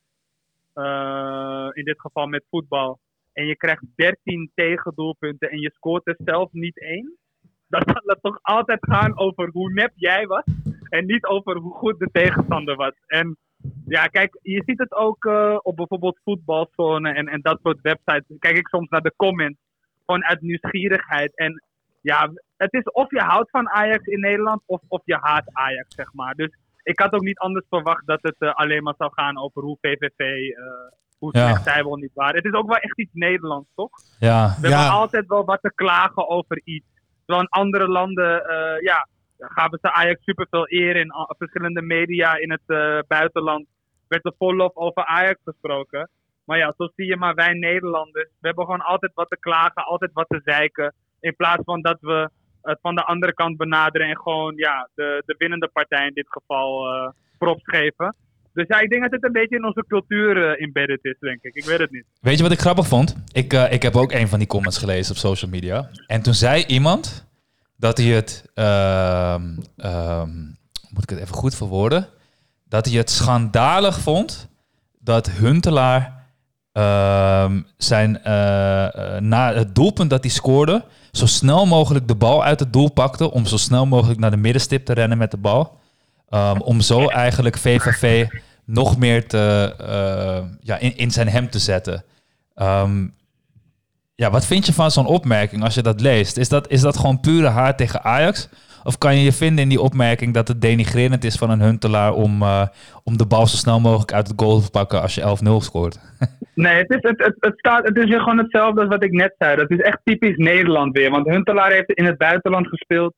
uh, in dit geval met voetbal, en je krijgt dertien tegendoelpunten en je scoort er zelf niet één, dan zal het toch altijd gaan over hoe nep jij was en niet over hoe goed de tegenstander was. En ja, kijk, je ziet het ook uh, op bijvoorbeeld voetbalzone en, en dat soort websites. Kijk ik soms naar de comments. Gewoon uit nieuwsgierigheid. En ja, het is of je houdt van Ajax in Nederland of, of je haat Ajax, zeg maar. Dus ik had ook niet anders verwacht dat het uh, alleen maar zou gaan over hoe V V V, uh, hoe Ja. slecht zij wel niet waren. Het is ook wel echt iets Nederlands, toch? Ja, We Ja. hebben altijd wel wat te klagen over iets. Terwijl in andere landen, uh, ja, gaven ze Ajax superveel eer in uh, verschillende media in het uh, buitenland. Werd er vol lof over Ajax gesproken. Maar ja, zo zie je maar wij Nederlanders. We hebben gewoon altijd wat te klagen, altijd wat te zeiken. In plaats van dat we het van de andere kant benaderen en gewoon ja, de, de winnende partij in dit geval uh, props geven. Dus ja, ik denk dat het een beetje in onze cultuur uh, embedded is, denk ik. Ik weet het niet. weet je wat ik grappig vond? Ik, uh, ik heb ook een van die comments gelezen op social media. En toen zei iemand dat hij het... ehm, ehm, moet ik het even goed verwoorden? Dat hij het schandalig vond dat Huntelaar ehm, zijn, uh, uh, na het doelpunt dat hij scoorde, zo snel mogelijk de bal uit het doel pakte om zo snel mogelijk naar de middenstip te rennen met de bal. Um, om zo eigenlijk V V V nog meer te, uh, ja, in, in zijn hem te zetten. Um, ja, wat vind je van zo'n opmerking als je dat leest? Is dat, is dat gewoon pure haat tegen Ajax? Of kan je je vinden in die opmerking dat het denigrerend is van een Huntelaar om, uh, om de bal zo snel mogelijk uit het goal te pakken als je elf nul scoort? Nee, het is, het, het, het, staat, het is weer gewoon hetzelfde als wat ik net zei. Dat is echt typisch Nederland weer. Want Huntelaar heeft in het buitenland gespeeld.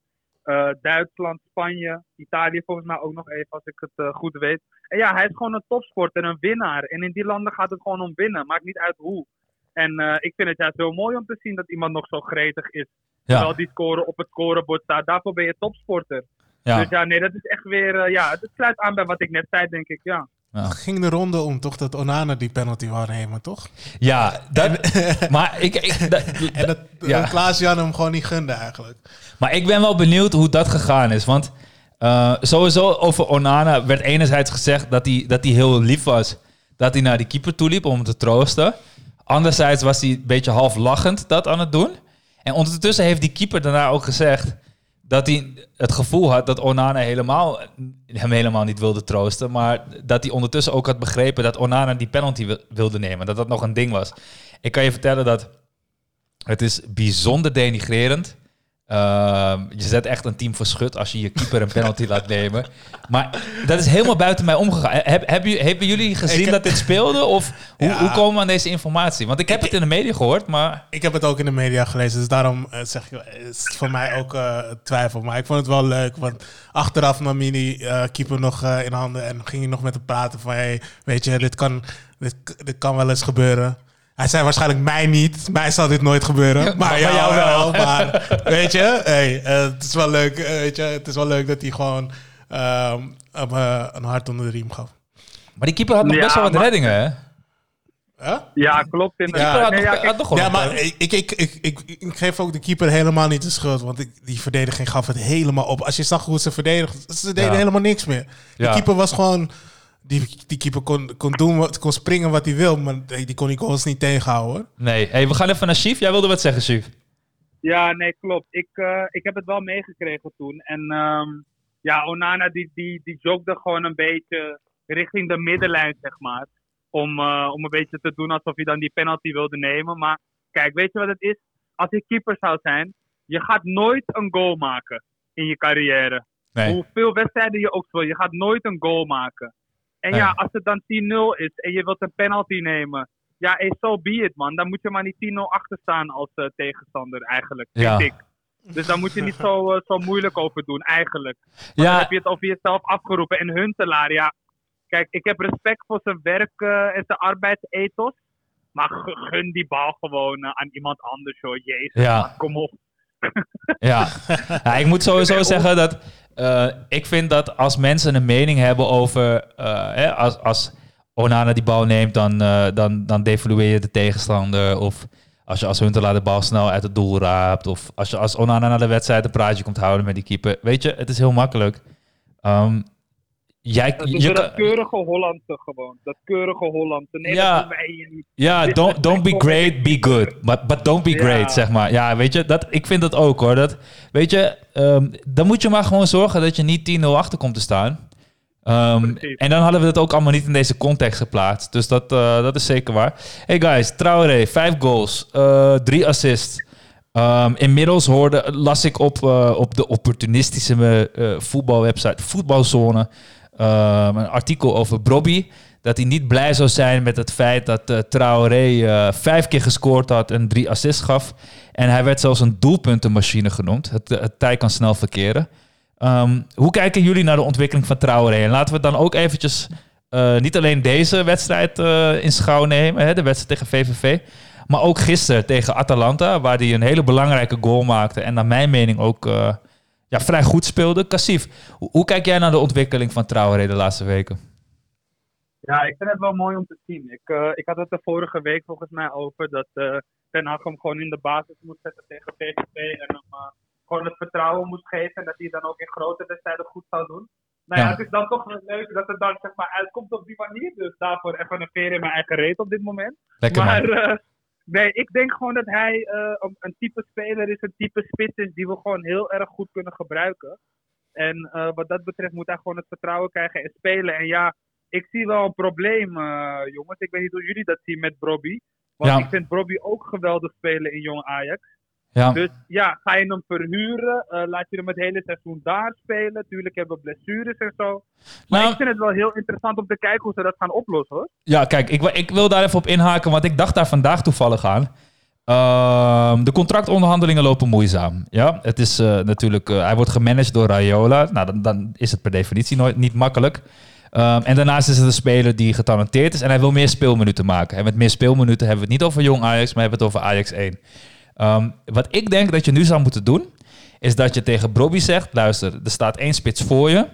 Uh, Duitsland, Spanje, Italië volgens mij ook nog even, als ik het uh, goed weet. En ja, hij is gewoon een topsporter, een winnaar. En in die landen gaat het gewoon om winnen. Maakt niet uit hoe. En uh, ik vind het juist heel mooi om te zien dat iemand nog zo gretig is. Ja. Terwijl die score op het scorebord staat. Daarvoor ben je topsporter. Ja. Dus ja, nee, dat is echt weer... Uh, ja, het sluit aan bij wat ik net zei, denk ik, ja. Ja. Het ging de ronde om, toch, dat Onana die penalty wou nemen, toch? Ja, dat, maar ik... ik dat, en dat ja. Klaas-Jan hem gewoon niet gunde eigenlijk. Maar ik ben wel benieuwd hoe dat gegaan is. Want uh, sowieso over Onana werd enerzijds gezegd dat hij, dat hij heel lief was. Dat hij naar die keeper toe liep om hem te troosten. Anderzijds was hij een beetje half lachend dat aan het doen. En ondertussen heeft die keeper daarna ook gezegd dat hij het gevoel had dat Onana helemaal, hem helemaal niet wilde troosten. Maar dat hij ondertussen ook had begrepen dat Onana die penalty wilde nemen. Dat dat nog een ding was. Ik kan je vertellen dat het is bijzonder denigrerend. Uh, je zet echt een team voor schut als je je keeper een penalty laat nemen. Maar dat is helemaal buiten mij omgegaan. Heb, heb je, hebben jullie gezien heb... dat dit speelde? Of hoe, ja. hoe komen we aan deze informatie? Want ik heb het in de media gehoord, maar... Ik heb het ook in de media gelezen. Dus daarom uh, zeg ik, is het voor mij ook uh, twijfel. Maar ik vond het wel leuk. Want achteraf nam Mini uh, keeper nog uh, in handen. En ging hij nog met hem praten van... Hey, weet je, dit kan, dit, dit kan wel eens gebeuren. Hij zei waarschijnlijk mij niet. Mij zal dit nooit gebeuren. Ja, maar maar jou, jou wel. Maar weet je, hey, uh, het is wel leuk. Uh, weet je, het is wel leuk dat hij gewoon uh, uh, een hart onder de riem gaf. Maar die keeper had nog ja, best wel wat maar... reddingen, hè? Huh? Ja, klopt. In de ja, had, nee, nog, ja, had nog ja, maar ik, ik, ik, ik, ik, ik geef ook de keeper helemaal niet de schuld. Want ik, die verdediging gaf het helemaal op. Als je zag hoe ze verdedigden, ze deden ja. helemaal niks meer. De ja. keeper was gewoon... Die, die keeper kon, kon doen, kon springen wat hij wil, maar die kon die goals niet tegenhouden, hoor. Nee, hey, we gaan even naar Chief. Jij wilde wat zeggen, Chief? Ja, nee, klopt. Ik, uh, ik heb het wel meegekregen toen. En um, ja, Onana die, die, die jogde gewoon een beetje richting de middenlijn, zeg maar. Om, uh, om een beetje te doen alsof hij dan die penalty wilde nemen. Maar kijk, weet je wat het is? Als je keeper zou zijn, je gaat nooit een goal maken in je carrière. Nee. Hoeveel wedstrijden je ook speelt, je gaat nooit een goal maken. En ja. ja, als het dan tien nul is en je wilt een penalty nemen... Ja, hey, so be it, man. Dan moet je maar niet tien nul achter staan als uh, tegenstander, eigenlijk. Ja. Vind ik. Dus daar moet je niet zo, uh, zo moeilijk over doen, eigenlijk. Want ja. dan heb je het over jezelf afgeroepen. En Huntelaar, ja... Kijk, ik heb respect voor zijn werk uh, en zijn arbeidsethos. Maar gun die bal gewoon uh, aan iemand anders, hoor. Jezus, ja. man, kom op. ja. ja, ik moet sowieso zeggen dat... Uh, ik vind dat als mensen een mening hebben over... Uh, hè, als, als Onana die bal neemt, dan, uh, dan, dan devalueer je de tegenstander. Of als je als Huntelaar de bal snel uit het doel raapt. Of als je als Onana naar de wedstrijd een praatje komt houden met die keeper. Weet je, het is heel makkelijk. Um, jij, dat is je, dat keurige Hollandse gewoon. Dat keurige Hollandse. Nee, ja, dat wij hier niet. Ja, don't, don't be great, be good. But, but don't be ja. great, zeg maar. Ja, weet je, dat, ik vind dat ook, hoor. Dat, weet je, um, dan moet je maar gewoon zorgen dat je niet tien nul achter komt te staan. Um, en dan hadden we dat ook allemaal niet in deze context geplaatst. Dus dat, uh, dat is zeker waar. Hey guys, Traoré, vijf goals, uh, drie assists. Um, inmiddels hoorde, las ik op, uh, op de opportunistische uh, voetbalwebsite Voetbalzone... Um, een artikel over Brobby. Dat hij niet blij zou zijn met het feit dat uh, Traoré uh, vijf keer gescoord had en drie assists gaf. En hij werd zelfs een doelpuntenmachine genoemd. Het, het tij kan snel verkeren. Um, hoe kijken jullie naar de ontwikkeling van Traoré? En laten we dan ook eventjes uh, niet alleen deze wedstrijd uh, in schouw nemen. Hè, de wedstrijd tegen V V V. Maar ook gisteren tegen Atalanta. Waar hij een hele belangrijke goal maakte. En naar mijn mening ook... Uh, Ja, vrij goed speelde. Kassif, hoe, hoe kijk jij naar de ontwikkeling van Traoré de laatste weken? Ja, ik vind het wel mooi om te zien. Ik, uh, ik had het de vorige week volgens mij over dat uh, Ten Hag hem gewoon in de basis moest zetten tegen V V V en hem uh, gewoon het vertrouwen moest geven en dat hij dan ook in grote wedstrijden goed zou doen. Nou ja, ja, het is dan toch wel leuk dat het dan zeg maar uitkomt op die manier. Dus daarvoor even een veer in mijn eigen reet op dit moment. Lekker, maar uh, nee, ik denk gewoon dat hij uh, een type speler is, een type spits is die we gewoon heel erg goed kunnen gebruiken. En uh, wat dat betreft moet hij gewoon het vertrouwen krijgen en spelen. En ja, ik zie wel een probleem, uh, jongens. Ik weet niet hoe jullie dat zien met Brobby. Want ja. ik vind Brobby ook geweldig spelen in jong Ajax. Ja. Dus ja, ga je hem verhuren? Uh, laat je hem het hele seizoen daar spelen? Tuurlijk hebben we blessures en zo. Maar nou, ik vind het wel heel interessant om te kijken hoe ze dat gaan oplossen, hoor. Ja, kijk, ik, ik wil daar even op inhaken, want ik dacht daar vandaag toevallig aan. Um, de contractonderhandelingen lopen moeizaam. Ja, het is uh, natuurlijk... Uh, hij wordt gemanaged door Raiola. Nou, dan, dan is het per definitie nooit niet makkelijk. Um, en daarnaast is het een speler die getalenteerd is en hij wil meer speelminuten maken. En met meer speelminuten hebben we het niet over jong Ajax, maar hebben we het over Ajax één. Um, wat ik denk dat je nu zou moeten doen, is dat je tegen Brobbey zegt, luister, er staat één spits voor je.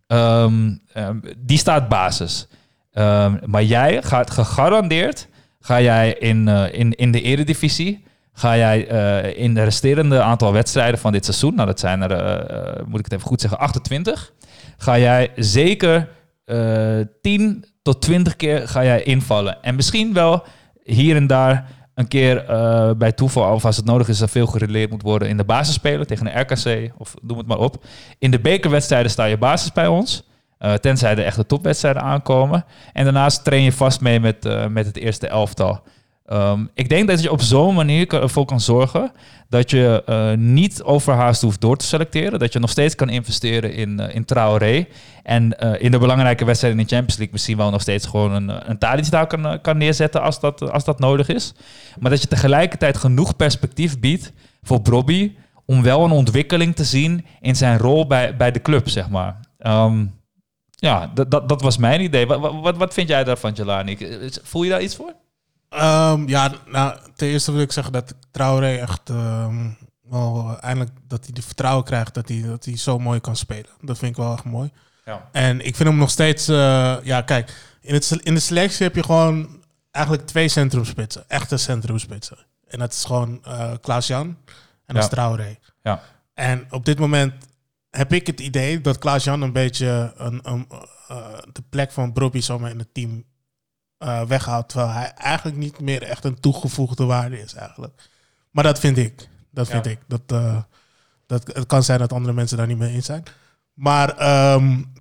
Um, um, die staat basis. Um, maar jij gaat gegarandeerd, ga jij in, uh, in, in de eredivisie, ga jij uh, in de resterende aantal wedstrijden van dit seizoen, nou dat zijn er, uh, moet ik het even goed zeggen, achtentwintig, ga jij zeker uh, tien tot twintig keer ga jij invallen. En misschien wel hier en daar een keer uh, bij toeval, of als het nodig is, er veel gereleerd moet worden in de basisspeler tegen een R K C, of noem het maar op. In de bekerwedstrijden sta je basis bij ons. Uh, tenzij er echte topwedstrijden aankomen. En daarnaast train je vast mee met, uh, met het eerste elftal. Um, ik denk dat je op zo'n manier ervoor kan zorgen dat je uh, niet overhaast hoeft door te selecteren. Dat je nog steeds kan investeren in, uh, in Traoré. En uh, in de belangrijke wedstrijden in de Champions League misschien wel nog steeds gewoon een, een Tadic daar kan, kan neerzetten als dat, als dat nodig is. Maar dat je tegelijkertijd genoeg perspectief biedt voor Brobbey om wel een ontwikkeling te zien in zijn rol bij, bij de club, zeg maar. Um, Ja, dat, dat, dat was mijn idee. Wat, wat, wat vind jij daarvan, Jelani? Voel je daar iets voor? Um, ja, nou, ten eerste wil ik zeggen dat Traoré echt um, wel uh, eindelijk dat hij de vertrouwen krijgt dat hij, dat hij zo mooi kan spelen. Dat vind ik wel echt mooi. Ja. En ik vind hem nog steeds... Uh, ja, kijk, in, het, in de selectie heb je gewoon eigenlijk twee centrumspitsen. Echte centrumspitsen. En dat is gewoon uh, Klaas-Jan en dat is Traoré. Ja. En op dit moment heb ik het idee dat Klaas-Jan een beetje een, een, uh, de plek van Brobbey zomaar in het team uh, weghaalt. Terwijl hij eigenlijk niet meer echt een toegevoegde waarde is eigenlijk. Maar dat vind ik. Dat vind ja. ik. Dat, uh, dat, het kan zijn dat andere mensen daar niet mee eens zijn. Maar um,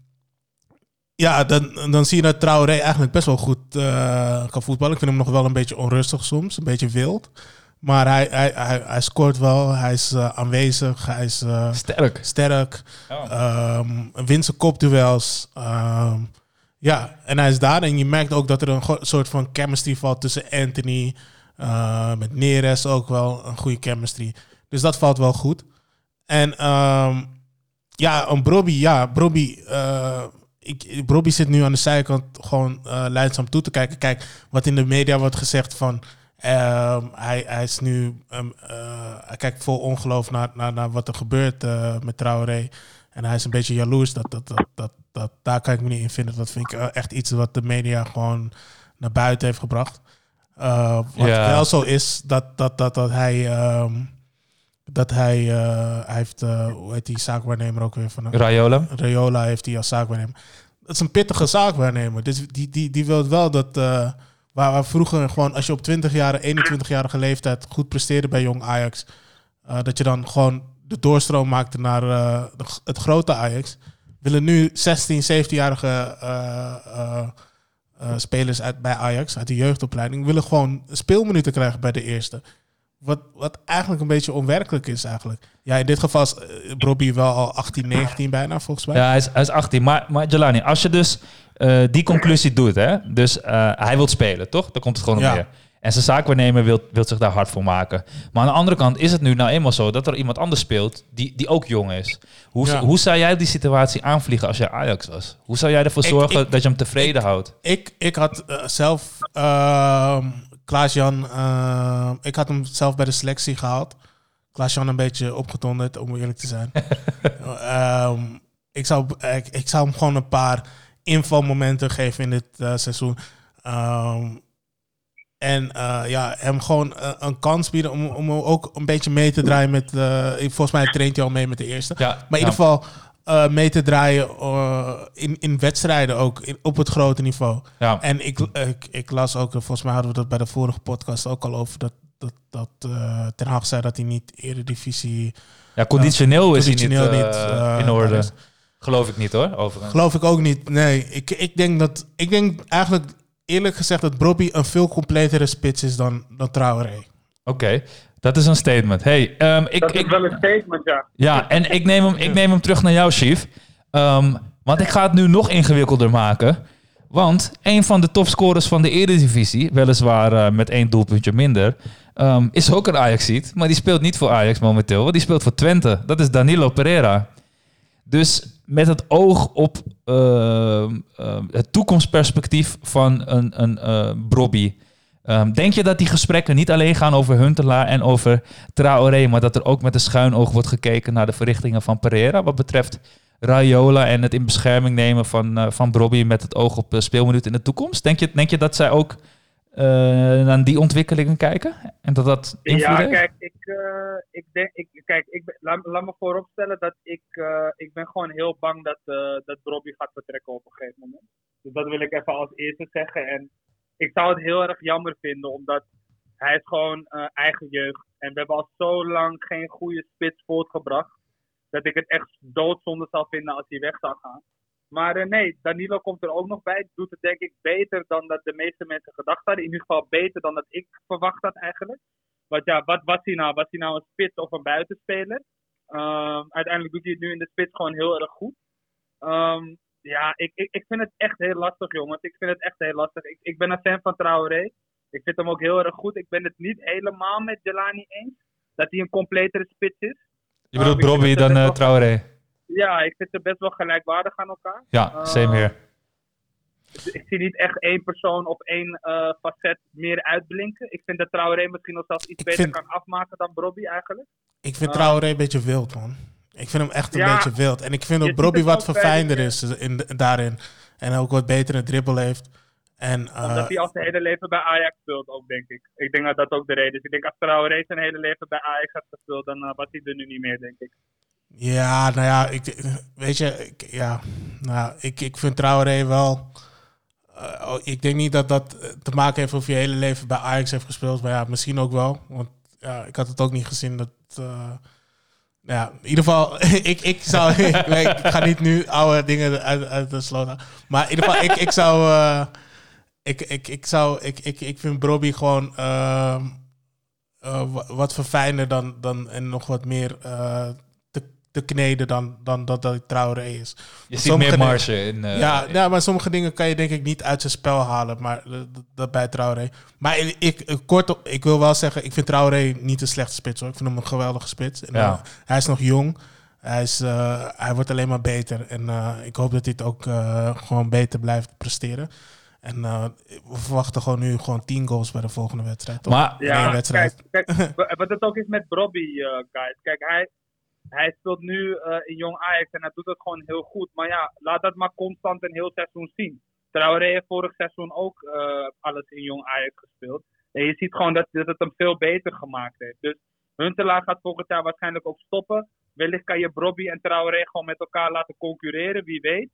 ja, dan, dan zie je dat Traoré eigenlijk best wel goed uh, kan voetballen. Ik vind hem nog wel een beetje onrustig soms. Een beetje wild. Maar hij, hij, hij, hij scoort wel, hij is uh, aanwezig, hij is uh, sterk. sterk. Oh. Um, wint zijn kopduels. Um, ja, en hij is daar. En je merkt ook dat er een go- soort van chemistry valt tussen Anthony. Uh, met Neres ook wel een goede chemistry. Dus dat valt wel goed. En um, ja, een Brobbey, ja, Brobbey... Uh, ik, Brobbey zit nu aan de zijkant gewoon uh, leidzaam toe te kijken. Kijk, wat in de media wordt gezegd van... Um, hij, hij is nu, um, uh, hij kijkt vol ongeloof naar, naar, naar wat er gebeurt uh, met Traoré. En hij is een beetje jaloers. Dat, dat, dat, dat, dat, daar kan ik me niet in vinden. Dat vind ik uh, echt iets wat de media gewoon naar buiten heeft gebracht. Uh, wat ja. wel zo is, dat, dat, dat, dat hij... Um, dat hij, uh, hij heeft, uh, hoe heet die zaakwaarnemer ook weer? Van, Raiola. Raiola heeft hij als zaakwaarnemer. Dat is een pittige zaakwaarnemer. Dus die, die, die wil wel dat... Uh, Waar, waar vroeger gewoon, als je op twintig-jarige, eenentwintig-jarige leeftijd goed presteerde bij jong Ajax, uh, dat je dan gewoon de doorstroom maakte naar uh, de, het grote Ajax, willen nu zestien, zeventien-jarige uh, uh, uh, spelers uit, bij Ajax, uit de jeugdopleiding, willen gewoon speelminuten krijgen bij de eerste. Wat, wat eigenlijk een beetje onwerkelijk is eigenlijk. Ja, in dit geval is uh, Brobbey wel al achttien, negentien bijna, volgens mij. Ja, hij is, hij is achttien. Maar, maar Jelani, als je dus uh, die conclusie doet, hè, dus uh, hij wil spelen, toch? Daar komt het gewoon op ja. neer. En zijn zaakwaarnemer wil, wil zich daar hard voor maken. Maar aan de andere kant is het nu nou eenmaal zo dat er iemand anders speelt die, die ook jong is. Hoe, ja. hoe zou jij die situatie aanvliegen als jij Ajax was? Hoe zou jij ervoor ik, zorgen ik, dat je hem tevreden ik, houdt? Ik, ik had uh, zelf... Uh, Klaas-Jan, uh, ik had hem zelf bij de selectie gehaald. Klaas-Jan een beetje opgetonderd, om eerlijk te zijn. um, ik, zou, ik, ik zou hem gewoon een paar invalmomenten geven in dit uh, seizoen. Um, en uh, ja, hem gewoon uh, een kans bieden om, om ook een beetje mee te draaien met... Uh, volgens mij traint hij al mee met de eerste. Ja, maar in ja. ieder geval... Uh, mee te draaien uh, in, in wedstrijden ook, in, op het grote niveau. Ja. En ik, ik, ik las ook, volgens mij hadden we dat bij de vorige podcast ook al over, dat, dat, dat uh, Ten Hag zei dat hij niet Eredivisie... Ja, conditioneel uh, is conditioneel hij niet, uh, niet uh, in orde. Geloof ik niet hoor, overigens. Geloof ik ook niet, nee. Ik, ik, denk dat, ik denk eigenlijk eerlijk gezegd dat Brobbey een veel completere spits is dan, dan Traoré. Oké. Okay. Dat is een statement. Hey, um, ik, dat is ik, wel een statement, ja. Ja, en ik neem hem, ik neem hem terug naar jou, Chief. Um, want ik ga het nu nog ingewikkelder maken. Want een van de topscorers van de Eredivisie, weliswaar uh, met één doelpuntje minder, um, is ook een Ajaxiet. Maar die speelt niet voor Ajax momenteel, want die speelt voor Twente. Dat is Danilo Pereira. Dus met het oog op uh, uh, het toekomstperspectief van een, een uh, Brobby. Um, denk je dat die gesprekken niet alleen gaan over Huntelaar en over Traoré, maar dat er ook met een schuin oog wordt gekeken naar de verrichtingen van Pereira wat betreft Raiola en het in bescherming nemen van, uh, van Brobby met het oog op uh, speelminuten in de toekomst? Denk je, denk je dat zij ook uh, naar die ontwikkelingen kijken en dat dat invloed Ja, heeft? kijk, ik, uh, ik denk, ik, kijk, ik ben, laat, laat me vooropstellen dat ik, uh, ik ben gewoon heel bang dat, uh, dat Brobby gaat vertrekken op een gegeven moment. Dus dat wil ik even als eerste zeggen. En ik zou het heel erg jammer vinden, omdat hij is gewoon uh, eigen jeugd. En we hebben al zo lang geen goede spits voortgebracht, dat ik het echt doodzonde zou vinden als hij weg zou gaan. Maar uh, nee, Danilo komt er ook nog bij. Doet het denk ik beter dan dat de meeste mensen gedacht hadden. In ieder geval beter dan dat ik verwacht had eigenlijk. Want ja, wat was hij nou? Was hij nou een spits of een buitenspeler? Um, uiteindelijk doet hij het nu in de spits gewoon heel erg goed. Um, ja, ik, ik, ik vind het echt heel lastig, jongens. Ik vind het echt heel lastig. Ik, ik ben een fan van Traoré. Ik vind hem ook heel erg goed. Ik ben het niet helemaal met Jelani eens dat hij een completere spits is. Je bedoelt um, Brobby dan uh, Traoré? Ja, ik vind ze best wel gelijkwaardig aan elkaar. Ja, same here. Uh, ik zie niet echt één persoon of één uh, facet meer uitblinken. Ik vind dat Traoré misschien nog zelfs iets Ik beter vind- kan afmaken dan Brobby eigenlijk. Ik vind Uh, Traoré een beetje wild, man. Ik vind hem echt een Ja, beetje wild. En ik vind je dat ziet Brobby het wat ook bij verfijnder de- is in, daarin. En ook wat beter een dribbel heeft. En, uh, Omdat hij al zijn hele leven bij Ajax speelt ook, denk ik. Ik denk dat dat ook de reden is. Ik denk als Traoré zijn hele leven bij Ajax had gespeeld, dan uh, was hij er nu niet meer, denk ik. Ja, nou ja, ik, weet je, ik, ja, nou, ik, ik vind Traoré wel. Uh, ik denk niet dat dat te maken heeft of je hele leven bij Ajax heeft gespeeld. Maar ja, misschien ook wel. Want ja, ik had het ook niet gezien dat. Uh, ja, in ieder geval, ik, ik zou. ik, ik ga niet nu oude dingen uit, uit de sloot halen. Maar in ieder geval, ik, ik zou. Uh, ik, ik, ik zou. Ik, ik, ik vind Brobby gewoon. Uh, uh, wat verfijnder dan, dan. En nog wat meer. Uh, te kneden dan, dan dat dat Traoré is. Je ziet Sommige meer dingen- marge in... Uh, ja, ja, maar sommige dingen kan je denk ik niet uit zijn spel halen, maar uh, dat, dat bij Traoré. Maar ik, ik, kort op, ik wil wel zeggen, ik vind Traoré niet een slechte spits hoor. Ik vind hem een geweldige spits. En, Ja. uh, hij is nog jong. Hij, is, uh, hij wordt alleen maar beter. En uh, ik hoop dat hij het ook uh, gewoon beter blijft presteren. En uh, we verwachten gewoon nu gewoon tien goals bij de volgende wedstrijd. Toch? Maar- In één Ja, wedstrijd. kijk, kijk wa- wat het ook is met Brobby, uh, guys. Kijk, hij, hij speelt nu uh, in Jong Ajax en hij doet het gewoon heel goed. Maar ja, laat dat maar constant een heel seizoen zien. Traoré heeft vorig seizoen ook uh, alles in Jong Ajax gespeeld. En je ziet gewoon dat, dat het hem veel beter gemaakt heeft. Dus Huntelaar gaat volgend jaar waarschijnlijk ook stoppen. Wellicht kan je Brobby en Traoré gewoon met elkaar laten concurreren, wie weet.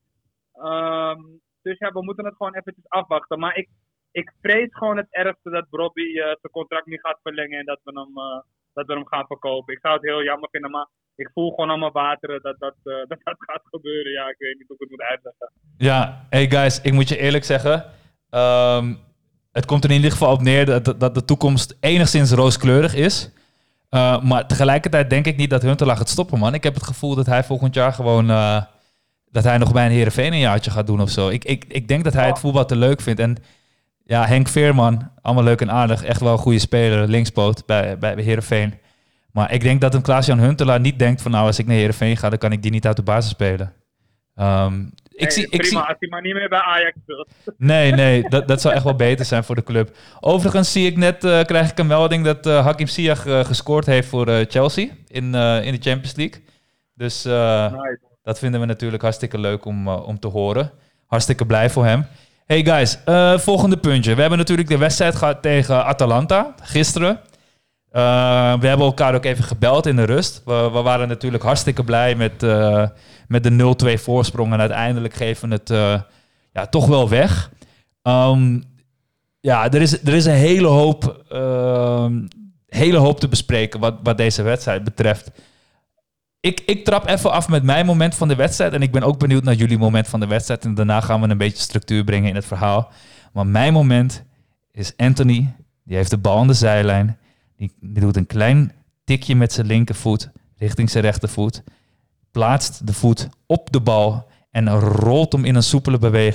Um, dus ja, we moeten het gewoon eventjes afwachten. Maar ik, ik vrees gewoon het ergste dat Brobby uh, zijn contract niet gaat verlengen en dat we, hem, uh, dat we hem gaan verkopen. Ik zou het heel jammer vinden, maar ik voel gewoon allemaal wateren dat dat, uh, dat dat gaat gebeuren. Ja, ik weet niet hoe ik het moet uitleggen. Ja, hey guys, ik moet je eerlijk zeggen. Um, het komt er in ieder geval op neer dat, dat de toekomst enigszins rooskleurig is. Uh, maar tegelijkertijd denk ik niet dat Huntelaar gaat stoppen, man. Ik heb het gevoel dat hij volgend jaar gewoon... Uh, dat hij nog bij een Heerenveen een jaartje gaat doen of zo. Ik, ik, ik denk dat hij het voetbal te leuk vindt. En ja, Henk Veerman, allemaal leuk en aardig. Echt wel een goede speler, linkspoot bij, bij Heerenveen. Maar ik denk dat een Klaas-Jan Huntelaar niet denkt van... nou, als ik naar Heerenveen ga, dan kan ik die niet uit de basis spelen. Um, ik Nee, zie, ik prima, zie, als hij maar niet meer bij Ajax speelt. Nee, nee, dat, dat zou echt wel beter zijn voor de club. Overigens zie ik net, uh, krijg ik een melding dat uh, Hakim Ziyech uh, gescoord heeft voor uh, Chelsea in, uh, in de Champions League. Dus uh, Nice. dat vinden we natuurlijk hartstikke leuk om, uh, om te horen. Hartstikke blij voor hem. Hey guys, uh, volgende puntje. We hebben natuurlijk de wedstrijd gehad tegen Atalanta gisteren. Uh, we hebben elkaar ook even gebeld in de rust. We, we waren natuurlijk hartstikke blij met, uh, met de nul twee voorsprong. En uiteindelijk geven we het uh, ja, toch wel weg. Um, ja, er is, er is een hele hoop, uh, hele hoop te bespreken wat, wat deze wedstrijd betreft. Ik, ik trap even af met mijn moment van de wedstrijd. En ik ben ook benieuwd naar jullie moment van de wedstrijd. En daarna gaan we een beetje structuur brengen in het verhaal. Maar mijn moment is Anthony. Die heeft de bal aan de zijlijn. Die, die doet een klein tikje met zijn linkervoet richting zijn rechtervoet. Plaatst de voet op de bal en rolt hem in een soepele beweging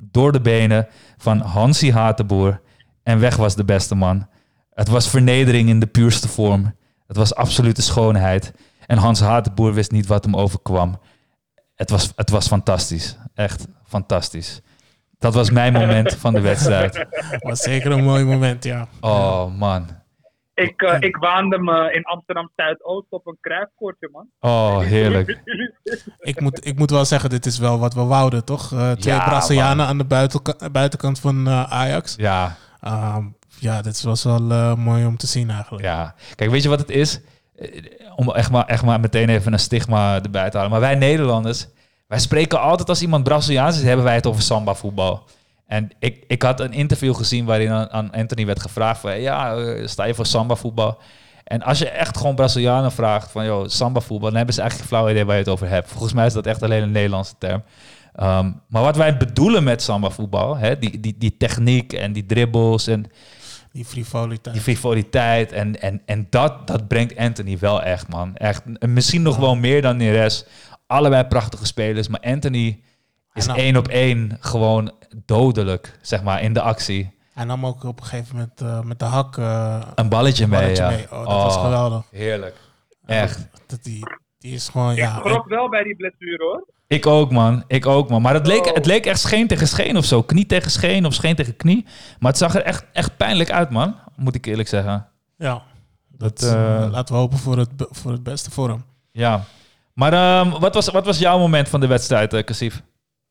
door de benen van Hansie Hatenboer. En weg was de beste man. Het was vernedering in de puurste vorm. Het was absolute schoonheid. En Hans Hatenboer wist niet wat hem overkwam. Het was, het was fantastisch. Echt fantastisch. Dat was mijn moment van de wedstrijd. Was zeker een mooi moment, ja. Oh, man. Ik, uh, ik waande me in Amsterdam Zuidoost op een kruifkoortje, man. Oh, heerlijk. Ik moet, ik moet wel zeggen, dit is wel wat we wouden, toch? Uh, twee Ja, Brazilianen man. aan de buitenka- buitenkant van uh, Ajax. Ja, Um, ja, dit was wel uh, mooi om te zien eigenlijk. ja. Kijk, weet je wat het is? Eh, Om echt maar, echt maar meteen even een stigma erbij te halen. Maar wij Nederlanders, wij spreken altijd als iemand Braziliaans is, hebben wij het over samba voetbal. En ik, ik had een interview gezien waarin aan, aan Anthony werd gevraagd van, ja, uh, sta je voor samba voetbal? En als je echt gewoon Brazilianen vraagt van, joh, samba voetbal, dan hebben ze eigenlijk geen flauw idee waar je het over hebt. Volgens mij is dat echt alleen een Nederlandse term. Um, maar wat wij bedoelen met samba voetbal, hè, die, die, die techniek en die dribbles en Die frivoliteit. die frivoliteit en, en, en dat, dat brengt Anthony wel echt, man. Echt, en misschien nog wel meer dan Neres. Allebei prachtige spelers, maar Anthony is En dan- één op één gewoon dodelijk, zeg maar, in de actie. Hij nam ook op een gegeven moment uh, met de hak uh, Een balletje een mee, balletje ja. mee. Oh, dat was geweldig. Heerlijk. Echt. Dat die, die is gewoon, Ik ja. schrok wel bij die blessure, hoor. Ik ook, man. Ik ook, man. Maar het leek, Oh. het leek echt scheen tegen scheen of zo. Knie tegen scheen of scheen tegen knie. Maar het zag er echt, echt pijnlijk uit, man. Moet ik eerlijk zeggen. Ja, dat, Dat, eh, uh, laten we hopen voor het, be- voor het beste voor hem. Ja. Maar um, wat, was, wat was jouw moment van de wedstrijd, uh, Kassif?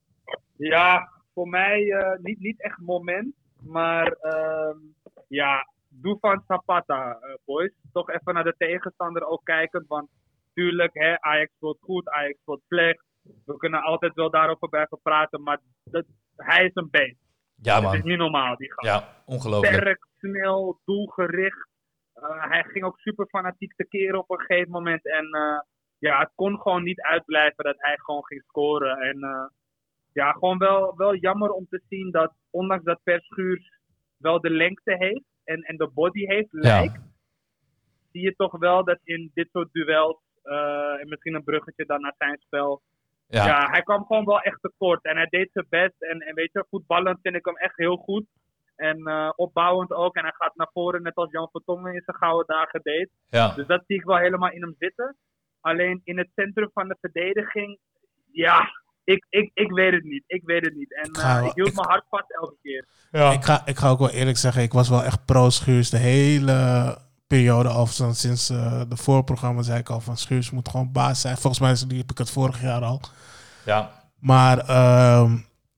Ja, voor mij uh, niet, niet echt moment, maar um, ja, Dufan Zapata, uh, boys. Toch even naar de tegenstander ook kijken, want tuurlijk, hè, Ajax speelt goed, Ajax speelt slecht. We kunnen altijd wel daarover blijven praten, maar dat, hij is een beest. Ja, Het man. is niet normaal, die gast. Ja, ongelooflijk. Sterk, snel, doelgericht. Uh, hij ging ook super fanatiek tekeer op een gegeven moment. En uh, ja, het kon gewoon niet uitblijven dat hij gewoon ging scoren. En uh, ja, gewoon wel, wel jammer om te zien dat, ondanks dat Per Schuurs wel de lengte heeft en, en de body heeft, Ja. lijkt, zie je toch wel dat in dit soort duels, uh, en misschien een bruggetje dan naar zijn spel, Ja. ja, hij kwam gewoon wel echt tekort. En hij deed zijn best. En, en weet je, voetballend vind ik hem echt heel goed. En uh, opbouwend ook. En hij gaat naar voren, net als Jan Vertongen in zijn gouden dagen deed. Ja. Dus dat zie ik wel helemaal in hem zitten. Alleen in het centrum van de verdediging, ja, ik, ik, ik weet het niet. Ik weet het niet. En Ik ga uh, wel- ik hield ik- mijn hart vast elke keer. Ja. Ik, ga, ik ga ook wel eerlijk zeggen, ik was wel echt pro-Schuurs de hele periode al. Zo sinds uh, de voorprogramma zei ik al van Schuurs moet gewoon baas zijn. Volgens mij liep ik het vorig jaar al. Ja. Maar uh,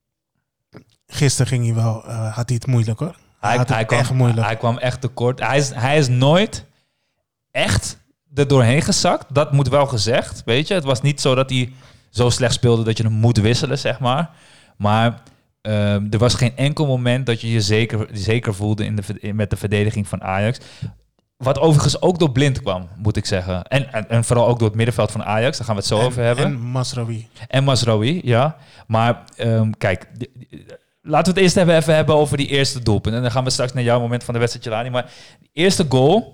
gisteren ging hij wel, uh, had hij het moeilijk hoor. Hij, Hij, had het hij, kwam, echt moeilijk. hij kwam echt tekort. Hij is, hij is nooit echt er doorheen gezakt. Dat moet wel gezegd, weet je. Het was niet zo dat hij zo slecht speelde dat je hem moet wisselen, zeg maar. Maar um, er was geen enkel moment dat je je zeker, zeker voelde in de, in, met de verdediging van Ajax. Wat overigens ook door Blind kwam, moet ik zeggen. En, en, en vooral ook door het middenveld van Ajax. Daar gaan we het zo en, over hebben. En Masraoui. En Masraoui, ja. Maar um, kijk, d- d- laten we het eerst even, even hebben over die eerste doelpunt. En dan gaan we straks naar jouw moment van de wedstrijd, Jelani. Maar de eerste goal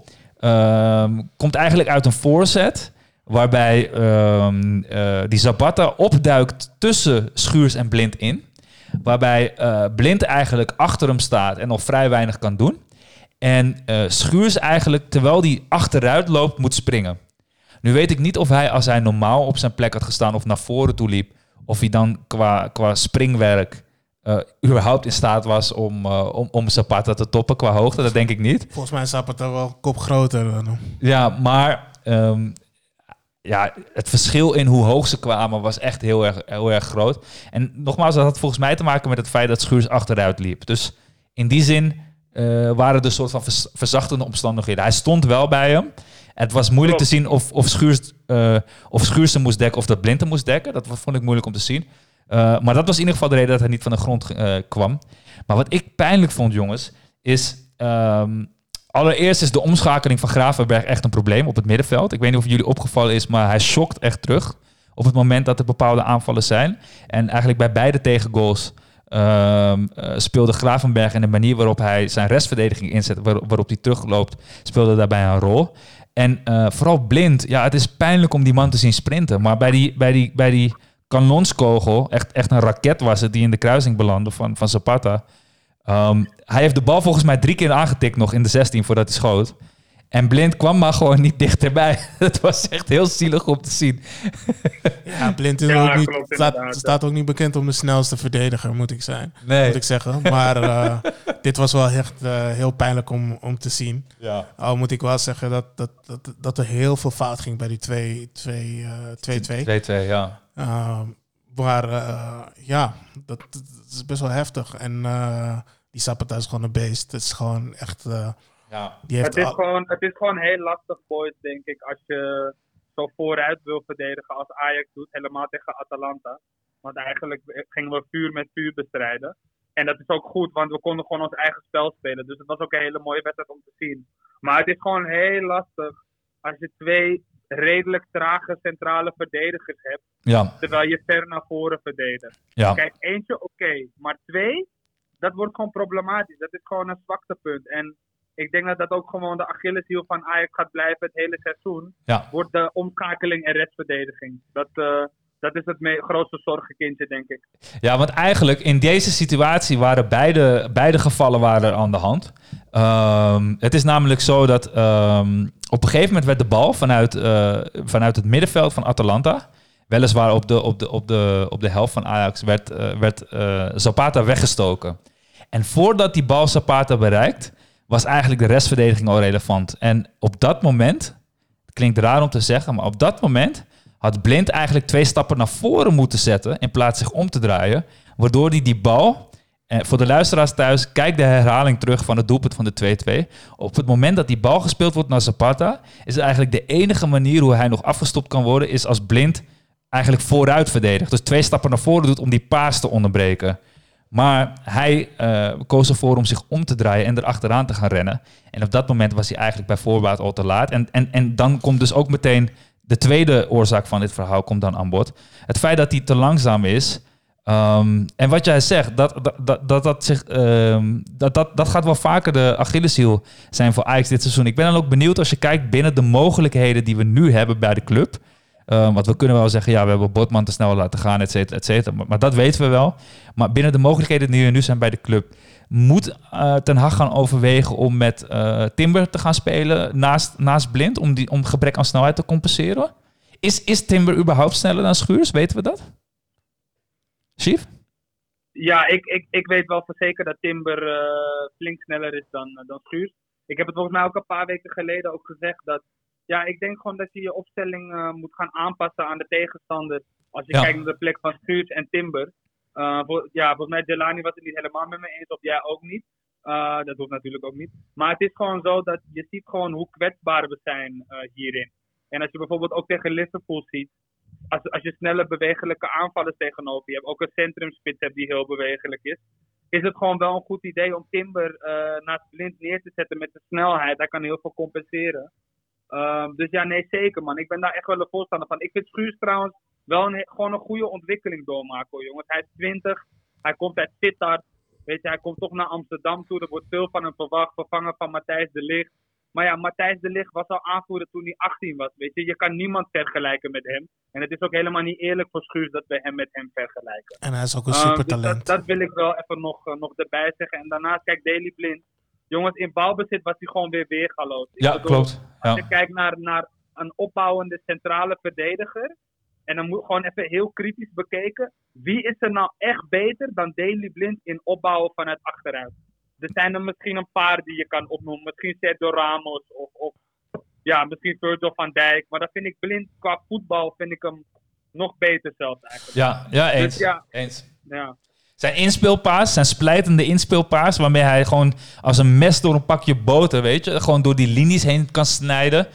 um, komt eigenlijk uit een voorzet. Waarbij um, uh, die Zapata opduikt tussen Schuurs en Blind in. Waarbij uh, Blind eigenlijk achter hem staat en nog vrij weinig kan doen. En uh, Schuurs eigenlijk, terwijl hij achteruit loopt, moet springen. Nu weet ik niet of hij, als hij normaal op zijn plek had gestaan of naar voren toe liep, of hij dan qua, qua springwerk uh, überhaupt in staat was om, uh, om, om Zapata te toppen qua hoogte. Dat denk ik niet. Volgens mij is Zapata wel een kop groter dan hem. Ja, maar um, ja, het verschil in hoe hoog ze kwamen was echt heel erg, heel erg groot. En nogmaals, dat had volgens mij te maken met het feit dat Schuurs achteruit liep. Dus in die zin uh, waren er een soort van vers- verzachtende omstandigheden. Hij stond wel bij hem. Het was moeilijk te zien of, of, Schuurs, uh, of Schuurs hem moest dekken of dat Blind hem moest dekken. Dat vond ik moeilijk om te zien. Uh, maar dat was in ieder geval de reden dat hij niet van de grond uh, kwam. Maar wat ik pijnlijk vond, jongens, is... Um, allereerst is de omschakeling van Gravenberg echt een probleem op het middenveld. Ik weet niet of jullie opgevallen is, maar hij schokt echt terug op het moment dat er bepaalde aanvallen zijn. En eigenlijk bij beide tegengoals um, uh, speelde Gravenberg en de manier waarop hij zijn restverdediging inzet, waar, waarop hij terugloopt, speelde daarbij een rol. En uh, vooral Blind, ja, het is pijnlijk om die man te zien sprinten. Maar bij die, bij die, bij die kanonskogel, echt, echt een raket was het, die in de kruising belandde van, van Zapata. Um, hij heeft de bal volgens mij drie keer aangetikt nog in de zestien voordat hij schoot. En Blind kwam maar gewoon niet dichterbij. Het was echt heel zielig om te zien. Ja, Blind is Ja, ook niet, klopt, staat, inderdaad. staat ook niet bekend om de snelste verdediger, moet ik zijn. Nee. Moet ik zeggen. Maar uh, dit was wel echt uh, heel pijnlijk om, om te zien. Ja. Al moet ik wel zeggen dat, dat, dat, dat er heel veel fout ging bij die twee twee twee. twee-twee, ja. Uh, maar uh, ja, dat, dat is best wel heftig. En uh, die Zapata is gewoon een beest. Het is gewoon echt... Uh, Ja. die heeft Het is, al- gewoon, het is gewoon heel lastig, boys, denk ik, als je zo vooruit wil verdedigen als Ajax doet, helemaal tegen Atalanta. Want eigenlijk gingen we vuur met vuur bestrijden. En dat is ook goed, want we konden gewoon ons eigen spel spelen. Dus het was ook een hele mooie wedstrijd om te zien. Maar het is gewoon heel lastig als je twee redelijk trage centrale verdedigers hebt, Ja. terwijl je ver naar voren verdedigt. Ja. Kijk, eentje oké, maar twee, dat wordt gewoon problematisch. Dat is gewoon een zwaktepunt. En ik denk dat dat ook gewoon de Achilleshiel van Ajax gaat blijven het hele seizoen. Ja. Wordt de omschakeling en restverdediging. Dat, uh, dat is het me- grootste zorgenkindje, denk ik. Ja, want eigenlijk in deze situatie waren beide, beide gevallen waren aan de hand. Um, het is namelijk zo dat um, op een gegeven moment werd de bal vanuit, uh, vanuit het middenveld van Atalanta, weliswaar op de, op de, op de, op de helft van Ajax, werd, uh, werd uh, Zapata weggestoken. En voordat die bal Zapata bereikt, was eigenlijk de restverdediging al relevant. En op dat moment, het klinkt raar om te zeggen, maar op dat moment had Blind eigenlijk twee stappen naar voren moeten zetten in plaats zich om te draaien, waardoor hij die bal, eh, voor de luisteraars thuis, kijk de herhaling terug van het doelpunt van de twee-twee. Op het moment dat die bal gespeeld wordt naar Zapata, is het eigenlijk de enige manier hoe hij nog afgestopt kan worden, is als Blind eigenlijk vooruit verdedigt. Dus twee stappen naar voren doet om die paas te onderbreken. Maar hij uh, koos ervoor om zich om te draaien en erachteraan te gaan rennen. En op dat moment was hij eigenlijk bij voorbaat al te laat. En, en, en dan komt dus ook meteen de tweede oorzaak van dit verhaal komt dan aan bod. Het feit dat hij te langzaam is. Um, en wat jij zegt, dat, dat, dat, dat, dat, zich, um, dat, dat, dat gaat wel vaker de Achilleshiel zijn voor Ajax dit seizoen. Ik ben dan ook benieuwd als je kijkt binnen de mogelijkheden die we nu hebben bij de club. Um, want we kunnen wel zeggen, ja, we hebben Botman te snel laten gaan, et cetera, et cetera. Maar, maar dat weten we wel. Maar binnen de mogelijkheden die er nu zijn bij de club, moet uh, Ten Hag gaan overwegen om met uh, Timber te gaan spelen naast, naast Blind, om, die, om gebrek aan snelheid te compenseren? Is, is Timber überhaupt sneller dan Schuurs? Weten we dat? Chief? Ja, ik, ik, ik weet wel voor zeker dat Timber uh, flink sneller is dan, uh, dan Schuurs. Ik heb het volgens mij ook een paar weken geleden ook gezegd dat... Ja, ik denk gewoon dat je je opstelling uh, moet gaan aanpassen aan de tegenstander. Als je Ja. kijkt naar de plek van Schuurs en Timber. Uh, vol, ja, volgens mij Delani was het niet helemaal met me eens, of jij ook niet. Uh, dat hoeft natuurlijk ook niet. Maar het is gewoon zo dat je ziet gewoon hoe kwetsbaar we zijn uh, hierin. En als je bijvoorbeeld ook tegen Liverpool ziet. Als, als je snelle bewegelijke aanvallers tegenover je hebt. Ook een centrumspits hebt die heel bewegelijk is. Is het gewoon wel een goed idee om Timber uh, naast Blind neer te zetten met de snelheid. Hij kan heel veel compenseren. Um, dus ja, nee, zeker man. Ik ben daar echt wel een voorstander van. Ik vind Schuurs trouwens wel een, gewoon een goede ontwikkeling doormaken hoor, jongens. Hij is twintig, hij komt uit Sittard. Weet je, hij komt toch naar Amsterdam toe. Er wordt veel van hem verwacht, vervangen van Matthijs de Ligt. Maar ja, Matthijs de Ligt was al aanvoerder toen hij achttien was. Weet je, je kan niemand vergelijken met hem. En het is ook helemaal niet eerlijk voor Schuurs dat we hem met hem vergelijken. En hij is ook een Um, supertalent. dus dat, dat wil ik wel even nog, uh, nog erbij zeggen. En daarnaast, kijk, Daley Blind. Jongens, in balbezit was hij gewoon weer weergaloos. Ik Ja, bedoel, klopt. Als Ja. je kijkt naar, naar een opbouwende centrale verdediger. En dan moet gewoon even heel kritisch bekeken. Wie is er nou echt beter dan Daley Blind in opbouwen vanuit achteruit? Er zijn er misschien een paar die je kan opnoemen. Misschien Sergio Ramos of, of ja, misschien Virgil van Dijk. Maar dat vind ik Blind qua voetbal vind ik hem nog beter zelfs eigenlijk. Ja, ja, eens. Dus ja. eens. Ja. Zijn inspeelpaas, zijn splijtende inspeelpaas, waarmee hij gewoon als een mes door een pakje boter, weet je, gewoon door die linies heen kan snijden,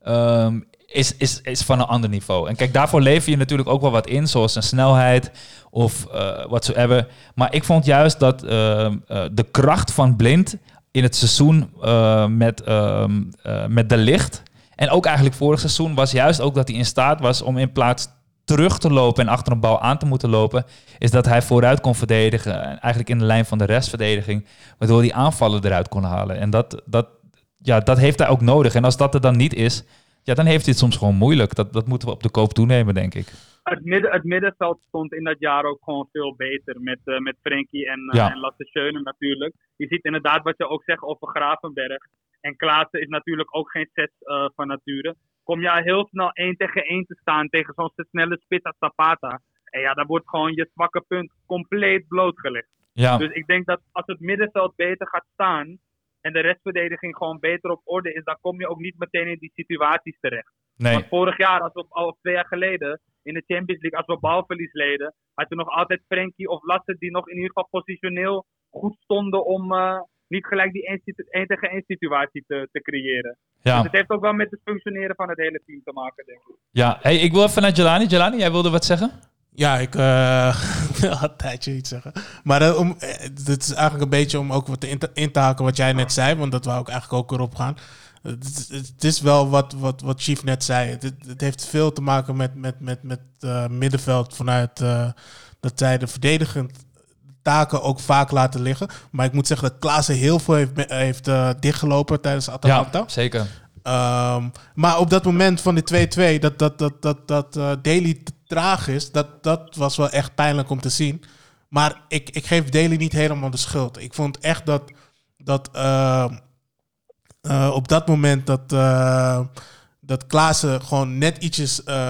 um, is, is, is van een ander niveau. En kijk, daarvoor lever je natuurlijk ook wel wat in, zoals een snelheid of uh, whatsoever. Maar ik vond juist dat uh, uh, de kracht van Blind in het seizoen uh, met, uh, uh, met De Ligt, en ook eigenlijk vorig seizoen, was juist ook dat hij in staat was om in plaats terug te lopen en achter een bal aan te moeten lopen, is dat hij vooruit kon verdedigen. Eigenlijk in de lijn van de restverdediging, waardoor hij aanvallen eruit kon halen. En dat, dat, ja, dat heeft hij ook nodig. En als dat er dan niet is, ja, dan heeft hij het soms gewoon moeilijk. Dat, dat moeten we op de koop toenemen, denk ik. het, midden, het middenveld stond in dat jaar ook gewoon veel beter. Met, uh, met Frenkie en, uh, Ja. en Lasse Schöne natuurlijk. Je ziet inderdaad wat je ook zegt over Gravenberg. En Klaassen is natuurlijk ook geen zes uh, van nature. Kom je heel snel één tegen één te staan tegen zo'n snelle spits als Zapata. En ja, dan wordt gewoon je zwakke punt compleet blootgelegd. Ja, Dus ik denk dat als het middenveld beter gaat staan en de restverdediging gewoon beter op orde is, dan kom je ook niet meteen in die situaties terecht. nee. Want vorig jaar, als we, al twee jaar geleden, in de Champions League, als we balverlies leden, had je nog altijd Frenkie of Lasse die nog in ieder geval positioneel goed stonden om uh, niet gelijk die één tegen één situatie te, te creëren. Dus Ja, het heeft ook wel met het functioneren van het hele team te maken, denk ik. ja. Hey, ik wil even naar Jelani. Jelani, jij wilde wat zeggen? Ja, ik uh, wil een tijdje iets zeggen. Maar uh, om, uh, dit is eigenlijk een beetje om ook wat in te, in te haken wat jij net zei. Want dat wou ik eigenlijk ook erop gaan. Uh, het, het is wel wat, wat, wat Chief net zei. Het, het heeft veel te maken met, met, met, met uh, middenveld vanuit uh, dat zij de verdedigend taken ook vaak laten liggen. Maar ik moet zeggen dat Klaassen heel veel heeft, heeft uh, dichtgelopen tijdens Atalanta. Ja, zeker. Um, maar op dat moment van de twee-twee, dat, dat, dat, dat, dat uh, Daly te traag is, dat, dat was wel echt pijnlijk om te zien. Maar ik, ik geef Daly niet helemaal de schuld. Ik vond echt dat, dat uh, uh, op dat moment dat, uh, dat Klaassen gewoon net ietsjes uh,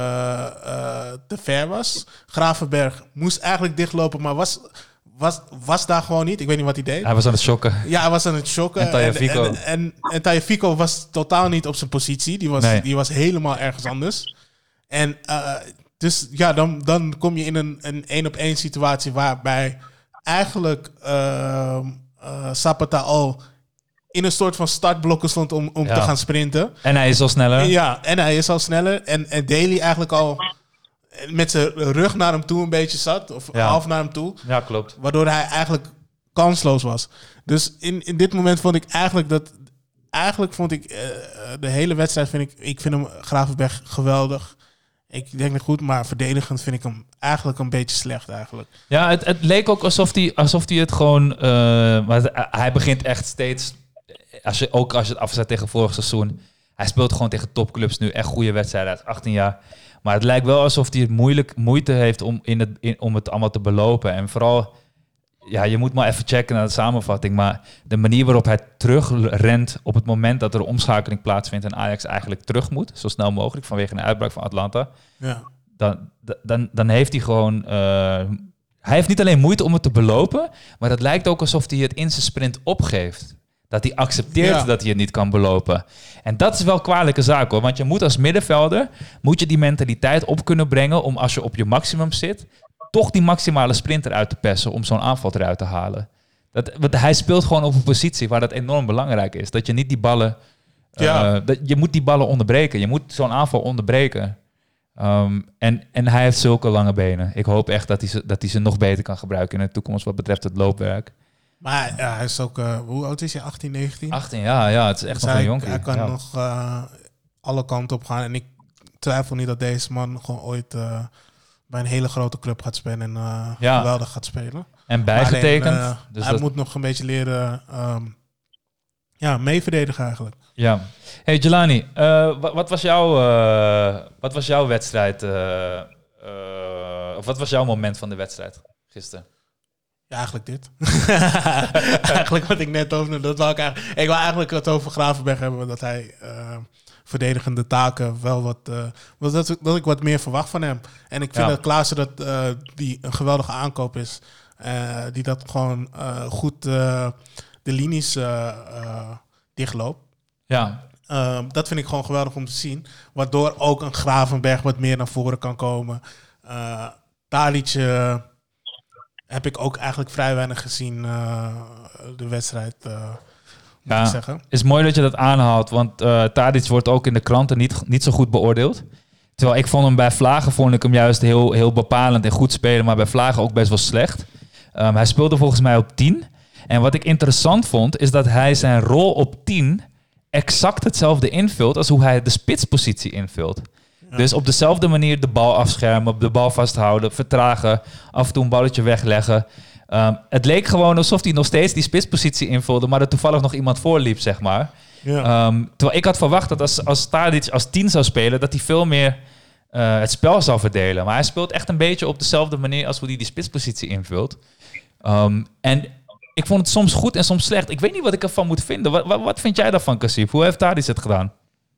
uh, te ver was. Gravenberg moest eigenlijk dichtlopen, maar was... Was, was daar gewoon niet. Ik weet niet wat hij deed. Hij was aan het shocken. Ja, hij was aan het shocken. En Tagliafico. En, en, en, en Tagliafico was totaal niet op zijn positie. Die was, Nee. die was helemaal ergens anders. En uh, dus ja, dan, dan kom je in een een één-op-één situatie waarbij eigenlijk uh, uh, Zapata al in een soort van startblokken stond om, om Ja. te gaan sprinten. En hij is al sneller. Ja, en hij is al sneller. En, en Daly eigenlijk al met zijn rug naar hem toe een beetje zat. Of Ja. half naar hem toe. Ja, klopt. Waardoor hij eigenlijk kansloos was. Dus in, in dit moment vond ik eigenlijk dat... Eigenlijk vond ik uh, de hele wedstrijd... Vind ik, ik vind hem Gravenberg geweldig. Ik denk het goed, maar verdedigend vind ik hem eigenlijk een beetje slecht eigenlijk. Ja, het, het leek ook alsof hij alsof hij het gewoon... Uh, maar het- hij begint echt steeds... Als je, ook als je het afzet tegen vorig seizoen... Hij speelt gewoon tegen topclubs nu. Echt goede wedstrijden. Hij is achttien jaar. Maar het lijkt wel alsof hij het moeilijk moeite heeft om, in het, in, om het allemaal te belopen. En vooral... Ja, je moet maar even checken naar de samenvatting. Maar de manier waarop hij terugrent op het moment dat er een omschakeling plaatsvindt en Ajax eigenlijk terug moet, zo snel mogelijk, vanwege een uitbraak van Atlanta, Ja, dan, dan, dan heeft hij gewoon... Uh, hij heeft niet alleen moeite om het te belopen, maar het lijkt ook alsof hij het in zijn sprint opgeeft. Dat hij accepteert Ja. dat hij het niet kan belopen. En dat is wel een kwalijke zaak hoor. Want je moet als middenvelder, moet je die mentaliteit op kunnen brengen om als je op je maximum zit, toch die maximale sprint eruit te persen om zo'n aanval eruit te halen. Dat, want hij speelt gewoon op een positie waar dat enorm belangrijk is. Dat je niet die ballen... Ja. Uh, dat, je moet die ballen onderbreken. Je moet zo'n aanval onderbreken. Um, en, en hij heeft zulke lange benen. Ik hoop echt dat hij, ze, dat hij ze nog beter kan gebruiken in de toekomst wat betreft het loopwerk. maar ja, hij is ook... Uh, hoe oud is hij? achttien, negentien? achttien, ja, ja, het is echt Dus nog hij, een jonkie. hij kan ja. nog uh, alle kanten op gaan. En ik twijfel niet dat deze man gewoon ooit uh, bij een hele grote club gaat spelen en uh, Ja. geweldig gaat spelen. En bijgetekend. Maar alleen, uh, dus hij dat, moet nog een beetje leren um, ja, mee verdedigen eigenlijk. ja. Hey Jelani, uh, wat, wat, was jouw, uh, wat was jouw wedstrijd? Uh, uh, of wat was jouw moment van de wedstrijd gisteren? Ja, eigenlijk dit. eigenlijk wat ik net over... Dat wou ik, eigenlijk, ik wil eigenlijk het over Gravenberg hebben, dat hij uh, verdedigende taken wel wat... Uh, dat, dat ik wat meer verwacht van hem. En ik vind Ja. dat Klaassen dat uh, die een geweldige aankoop is. Uh, die dat gewoon uh, goed uh, de linies uh, uh, dichtloopt. Ja, Uh, dat vind ik gewoon geweldig om te zien. Waardoor ook een Gravenberg wat meer naar voren kan komen. Uh, Tadic uh, heb ik ook eigenlijk vrij weinig gezien uh, de wedstrijd, uh, moet Ja. ik zeggen. is mooi dat je dat aanhaalt, want uh, Tadic wordt ook in de kranten niet, niet zo goed beoordeeld. Terwijl ik vond hem bij Vlagen vond ik hem juist heel, heel bepalend en goed spelen, maar bij Vlagen ook best wel slecht. Um, hij speelde volgens mij op tien. En wat ik interessant vond, is dat hij zijn rol op tien exact hetzelfde invult als hoe hij de spitspositie invult. Ja. Dus op dezelfde manier de bal afschermen, de bal vasthouden, vertragen, af en toe een balletje wegleggen. Um, het leek gewoon alsof hij nog steeds die spitspositie invulde, maar er toevallig nog iemand voorliep, zeg maar. Ja. Um, terwijl ik had verwacht dat als, als Tadic als tien zou spelen, dat hij veel meer uh, het spel zal verdelen. Maar hij speelt echt een beetje op dezelfde manier als hoe hij die spitspositie invult. Um, en ik vond het soms goed en soms slecht. Ik weet niet wat ik ervan moet vinden. Wat, wat, wat vind jij daarvan, Kassif? Hoe heeft Tadic het gedaan?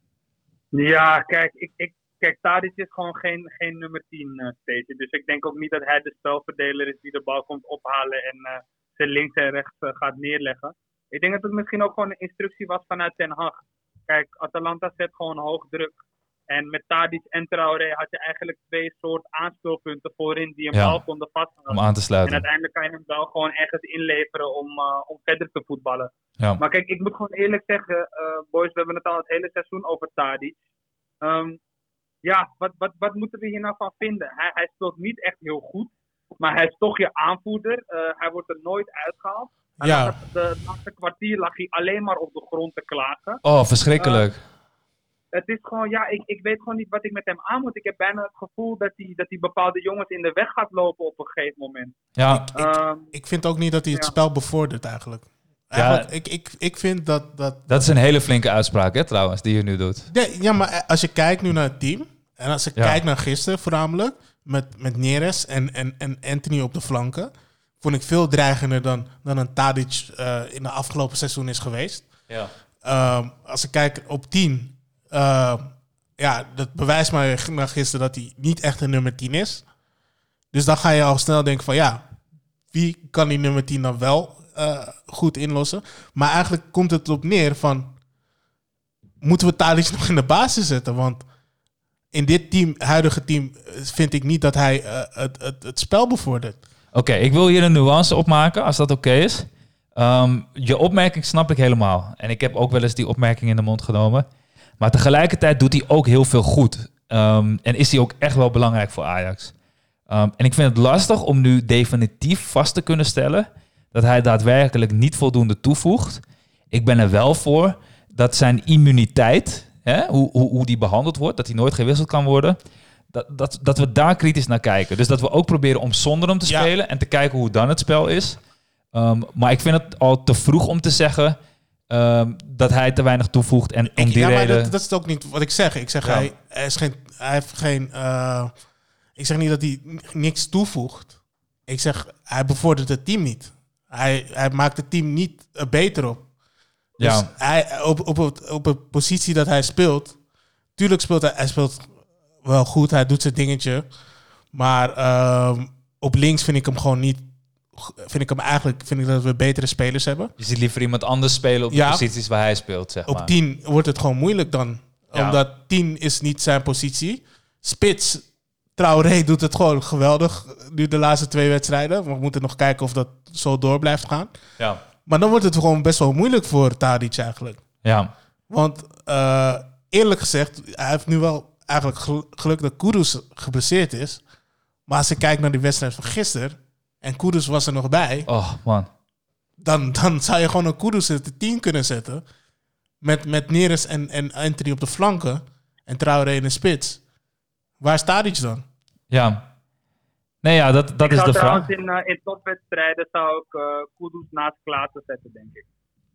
Ja, kijk, ik, ik, kijk Tadic is gewoon geen, geen nummer tien uh, steeds. Dus ik denk ook niet dat hij de spelverdeler is die de bal komt ophalen en uh, zijn links en rechts uh, gaat neerleggen. Ik denk dat het misschien ook gewoon een instructie was vanuit Ten Hag. Kijk, Atalanta zet gewoon hoog druk. En met Tadic en Traoré had je eigenlijk twee soort aanspeelpunten voorin die hem Ja, bal konden vasthouden. om aan te sluiten. En uiteindelijk kan je hem wel gewoon ergens inleveren om, uh, om verder te voetballen. Ja. Maar kijk, ik moet gewoon eerlijk zeggen, uh, boys, we hebben het al het hele seizoen over Tadic. Um, ja, wat, wat, wat moeten we hier nou van vinden? Hij, hij speelt niet echt heel goed, maar hij is toch je aanvoerder. Uh, hij wordt er nooit uitgehaald. Hij Ja. lag het, de laatste kwartier lag hij alleen maar op de grond te klagen. Oh, verschrikkelijk. Uh, Het is gewoon, ja, ik, ik weet gewoon niet wat ik met hem aan moet. Ik heb bijna het gevoel dat hij, dat hij bepaalde jongens in de weg gaat lopen op een gegeven moment. ja, Um, Ik vind ook niet dat hij het Ja. spel bevordert eigenlijk. Eigenlijk ik, ik, ik vind dat... dat dat is een hele flinke uitspraak, hè, trouwens, die je nu doet. ja, ja, maar als je kijkt nu naar het team... en als ik Ja. kijk naar gisteren voornamelijk... met, met Neres en, en, en Anthony op de flanken... vond ik veel dreigender dan, dan een Tadic uh, in de afgelopen seizoen is geweest. Ja. Um, als ik kijk op tien... Uh, ja, dat bewijst maar naar gisteren dat hij niet echt een nummer tien is. Dus dan ga je al snel denken van ja, wie kan die nummer tien dan wel uh, goed inlossen? Maar eigenlijk komt het op neer van, moeten we Tadic nog in de basis zetten? Want in dit team, huidige team, vind ik niet dat hij uh, het, het, het spel bevordert. Oké, okay, ik wil hier een nuance opmaken, als dat oké okay is. Um, je opmerking snap ik helemaal. En ik heb ook wel eens die opmerking in de mond genomen. Maar tegelijkertijd doet hij ook heel veel goed. Um, en is hij ook echt wel belangrijk voor Ajax. Um, en ik vind het lastig om nu definitief vast te kunnen stellen dat hij daadwerkelijk niet voldoende toevoegt. Ik ben er wel voor dat zijn immuniteit, hè, hoe, hoe, hoe die behandeld wordt, dat hij nooit gewisseld kan worden, dat, dat, dat we daar kritisch naar kijken. Dus dat we ook proberen om zonder hem te Ja. spelen en te kijken hoe dan het spel is. Um, maar ik vind het al te vroeg om te zeggen um, dat hij te weinig toevoegt. En om Ik, die ja, maar reden... dat, dat is ook niet wat ik zeg. Ik zeg, Ja. hij, hij, is geen, hij heeft geen... Uh, ik zeg niet dat hij niks toevoegt. Ik zeg, hij bevordert het team niet. Hij, hij maakt het team niet uh, beter op. Dus Ja. hij, op, op, op, op een positie dat hij speelt... Tuurlijk speelt hij, hij speelt wel goed. Hij doet zijn dingetje. Maar uh, op links vind ik hem gewoon niet... Vind ik hem eigenlijk vind ik dat we betere spelers hebben. Je ziet liever iemand anders spelen op de Ja. posities waar hij speelt, zeg Op maar. tien wordt het gewoon moeilijk dan. Ja. Omdat tien is niet zijn positie. Spits, Traoré doet het gewoon geweldig. Nu de laatste twee wedstrijden. We moeten nog kijken of dat zo door blijft gaan. Ja. Maar dan wordt het gewoon best wel moeilijk voor Tadic eigenlijk. Ja. Want uh, eerlijk gezegd, hij heeft nu wel eigenlijk gel- geluk dat Kudus geblesseerd is. Maar als ik kijk naar die wedstrijd van gisteren... en Kudus was er nog bij... Oh, man. Dan, dan zou je gewoon een Kudus in de team kunnen zetten. Met, met Neres en, en Anthony op de flanken. En Traoré in de spits. Waar is Tadic dan? Ja. Nee, ja, dat, dat ik is zou de vraag. trouwens in, uh, in topwedstrijden zou ik uh, Kudus naast Klaassen zetten, denk ik.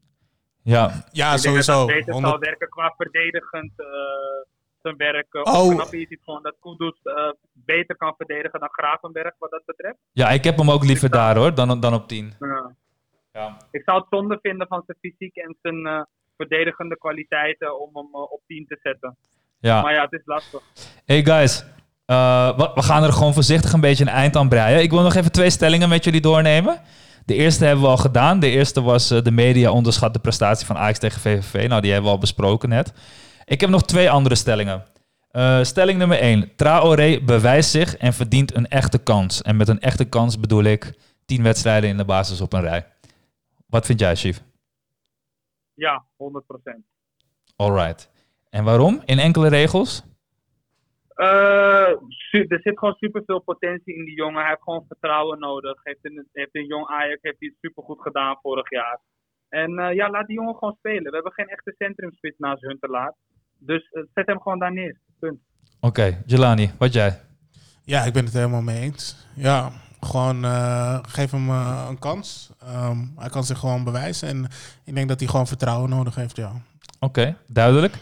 Ja. Ja, ik denk dat sowieso. dat beter honderd zal werken qua verdedigend uh, zijn werk. Uh, Oh. oh. Knap is het gewoon dat Kudus uh, beter kan verdedigen dan Gravenberg wat dat betreft. Ja, ik heb hem ook liever daar, hoor, dan, dan op tien. Uh, Ja. ik zou het zonde vinden van zijn fysiek en zijn uh, verdedigende kwaliteiten om hem uh, op tien te zetten. Ja. Maar ja, het is lastig. Hey guys, uh, we we gaan er gewoon voorzichtig een beetje een eind aan breien. Ik wil nog even twee stellingen met jullie doornemen. De eerste hebben we al gedaan. De eerste was uh, de media onderschat de prestatie van Ajax tegen V V V. Nou, die hebben we al besproken net. Ik heb nog twee andere stellingen. Uh, stelling nummer één. Traoré bewijst zich en verdient een echte kans. En met een echte kans bedoel ik tien wedstrijden in de basis op een rij. Wat vind jij, Chief? Ja, honderd procent. Alright. En waarom? In enkele regels? Uh, su- er zit gewoon superveel potentie in die jongen. Hij heeft gewoon vertrouwen nodig. Heeft in, heeft in jong Ajax heeft hij het supergoed gedaan vorig jaar. En uh, ja, laat die jongen gewoon spelen. We hebben geen echte centrumspits naast Huntelaar. Dus uh, zet hem gewoon daar neer. Punt. Oké, okay. Jelani, wat jij? Ja, ik ben het helemaal mee eens. Ja, gewoon uh, geef hem uh, een kans. Um, hij kan zich gewoon bewijzen. En ik denk dat hij gewoon vertrouwen nodig heeft, ja. Oké, okay, duidelijk.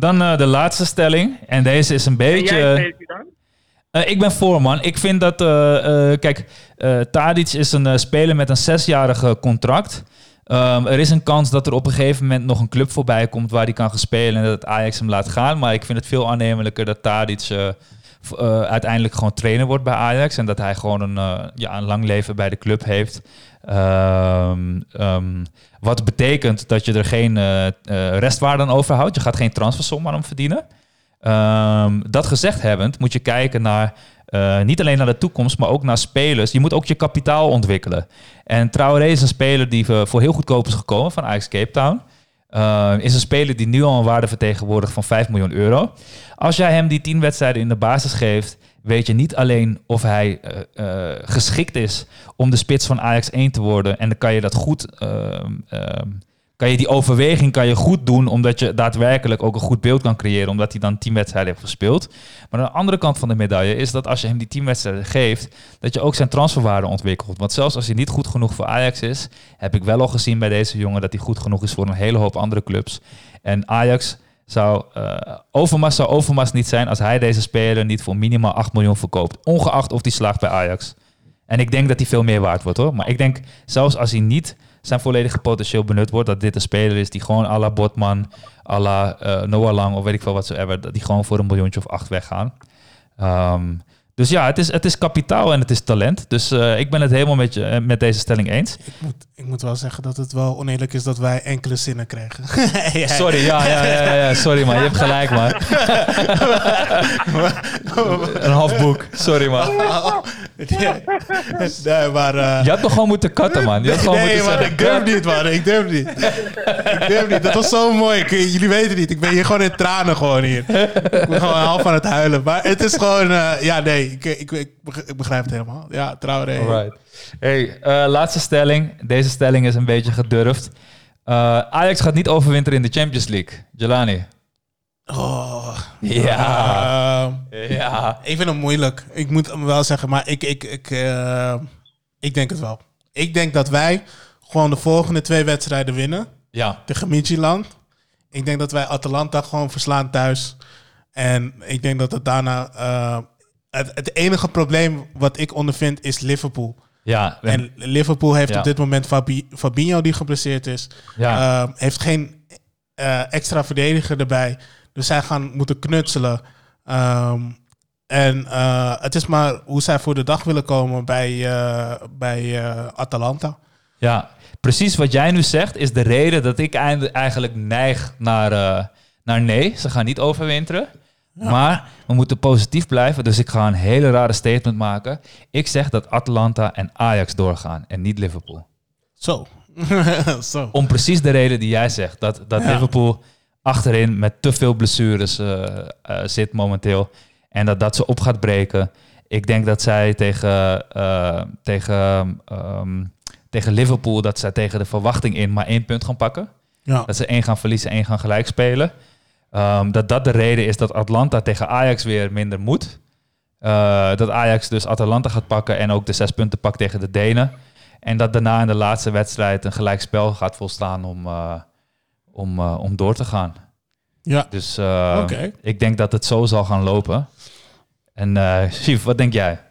Dan uh, de laatste stelling. En deze is een beetje... En jij, Stacey, dan? Uh, ik ben voor, man. Ik vind dat... Uh, uh, kijk, uh, Tadic is een uh, speler met een zesjarige contract. Um, er is een kans dat er op een gegeven moment nog een club voorbij komt waar hij kan gaan spelen en dat Ajax hem laat gaan. Maar ik vind het veel aannemelijker dat Tadic uh, uh, uiteindelijk gewoon trainer wordt bij Ajax. En dat hij gewoon een, uh, ja, een lang leven bij de club heeft. Um, um, wat betekent dat je er geen uh, uh, restwaarde aan overhoudt. Je gaat geen transfersom aan hem verdienen. Um, dat gezegd hebbend moet je kijken naar... Uh, niet alleen naar de toekomst, maar ook naar spelers. Je moet ook je kapitaal ontwikkelen. En Traoré is een speler die voor heel goedkoop is gekomen van Ajax Cape Town. Uh, is een speler die nu al een waarde vertegenwoordigt van vijf miljoen euro. Als jij hem die tien wedstrijden in de basis geeft, weet je niet alleen of hij uh, uh, geschikt is om de spits van Ajax één te worden. En dan kan je dat goed... Uh, uh, kan je die overweging kan je goed doen, omdat je daadwerkelijk ook een goed beeld kan creëren, omdat hij dan tien wedstrijden heeft gespeeld. Maar aan de andere kant van de medaille is dat als je hem die tien wedstrijden geeft, dat je ook zijn transferwaarde ontwikkelt. Want zelfs als hij niet goed genoeg voor Ajax is, heb ik wel al gezien bij deze jongen dat hij goed genoeg is voor een hele hoop andere clubs. En Ajax zou, uh, Overmars zou Overmars niet zijn als hij deze speler niet voor minimaal acht miljoen verkoopt. Ongeacht of hij slaagt bij Ajax. En ik denk dat hij veel meer waard wordt, hoor. Maar ik denk, zelfs als hij niet zijn volledige potentieel benut wordt, dat dit een speler is die gewoon à la Botman, à la uh, Noah Lang of weet ik veel wat zo ever, dat die gewoon voor een miljoentje of acht weggaan. Um, dus ja, het is, het is kapitaal en het is talent. Dus uh, ik ben het helemaal met, je, met deze stelling eens. Ik moet, ik moet wel zeggen dat het wel oneerlijk is dat wij enkele zinnen krijgen. ja. Sorry, ja, ja, ja, ja, sorry man, je hebt gelijk man. Een half boek, sorry man. Nee, maar... Uh... Je had nog gewoon moeten cutten man. Je had gewoon nee, moeten man, zeggen, ik durf niet man, ik durf niet. ik durf niet, dat was zo mooi. Ik, jullie weten niet, ik ben hier gewoon in tranen gewoon hier. Ik ben gewoon half aan het huilen. Maar het is gewoon, uh, ja nee, ik, ik, ik, ik begrijp het helemaal. Ja, Traoré. Alright. Hey, uh, laatste stelling. Deze stelling is een beetje gedurfd. Uh, Ajax gaat niet overwinteren in de Champions League. Jelani. Oh. Ja. Uh, ja. Ik vind het moeilijk. Ik moet hem wel zeggen, maar ik, ik, ik, uh, ik denk het wel. Ik denk dat wij gewoon de volgende twee wedstrijden winnen. Ja. Tegen Midtjylland. Ik denk dat wij Atalanta gewoon verslaan thuis. En ik denk dat het daarna... Uh, het, het enige probleem wat ik ondervind is Liverpool. Ja. En, en Liverpool heeft ja. op dit moment Fabi, Fabinho die geblesseerd is. Ja. Uh, heeft geen uh, extra verdediger erbij. Dus zij gaan moeten knutselen. Um, en uh, het is maar hoe zij voor de dag willen komen bij, uh, bij uh, Atalanta. Ja, precies wat jij nu zegt is de reden dat ik eigenlijk neig naar, uh, naar nee. Ze gaan niet overwinteren. Ja. Maar we moeten positief blijven. Dus ik ga een hele rare statement maken. Ik zeg dat Atalanta en Ajax doorgaan en niet Liverpool. Zo. Zo. Om precies de reden die jij zegt. Dat, dat ja. Liverpool achterin met te veel blessures uh, uh, zit momenteel. En dat dat ze op gaat breken. Ik denk dat zij tegen, uh, tegen, um, tegen Liverpool, dat zij tegen de verwachting in maar één punt gaan pakken. Ja. Dat ze één gaan verliezen, één gaan gelijk spelen. Um, dat dat de reden is dat Atalanta tegen Ajax weer minder moet. Uh, dat Ajax dus Atalanta gaat pakken en ook de zes punten pakt tegen de Denen. En dat daarna in de laatste wedstrijd een gelijkspel gaat volstaan om, uh, om, uh, om door te gaan. Ja. Dus uh, okay. ik denk dat het zo zal gaan lopen. En uh, Chief, wat denk jij?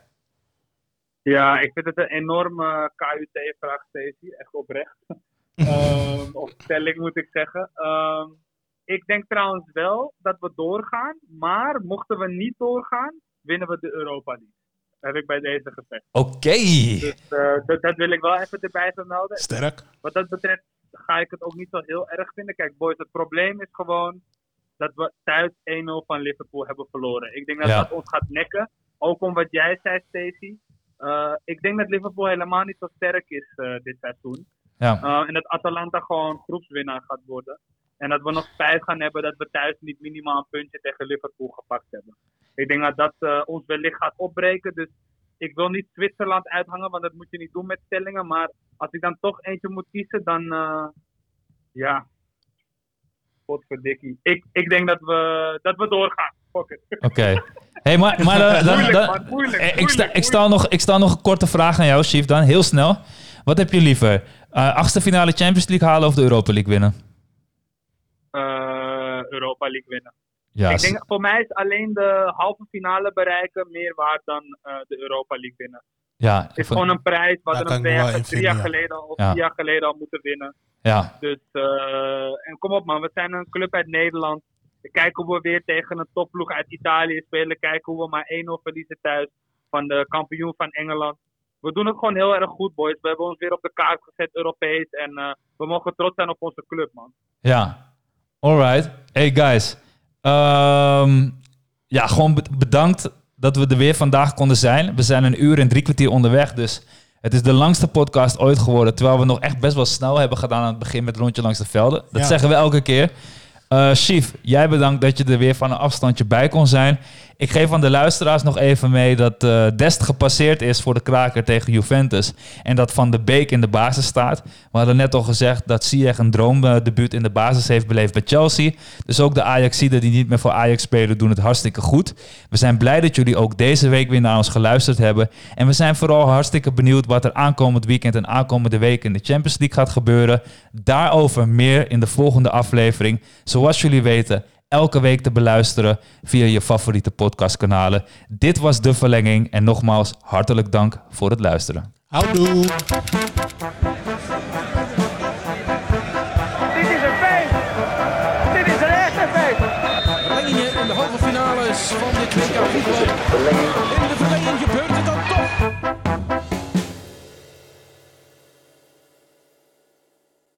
Ja, ik vind het een enorme K U T-vraag, Stacey. Echt oprecht. um, of stelling moet ik zeggen. Um, ik denk trouwens wel dat we doorgaan. Maar mochten we niet doorgaan, winnen we de Europa League. Dat heb ik bij deze gezegd. Oké. Okay. Dus uh, dat, dat wil ik wel even erbij vermelden. Sterk. Wat dat betreft ga ik het ook niet zo heel erg vinden. Kijk, boys, het probleem is gewoon dat we thuis één nul van Liverpool hebben verloren. Ik denk dat ja. dat ons gaat nekken. Ook om wat jij zei, Stacey. Uh, ik denk dat Liverpool helemaal niet zo sterk is uh, dit seizoen. Ja. Uh, en dat Atalanta gewoon groepswinnaar gaat worden. En dat we nog spijt gaan hebben dat we thuis niet minimaal een puntje tegen Liverpool gepakt hebben. Ik denk dat dat uh, ons wellicht gaat opbreken. Dus ik wil niet Zwitserland uithangen, want dat moet je niet doen met stellingen. Maar als ik dan toch eentje moet kiezen, dan uh, ja, potverdikkie. Ik, ik denk dat we, dat we doorgaan. Oké. Okay. Hey, maar, maar uh, dan, moeilijk, dan, man, moeilijk, ik, moeilijk, sta, ik, stel nog, ik stel nog een korte vraag aan jou, Chief, dan heel snel. Wat heb je liever? Uh, achtste finale Champions League halen of de Europa League winnen? Uh, Europa League winnen. Ja, Ik denk, voor mij is alleen de halve finale bereiken meer waard dan uh, de Europa League winnen. ja, Het is van- gewoon een prijs wat Daar we kan een ik me twee wel jaar, in drie jaar vinden, ja. geleden of Ja. vier jaar geleden al moeten winnen. ja, Dus, uh, en kom op man, we zijn een club uit Nederland. Kijken hoe we weer tegen een topploeg uit Italië spelen. Kijken hoe we maar één nul verliezen thuis van de kampioen van Engeland. We doen het gewoon heel erg goed, boys. We hebben ons weer op de kaart gezet, Europees. En uh, we mogen trots zijn op onze club, man. ja. Alright. Hey guys. Ehm, ja, gewoon be- bedankt dat we er weer vandaag konden zijn. We zijn een uur en drie kwartier onderweg, dus het is de langste podcast ooit geworden. Terwijl we nog echt best wel snel hebben gedaan aan het begin met Rondje Langs de Velden. Dat Ja. zeggen we elke keer. Uh, Chief, jij bedankt dat je er weer van een afstandje bij kon zijn. Ik geef aan de luisteraars nog even mee dat uh, Dest gepasseerd is voor de kraker tegen Juventus. En dat Van de Beek in de basis staat. We hadden net al gezegd dat Ziyech een droomdebuut in de basis heeft beleefd bij Chelsea. Dus ook de Ajaxiden die niet meer voor Ajax spelen doen het hartstikke goed. We zijn blij dat jullie ook deze week weer naar ons geluisterd hebben. En we zijn vooral hartstikke benieuwd wat er aankomend weekend en aankomende week in de Champions League gaat gebeuren. Daarover meer in de volgende aflevering. Zoals jullie weten, elke week te beluisteren via je favoriete podcastkanalen. Dit was De Verlenging en nogmaals hartelijk dank voor het luisteren. Houdoe. Dit is een feest. Dit is een echte feest. Verlengingen in de halve finales van dit W K voetbal. Verlenging